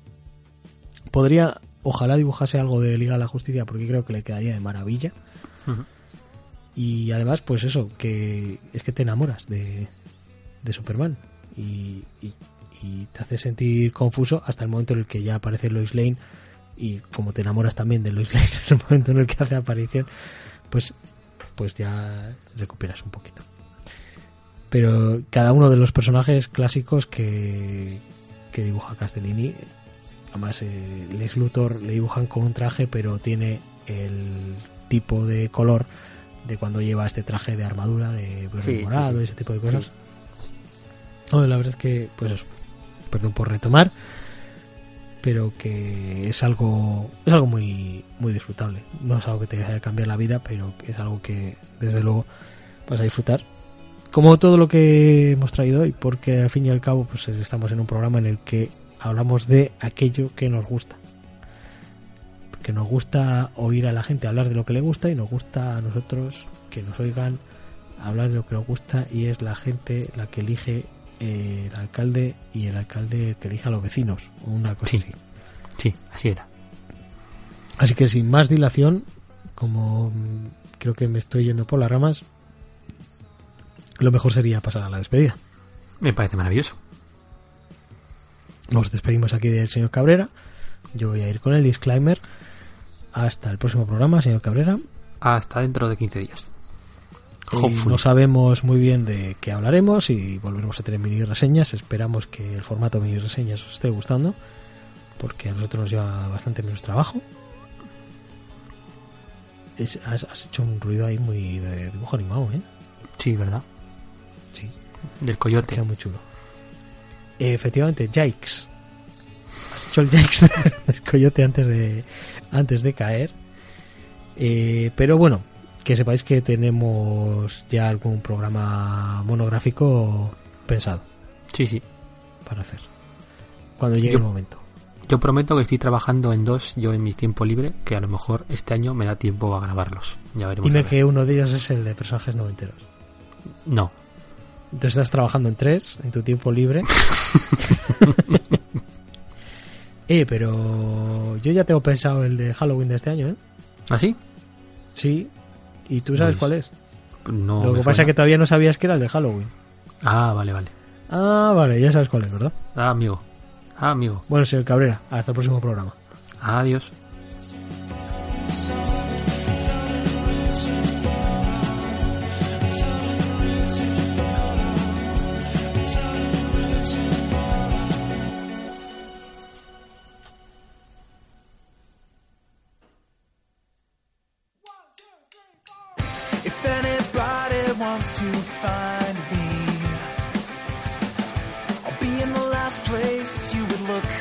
Ojalá dibujase algo de Liga de la Justicia, porque creo que le quedaría de maravilla. Uh-huh. Y además, pues eso, que es que te enamoras de Superman y te hace sentir confuso hasta el momento en el que ya aparece Lois Lane, y como te enamoras también de Lois Lane en el momento en el que hace aparición, pues ya recuperas un poquito. Pero cada uno de los personajes clásicos que dibuja Castellini, además Lex Luthor le dibujan con un traje, pero tiene el tipo de color de cuando lleva este traje de armadura de morado, ese tipo de cosas. Sí. No, la verdad es que, pues eso, perdón por retomar, pero que es algo muy muy disfrutable. No es algo que te vaya a cambiar la vida, pero es algo que desde luego vas a disfrutar, como todo lo que hemos traído hoy, porque al fin y al cabo pues estamos en un programa en el que hablamos de aquello que nos gusta, porque nos gusta oír a la gente hablar de lo que le gusta, y nos gusta a nosotros que nos oigan hablar de lo que nos gusta, y es la gente la que elige el alcalde, y el alcalde que elija a los vecinos, una cosa así. Sí, así era. Así que sin más dilación, como creo que me estoy yendo por las ramas, lo mejor sería pasar a la despedida. Me parece maravilloso. nos despedimos aquí del señor Cabrera. Yo voy a ir con el disclaimer. Hasta el próximo programa, señor Cabrera. Hasta dentro de 15 días. No sabemos muy bien de qué hablaremos y volveremos a tener mini reseñas. Esperamos que el formato mini reseñas os esté gustando, porque a nosotros nos lleva bastante menos trabajo. Has hecho un ruido ahí muy de dibujo animado, ¿eh? Sí, ¿verdad? Sí. Del coyote. Queda muy chulo. Efectivamente, Yikes. Has hecho el Yikes del coyote antes de caer. Pero bueno, que sepáis que tenemos ya algún programa monográfico pensado. Sí. Para hacer. Cuando llegue el momento. Yo prometo que estoy trabajando en 2 yo en mi tiempo libre, que a lo mejor este año me da tiempo a grabarlos. Ya veremos. Dime que uno de ellos es el de personajes noventeros. No. Entonces estás trabajando en 3 en tu tiempo libre. Pero yo ya tengo pensado el de Halloween de este año, ¿eh? ¿Ah, sí? Sí. ¿Y tú sabes Pues, cuál es? No. Lo que pasa es que todavía no sabías que era el de Halloween. Ah, vale. Ah, vale, ya sabes cuál es, ¿verdad? Ah, amigo. Bueno, señor Cabrera, hasta el próximo programa. Adiós. If anybody wants to find me, I'll be in the last place you would look,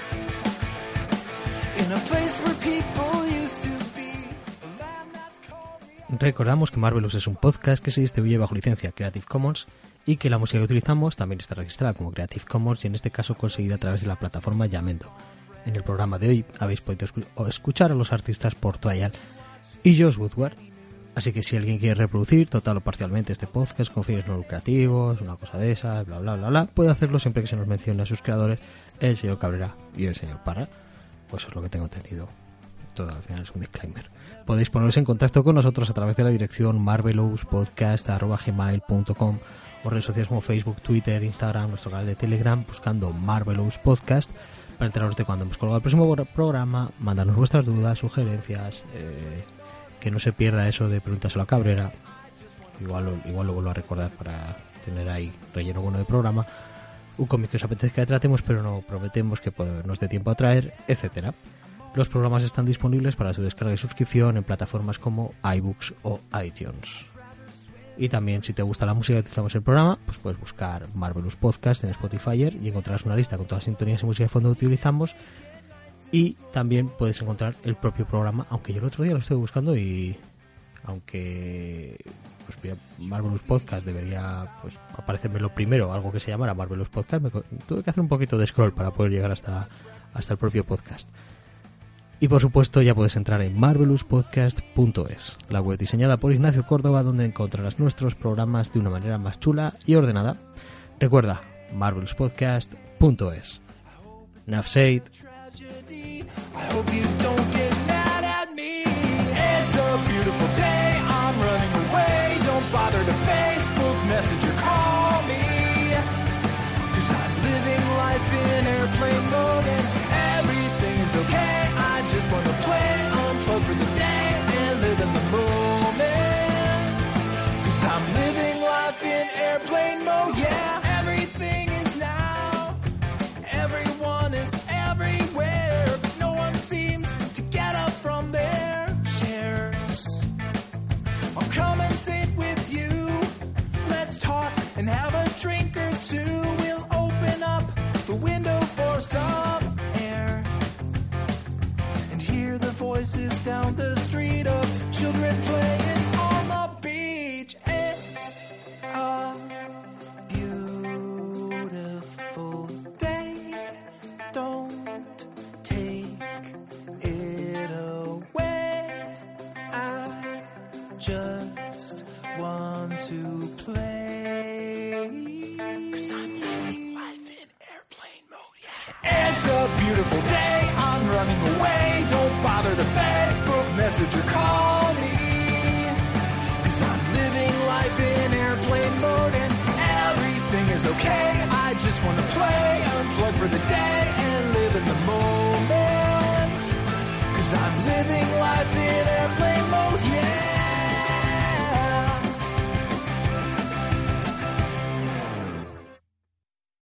in a place where people used to be, a land that's called... Recordamos que Marvelous es un podcast que se distribuye bajo licencia Creative Commons y que la música que utilizamos también está registrada como Creative Commons y en este caso conseguida a través de la plataforma Yamendo. En el programa de hoy habéis podido escuchar a los artistas por Trial y Josh Woodward. Así que si alguien quiere reproducir total o parcialmente este podcast con fines no lucrativos, una cosa de esas, bla bla bla bla, puede hacerlo siempre que se nos mencione a sus creadores, el señor Cabrera y el señor Parra. Pues eso es lo que tengo entendido. Todo al final es un disclaimer. Podéis poneros en contacto con nosotros a través de la dirección marvelouspodcast@gmail.com o redes sociales como Facebook, Twitter, Instagram, nuestro canal de Telegram, buscando Marvelous Podcast para enteraros de cuando hemos colgado el próximo programa, mandarnos vuestras dudas, sugerencias, que no se pierda eso de preguntárselo a Cabrera. Igual lo vuelvo a recordar para tener ahí relleno bueno de programa. Un cómic que os apetezca que tratemos, pero no prometemos que nos dé tiempo a traer, etcétera. Los programas están disponibles para su descarga y suscripción en plataformas como iBooks o iTunes. Y también, si te gusta la música que utilizamos en el programa, pues puedes buscar Marvelous Podcast en Spotify y encontrarás una lista con todas las sintonías y música de fondo que utilizamos. Y también puedes encontrar el propio programa, aunque yo el otro día lo estoy buscando y aunque pues Marvelous Podcast debería pues aparecerme lo primero, algo que se llamara Marvelous Podcast, tuve que hacer un poquito de scroll para poder llegar hasta el propio podcast. Y por supuesto ya puedes entrar en marvelouspodcast.es, la web diseñada por Ignacio Córdoba, donde encontrarás nuestros programas de una manera más chula y ordenada. Recuerda, marvelouspodcast.es. Enough said. I hope you don't get mad at me. It's a beautiful day, I'm running away. Don't bother to Facebook, message or call me, 'cause I'm living life in airplane mode and everything's okay. I just wanna play, unplug for the day and live in the moment, 'cause I'm living life in airplane mode, yeah. Everything is now, everyone is everywhere. No one seems to get up from their chairs. I'll come and sit with you. Let's talk and have a drink or two. We'll open up the window for some air and hear the voices down the street of children playing on the beach. It's a beautiful day. Don't take it away. I just want to play, 'cause I'm living life in airplane mode, yeah. It's a beautiful day, I'm running away. Don't bother to Facebook, message or call